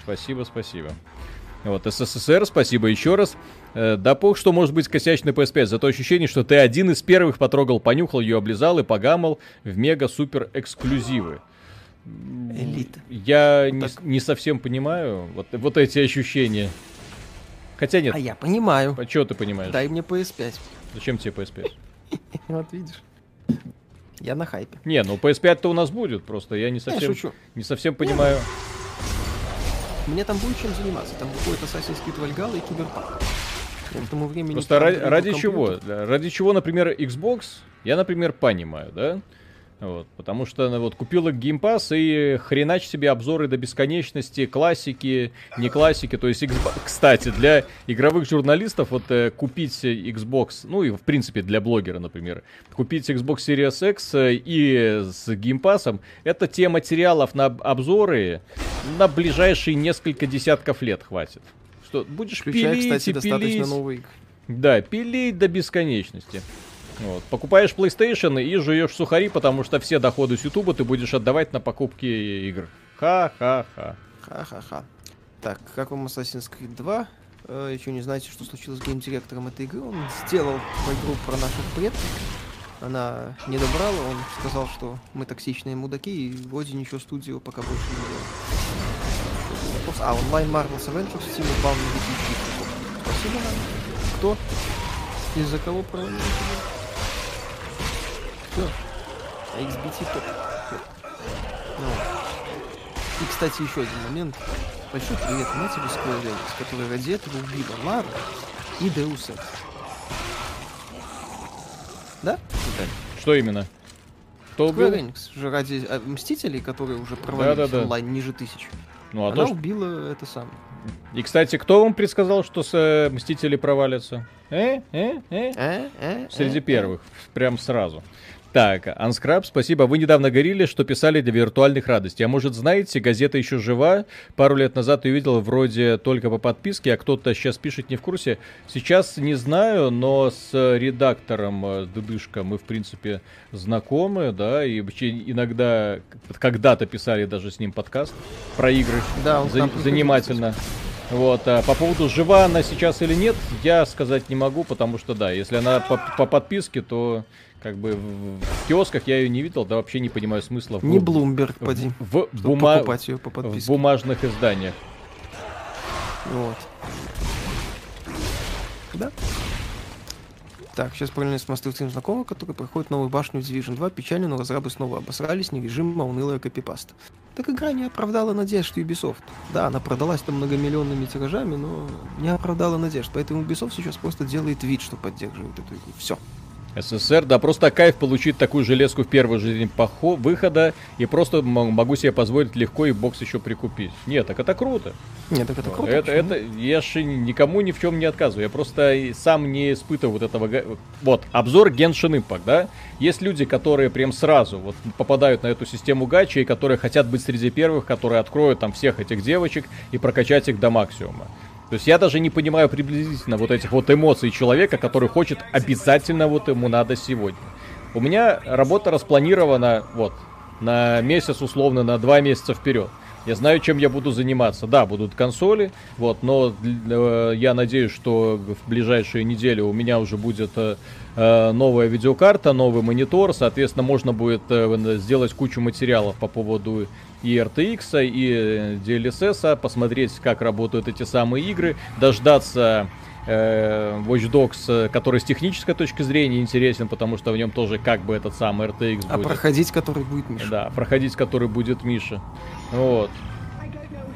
Вот, СССР, спасибо еще раз. Да пох, что может быть косячный PS5, зато ощущение, что ты один из первых потрогал, понюхал ее, облизал и погамал в мега-супер эксклюзивы. Элита. Я не совсем понимаю вот эти ощущения. Хотя нет. А я понимаю. А что ты понимаешь? Дай мне PS5. Зачем тебе PS5? Вот видишь. Я на хайпе. Не, ну PS5-то у нас будет, просто я не совсем понимаю. Мне там будет чем заниматься. Там выходит Assassin's Creed Valhalla и Cyberpunk. К тому времени... Просто ради чего? Ради чего, например, Xbox, я, например, понимаю, да? Вот, потому что вот купила Game Pass и хренач себе обзоры до бесконечности, классики, не классики. То есть, кстати, для игровых журналистов вот купить Xbox, ну и в принципе для блогера, например, купить Xbox Series X и с Game Pass, это те материалов на обзоры на ближайшие несколько десятков лет хватит. Что будешь пилить, кстати, достаточно новый. Да, пилить до бесконечности. Вот. Покупаешь PlayStation и жуешь сухари, потому что все доходы с YouTube ты будешь отдавать на покупки игр. Ха-ха-ха. Ха-ха-ха. Так, как вам Assassin's Creed 2? Еще не знаете, что случилось с гейм-директором этой игры. Он сделал игру про наших предков. Она не добрала, он сказал, что мы токсичные мудаки, и вроде ничего студию пока больше не делает. А, онлайн Marvel's Avengers в Steam упал на 2000. Спасибо нам. Кто? Из-за кого провалили? Кто? XBT топ. Ну. И, кстати, еще один момент. Большой привет матери Square Enix, которая ради этого убила Лару и Deus Ex. Да? Что именно? Кто убил? Square Enix же ради Мстителей, которые уже провалились онлайн ниже 1000. Ну, а она убила это самое. И, кстати, кто вам предсказал, что Мстители провалятся? Среди первых. Прям сразу. Так, Unscrap, спасибо. Вы недавно говорили, что писали для виртуальных радостей. А может, знаете, газета еще жива? Пару лет назад я видел вроде только по подписке, а кто-то сейчас пишет, не в курсе. Сейчас не знаю, но с редактором Дыдышко мы, в принципе, знакомы, да, и иногда, когда-то писали даже с ним подкаст про игры. Да, он занимательно. Вот, а по поводу, жива она сейчас или нет, я сказать не могу, потому что, да, если она по подписке, то... Как бы в киосках я ее не видел, да вообще не понимаю смысла. Не Bloomberg, поди. Покупать ее по подписке. В бумажных изданиях. Вот. Да. Так, сейчас параллельно с Master знакомого, который проходит новую башню в Division 2. Печально, но разрабы снова обосрались, не режим, а унылая копипаста. Так игра не оправдала надежд Ubisoft. Да, она продалась там многомиллионными тиражами, но не оправдала надежд. Поэтому Ubisoft сейчас просто делает вид, что поддерживает эту игру. Все. СССР, да просто кайф получить такую железку в первый же день выхода, и просто могу себе позволить легко и бокс еще прикупить. Нет, так это круто. Нет, так это круто. Я же никому ни в чем не отказываю. Я просто сам не испытываю вот этого. Вот, обзор Genshin Impact, да? Есть люди, которые прям сразу вот попадают на эту систему гачи, и которые хотят быть среди первых, которые откроют там всех этих девочек и прокачать их до максимума. То есть я даже не понимаю приблизительно вот этих вот эмоций человека, который хочет обязательно вот ему надо сегодня. У меня работа распланирована вот на месяц, условно, на 2 месяца вперед. Я знаю, чем я буду заниматься. Да, будут консоли, вот, но я надеюсь, что в ближайшие недели у меня уже будет новая видеокарта, новый монитор. Соответственно, можно будет сделать кучу материалов по поводу и RTX, и DLSS, посмотреть, как работают эти самые игры, дождаться Watch Dogs, который с технической точки зрения интересен, потому что в нем тоже как бы этот самый RTX будет. А проходить который будет Миша. Да, проходить который будет Миша. Вот.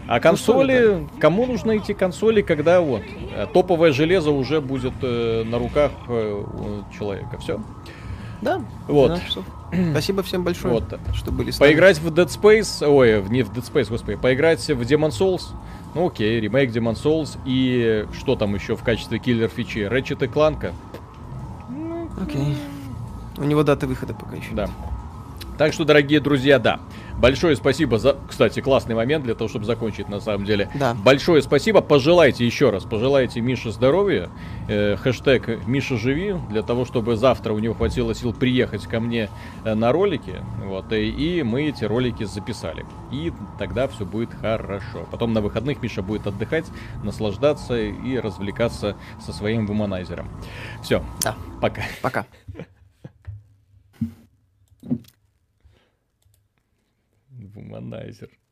А консоли, кому нужно эти консоли, когда вот топовое железо уже будет на руках у человека. Все. Да. Вот. Спасибо всем большое, вот. что были с нами. Поиграть в Dead Space, ой, не в Dead Space, господи, поиграть в Demon's Souls. Ну окей, ремейк Demon's Souls и что там еще в качестве киллер-фичи? Ratchet и Clank. Окей. У него даты выхода пока еще. Да. Так что, дорогие друзья, да. Большое спасибо за... Кстати, классный момент для того, чтобы закончить, на самом деле. Да. Большое спасибо. Пожелайте еще раз, пожелайте Мише здоровья. Хэштег Миша живи. Для того, чтобы завтра у него хватило сил приехать ко мне на ролики. Вот, и мы эти ролики записали. И тогда все будет хорошо. Потом на выходных Миша будет отдыхать, наслаждаться и развлекаться со своим вуманайзером. Все. Да. Пока. Пока. Вуманайзер.